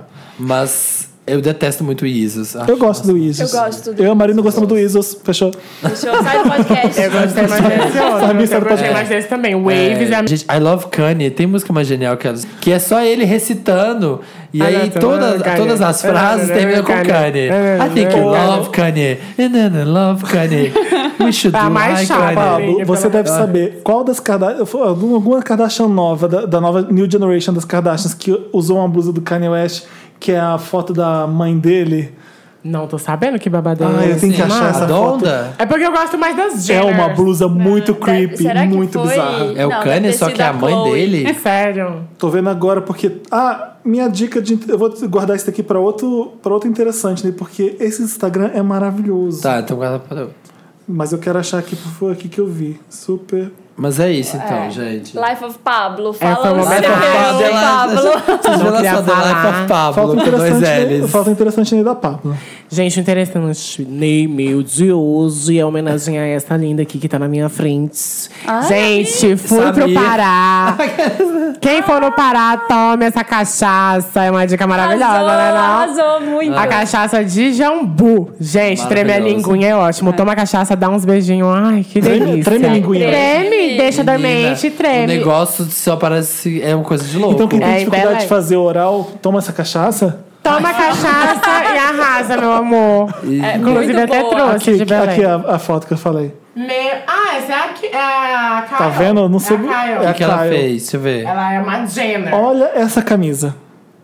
Mas eu detesto muito Isos. Eu gosto do Isos. Eu gosto do Eu e a Marina gostamos do Isos. Fechou? Deixa eu sair do podcast. Eu gostei mais desse outro. Sabia, sabe Eu gostei qual é? mais desse também. Waves é, É, gente, I Love Kanye. Tem música mais genial que elas. Que é só ele recitando. E I aí love todas, Kanye. todas as I frases love terminam com Kanye. Kanye. I I think you love love Kanye. And then I love Kanye. We should Tá do mais like chato. Kanye. Pablo, Sim, você pela- deve saber qual das Kardashian. Alguma Kardashian nova, da, da nova New Generation das Kardashians, que usou uma blusa do Kanye West, que é a foto da mãe dele. Não tô sabendo que babado é Ah, eu esse. tenho que achar A essa foto. Donda? É porque eu gosto mais das É Jenners. uma blusa muito Deve- creepy, será que muito foi? bizarra. É o Não, Kanye, deve ter só sido que é a a mãe Chloe. dele. Sério. Tô vendo agora porque. Ah, minha dica de. Eu vou guardar isso daqui pra outro, pra outro interessante, né? Porque esse Instagram é maravilhoso. Tá, então guarda para outro. Mas eu quero achar que foi aqui que eu vi. Super. Mas é isso então, É. gente. Life of Pablo. É, foi Fala uma o Life seu, of Pablo. Pablo. Vocês viram queria só The Life falar. of Pablo Falta com dois interessante, L's. falta interessante aí da Pablo. Gente, o interessante e-mail de hoje é homenagem a essa linda aqui que tá na minha frente. Ai, Gente, fui Sabia. pro Pará. Quem for no Pará, tome essa cachaça. É uma dica maravilhosa, Arrasou, né? Não? arrasou muito. A cachaça de jambu. Gente, treme a Maravilhoso. linguinha é ótimo. Toma a cachaça, dá uns beijinhos. Ai, que Treme- delícia. treme a linguinha. Treme, deixa Menina, dormente, O treme. negócio só parece. É uma coisa de louco. Então quem tem É, dificuldade Belém. de fazer oral, toma essa cachaça. Toma a cachaça e arrasa, meu amor. É Inclusive, muito até boa. trouxe Aqui, de Belém. aqui a, a foto que eu falei. Meu... Ah, essa é a, é a Kyle. Tá vendo? Eu não sei- É a Kyle. O que, que ela Kyle. fez? Deixa eu ver. Ela é uma Jenner. Olha essa camisa.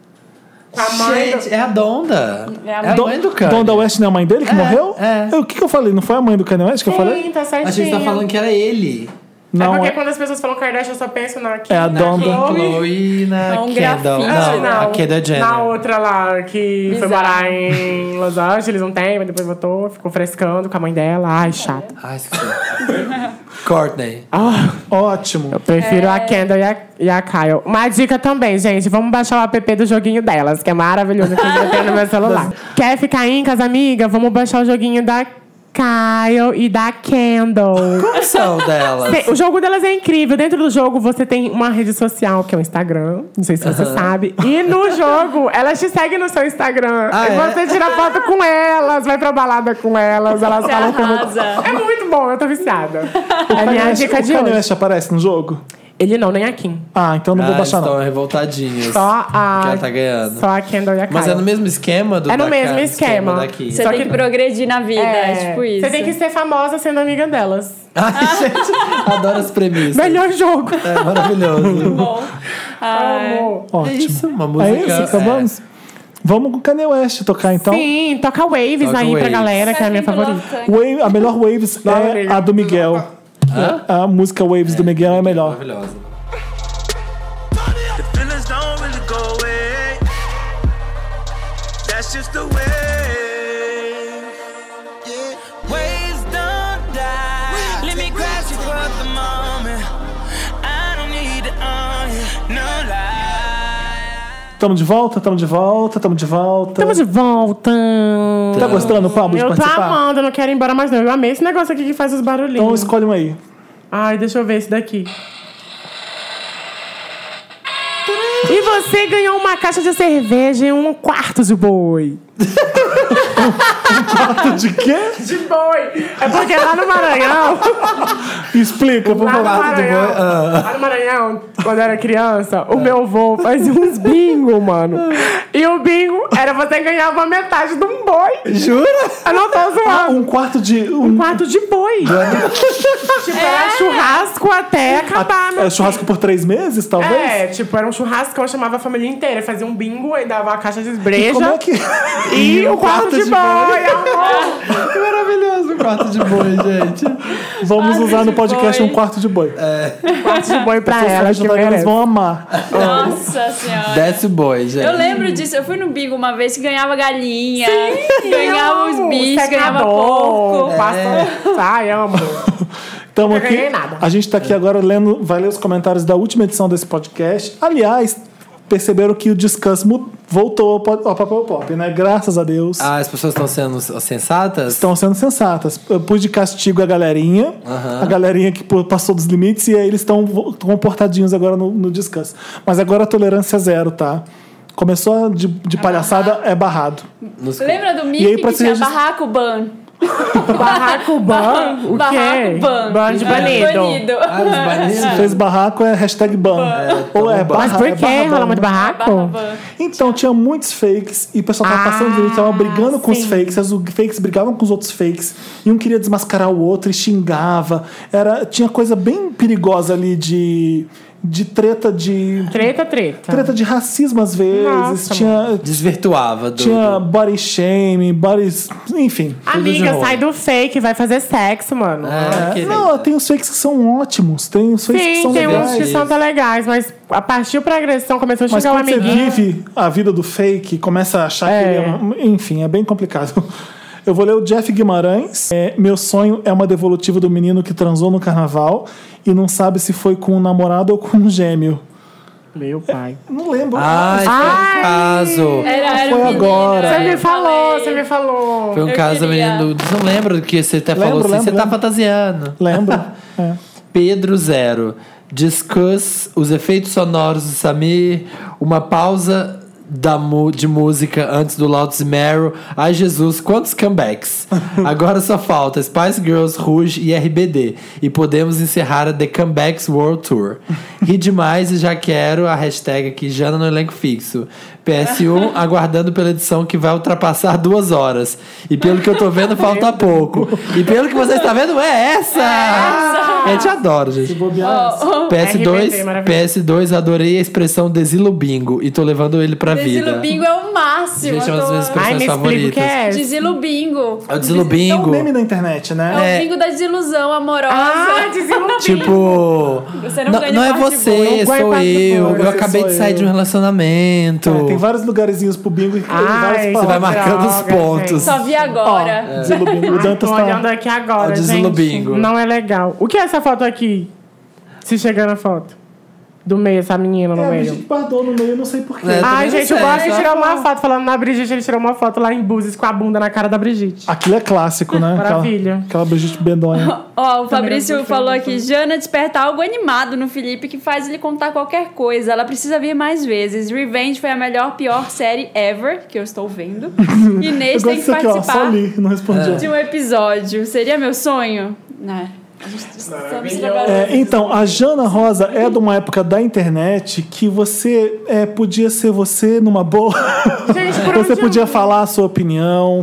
Com a mãe do- Gente, é a Donda. É a É a mãe. Don- mãe do Kanye. Donda West não é a mãe dele que É, morreu? é. O que, que eu falei? Não foi a mãe do Kanye West que eu falei? Sim, tá certinho. Achei que você tá falando que era ele. Não, é porque é, quando as pessoas falam Kardashian, eu só penso na Kim, É a na Donda. Khloe. Chloe na É um Kendall. grafite. Não, a Kendall Jenner. Na outra lá, que foi Bizarro. morar em Los Angeles um tempo, depois voltou, ficou frescando com a mãe dela. Ai, chato. Ai, esqueci. Courtney. Ah, ótimo. eu prefiro É. a Kendall e a, e a Kyle. Uma dica também, gente. Vamos baixar o app do joguinho delas, que é maravilhoso. Que eu tenho no meu celular. Quer ficar em casa, amiga? Vamos baixar o joguinho da Kyle e da Kendall. Como são delas? Tem- O jogo delas é incrível. Dentro do jogo você tem uma rede social, que é o Instagram. Não sei se você sabe. E no jogo, elas te seguem no seu Instagram. Ah, e é? você tira foto com elas, vai pra balada com elas, elas Você falam como. arrasa. É muito bom, eu tô viciada. É a Kanye minha West- dica o de Kanye hoje. West aparece no jogo? Ele não, nem a Kim. Ah, então não vou Ah, baixar estão não. revoltadinhas. Só a. Que ela tá ganhando. Só a Kendall e a Kyle. Mas é no mesmo esquema do É no da mesmo Ka- esquema. daqui. Você Só tem que- que progredir na vida, é, tipo isso. Você tem que ser famosa sendo amiga delas. Ai, gente, adoro as premissas. Melhor jogo. É maravilhoso. Bom. Ai. Amo. É Ótimo. isso, uma É música. isso, acabamos? Vamos com o Kanye West tocar então. Sim, toca Waves Toca aí pra Waves. galera, que é a minha Vai vir favorita. pelo Kanye. Wave- a melhor Waves Fala, é amiga. a do Miguel. A música Waves do Miguel é melhor. Maravilhosa. The feelings don't really go away. That's just the way. Yeah. Waves don't die. Let me grasp you for the moment. I don't need to own you, no lie. Tamo de volta, tamo de volta, tamo de volta. Tamo de volta. Tá gostando, Pablo, de Eu tô participar? amando, eu não quero ir embora mais não. Eu amei esse negócio aqui que faz os Então barulhinhos. escolhe um aí. Ai, deixa eu ver esse daqui. E você ganhou uma caixa de cerveja e um quarto de boi. De quê? De boi! É porque lá no Maranhão... Explica, por Lá no favor. Maranhão, lá no Maranhão, quando eu era criança, o meu avô fazia uns bingo, mano. E o bingo era você ganhar uma metade de um boi. Jura? Eu não tô Ah, zoando. um quarto de. Um, Um quarto de boi. Tipo, era churrasco até acabar, né? é, churrasco por três meses, talvez? É, tipo, era um churrascão, chamava a família inteira. Fazia um bingo e dava uma caixa de breja. Como é que. E o quarto de boi, amor. Que maravilhoso o quarto de boi, gente. Vamos Quarto usar no de podcast boi. um quarto de boi. Quarto de boi pra As ela, pessoas que vegetarianas merece. vão amar. Nossa senhora. Desce o boi, gente. Eu lembro disso. Eu fui no bingo uma vez que ganhava galinha, ganhava os Amo. bichos, ganhava Secador, porco. Passa... Ai, amo. Tamo Não aqui. ganhei nada. A gente tá aqui agora lendo, vai ler os comentários da última edição desse podcast. Aliás, perceberam que o Discuss mu- voltou ao, po- ao Papel Pop, né? Graças a Deus. Ah, as pessoas estão sendo sensatas? Estão sendo sensatas. Eu pus de castigo a galerinha, a galerinha que pô, passou dos limites, e aí eles estão comportadinhos agora no, no Discuss. Mas agora a tolerância é zero, tá? Começou de, de palhaçada, é barrado. Nos- Lembra do E aí, Mickey pra que se tinha registrar- barraco ban? Barraco ban? O Barraco quê? ban. Ban de É, banido. banido. Ah, os banidos. Se fez barraco, é hashtag ban. Ou é barra, Mas por é quê? barra Rola ban. muito barraco? Barra ban. Então, tinha muitos fakes e o pessoal tava Ah, passando vídeo, tava brigando com os sim. fakes, os fakes brigavam com os outros fakes, e um queria desmascarar o outro e xingava. Era, tinha coisa bem perigosa ali de, de treta de. Treta, treta. Treta de racismo às vezes. Nossa, tinha Desvirtuava do. tinha do- body shaming, body. Enfim. Amiga, ruim. sai do fake, vai fazer sexo, mano. É, É, querida. não, tem os fakes que são ótimos, tem os fakes que Sim, são tem legais. uns que são até legais, mas a partir pra agressão começou a Mas chegar um quando você amiguinho. vive a vida do fake, começa a achar É. que ele é um... Enfim, é bem complicado. Eu vou ler o Jeff Guimarães. É, meu sonho é uma devolutiva do menino que transou no carnaval e não sabe se foi com um namorado ou com um gêmeo. Meu pai. Não lembro. Ai, foi um caso. Era, era Foi um menino, agora. é, Você me eu falou, falei. você me falou. Foi um Eu caso, queria. menino. Não lembra do que você até Lembro, falou assim? lembro, Você tá lembro. fantasiando. Lembro. É. Pedro Zero. Discuss os efeitos sonoros do Samir. Uma pausa da mu- de música antes do Lotus Meryl. Ai, Jesus, quantos comebacks. Agora só falta Spice Girls, Rouge e R B D. E podemos encerrar a The Comebacks World Tour. Ri demais e já quero a hashtag aqui, Jana no elenco fixo. P S um, aguardando pela edição que vai ultrapassar duas horas. E pelo que eu tô vendo, falta pouco. E pelo que você está vendo, é essa! A gente adora, gente. P S dois, R B D, maravilhoso. P S dois, adorei a expressão Desilubingo e tô levando ele pra vida. Desilubingo é o máximo. Gente, é uma das minhas eu tô- Ai, expressões me explica o favoritas. que é. Desilubingo. É o É um Desilubingo. meme na internet, É né? o É. bingo da desilusão amorosa. Ah, desilubinho. Tipo, Você não não, ganha não é parte boa. você, Não ganha sou parte eu. boa. Eu Você acabei sou de sair eu. de um relacionamento. É, tem vários lugarzinhos pro bingo e Ai, várias você Você vai palavras. marcando os Droga, pontos. gente. Só vi agora. Ó, Desilubingo. O Dantas Tô tá... olhando aqui agora, Ó, gente. desilubingo. Não é legal. O que é essa foto aqui? Se chegar na foto. Do meio, essa menina no É, a meio. Brigitte Bardot no meio, não sei porquê. É, Ai, também não gente, eu sei, gosto de só- tirar uma foto. Falando na Brigitte, ele tirou uma foto lá em Búzios com a bunda na cara da Brigitte. Aquilo é clássico, né? Maravilha. Aquela, aquela Brigitte Bedonha. Ó, o Fabrício não falou gostei aqui: Jana desperta algo animado no Felipe que faz ele contar qualquer coisa. Ela precisa vir mais vezes. Revenge foi a melhor, pior série ever que eu estou vendo. Eu Inês gosto tem que disso aqui, ó. Só participar li, não respondi. de um episódio. Seria meu sonho? Né? A gente estamos trabalhando. É, então, a Jana Rosa é de uma época da internet que você é, podia ser você numa boa. Gente, por Você onde podia eu- falar a sua opinião,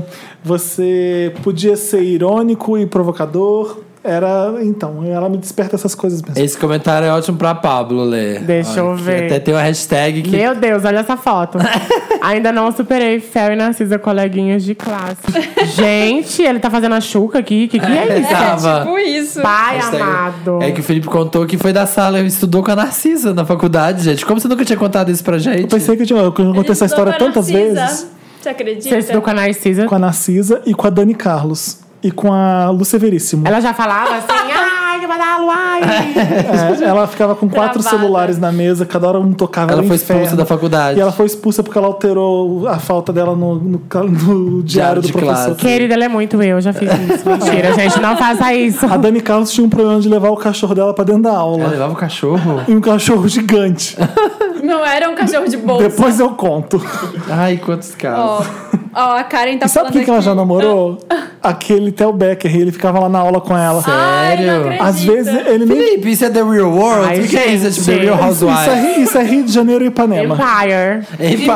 você podia ser irônico e provocador. Era, então, ela me desperta essas coisas mesmo. Esse comentário é ótimo pra Pablo ler. Deixa eu que ver. Até tem uma hashtag que. Meu Deus, olha essa foto. Ainda não superei Fel e Narcisa, coleguinhas de classe. Gente, ele tá fazendo a chuca aqui. Que que é isso? Tava. Tipo isso. Pai Hashtag- amado. É que o Felipe contou que foi da sala e estudou com a Narcisa na faculdade, gente. Como você nunca tinha contado isso pra gente? Eu pensei que eu, tinha, eu contei Ele essa história estudou com a tantas Narcisa. vezes. Você acredita? Você estudou com a Narcisa? Com a Narcisa e com a Dani Carlos. E com a Lúcia Veríssimo. Ela já falava assim, ai, que badalo, ai. É, ela ficava com quatro Travada. celulares na mesa, cada hora um tocava. Ela era um foi inferno. expulsa da faculdade. E ela foi expulsa porque ela alterou a falta dela no, no, no diário do de professor. classe. Querida, ela é muito eu, já fiz isso. Mentira, gente, não faça isso. A Dani Carlos tinha um problema de levar o cachorro dela pra dentro da Ela aula. levava o cachorro? E um cachorro gigante. Não era um cachorro de bolsa. Depois eu conto. Ai, quantos casos. Ó, ó, a Karen tá E sabe falando quem que ela já aqui- namorou? Aquele Theo Becker. E ele ficava lá na aula com ela. Ai, não Sério? acredito. Às vezes ele nem. Felipe, isso é The Real World? Ai, o que é isso? É tipo The gente. Real Isso é, Housewives? Ri- isso é Rio de Janeiro e Ipanema. Empire.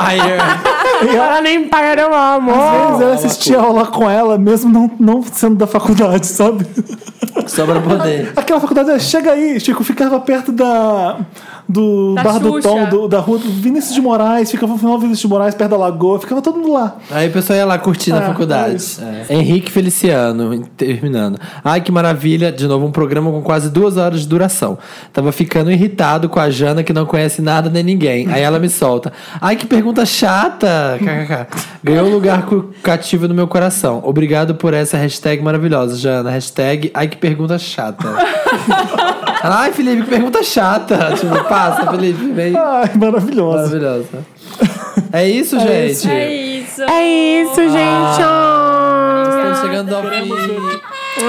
Empire. Ela nem Empire eu amo. Às vezes eu assistia aula com ela, mesmo não, não sendo da faculdade, sabe? Só pra poder. Aquela faculdade, é, chega aí, Chico, ficava perto da, do Da Bar do Xuxa. Tom, do- da rua do Vinícius de Moraes, ficava no final do Vinícius de Moraes, perto da Lagoa, ficava todo mundo lá. Aí a pessoa ia lá curtir na É, é faculdade. isso. É. Henrique Feliciano, terminando. Ai, que maravilha. De novo, um programa com quase duas horas de duração. Tava ficando irritado com a Jana, que não conhece nada nem ninguém. Aí ela me solta. Ai, que pergunta chata. kkk. Ganhou um lugar cu- cativo no meu coração. Obrigado por essa hashtag maravilhosa, Jana. Hashtag, ai, que pergunta chata. Ai, Felipe, que pergunta chata. Tipo, passa, Felipe, vem. Ai, maravilhosa. Maravilhosa. É isso, gente. É isso. É isso, gente. Estamos chegando ao fim.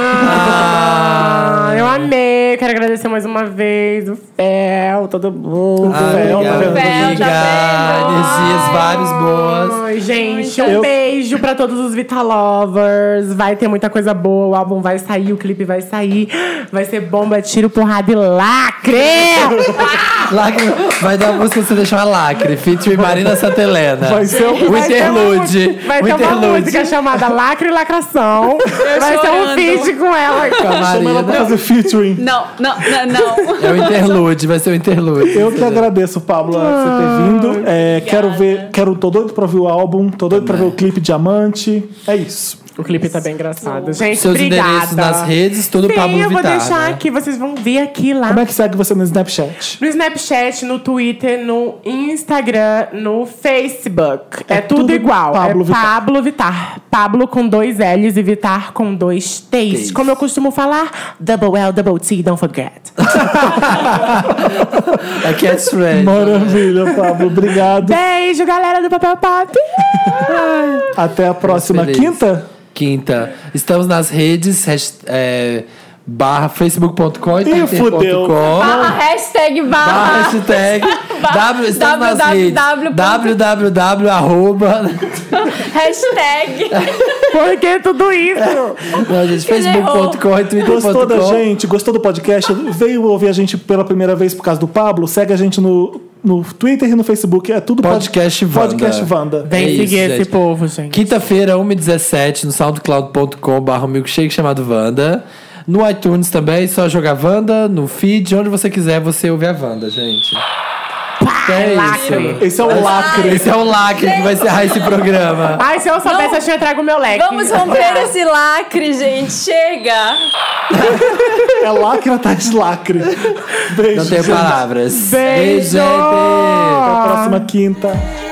Ah, eu amei. Quero agradecer mais uma vez o Fel, todo mundo. Ah, Fel, obrigado, tá vendo? amiga. Tá vendo? Energias várias boas. Ai, gente, um Eu- beijo pra todos os Vita Lovers. Vai ter muita coisa boa. O álbum vai sair, o clipe vai sair. Vai ser bomba, tiro, porrada e lacre! Lacre, vai dar uma música pra você deixar uma lacre. Featuring Marina Santelena. Vai ser um- o Vai ter uma interlude. mu- Vai o ter uma interlude. música chamada Lacre e Lacração. Vai ser um chorando. feat com ela. Com a Chama ela pra Marina. fazer featuring. Não, não, não, não. É o interlude, vai ser o interlude. Eu que agradeço, Pablo, por você ter vindo. É, quero ver, quero, tô doido pra ouvir o álbum, tô doido pra ver o clipe Diamante. É isso. O clipe tá bem engraçado. Gente, Seus obrigada. endereços nas redes, tudo Sim, Pablo eu vou Vittar, deixar né? aqui. Vocês vão ver aqui lá. Como é que segue você no Snapchat? No Snapchat, no Twitter, no Instagram, no Facebook. É, É tudo, tudo igual. Pablo é Vittar. Pablo Vittar. Pablo com dois L's e Vittar com dois T's. T's. Como eu costumo falar, double L, double T, don't forget. É catchphrase. Maravilha, Pablo. Obrigado. Beijo, galera do Papel Pop. Até a próxima Feliz. quinta. Quinta. Estamos nas redes, hasht- é, barra facebook ponto com e Ih, twitter ponto fudeu. com. Barra, hashtag Barra barra. hashtag w, estamos nas www. redes www arroba Hashtag. Por que tudo isso? não, gente, facebook ponto com e twitter Gostou ponto da com. gente? Gostou do podcast? Veio ouvir a gente pela primeira vez por causa do Pablo? Segue a gente no, no Twitter e no Facebook. É tudo pod- Podcast Wanda. Podcast Wanda. Vem É isso, seguir esse gente. povo, gente. Quinta-feira, uma e dezessete, no soundcloud ponto com barra milkshake chamado Wanda. No iTunes também, só jogar Wanda, no feed, onde você quiser, você ouve a Wanda, gente. É lacre. isso. Esse é o lacre. Esse é o lacre que vai encerrar esse programa. Ai, se eu soubesse, Não. eu tinha trago o meu leque. Vamos romper esse lacre, gente. Chega. É lacre atrás de lacre. Beijo. Não tenho gente. palavras. Beijo. gente. Até a próxima quinta.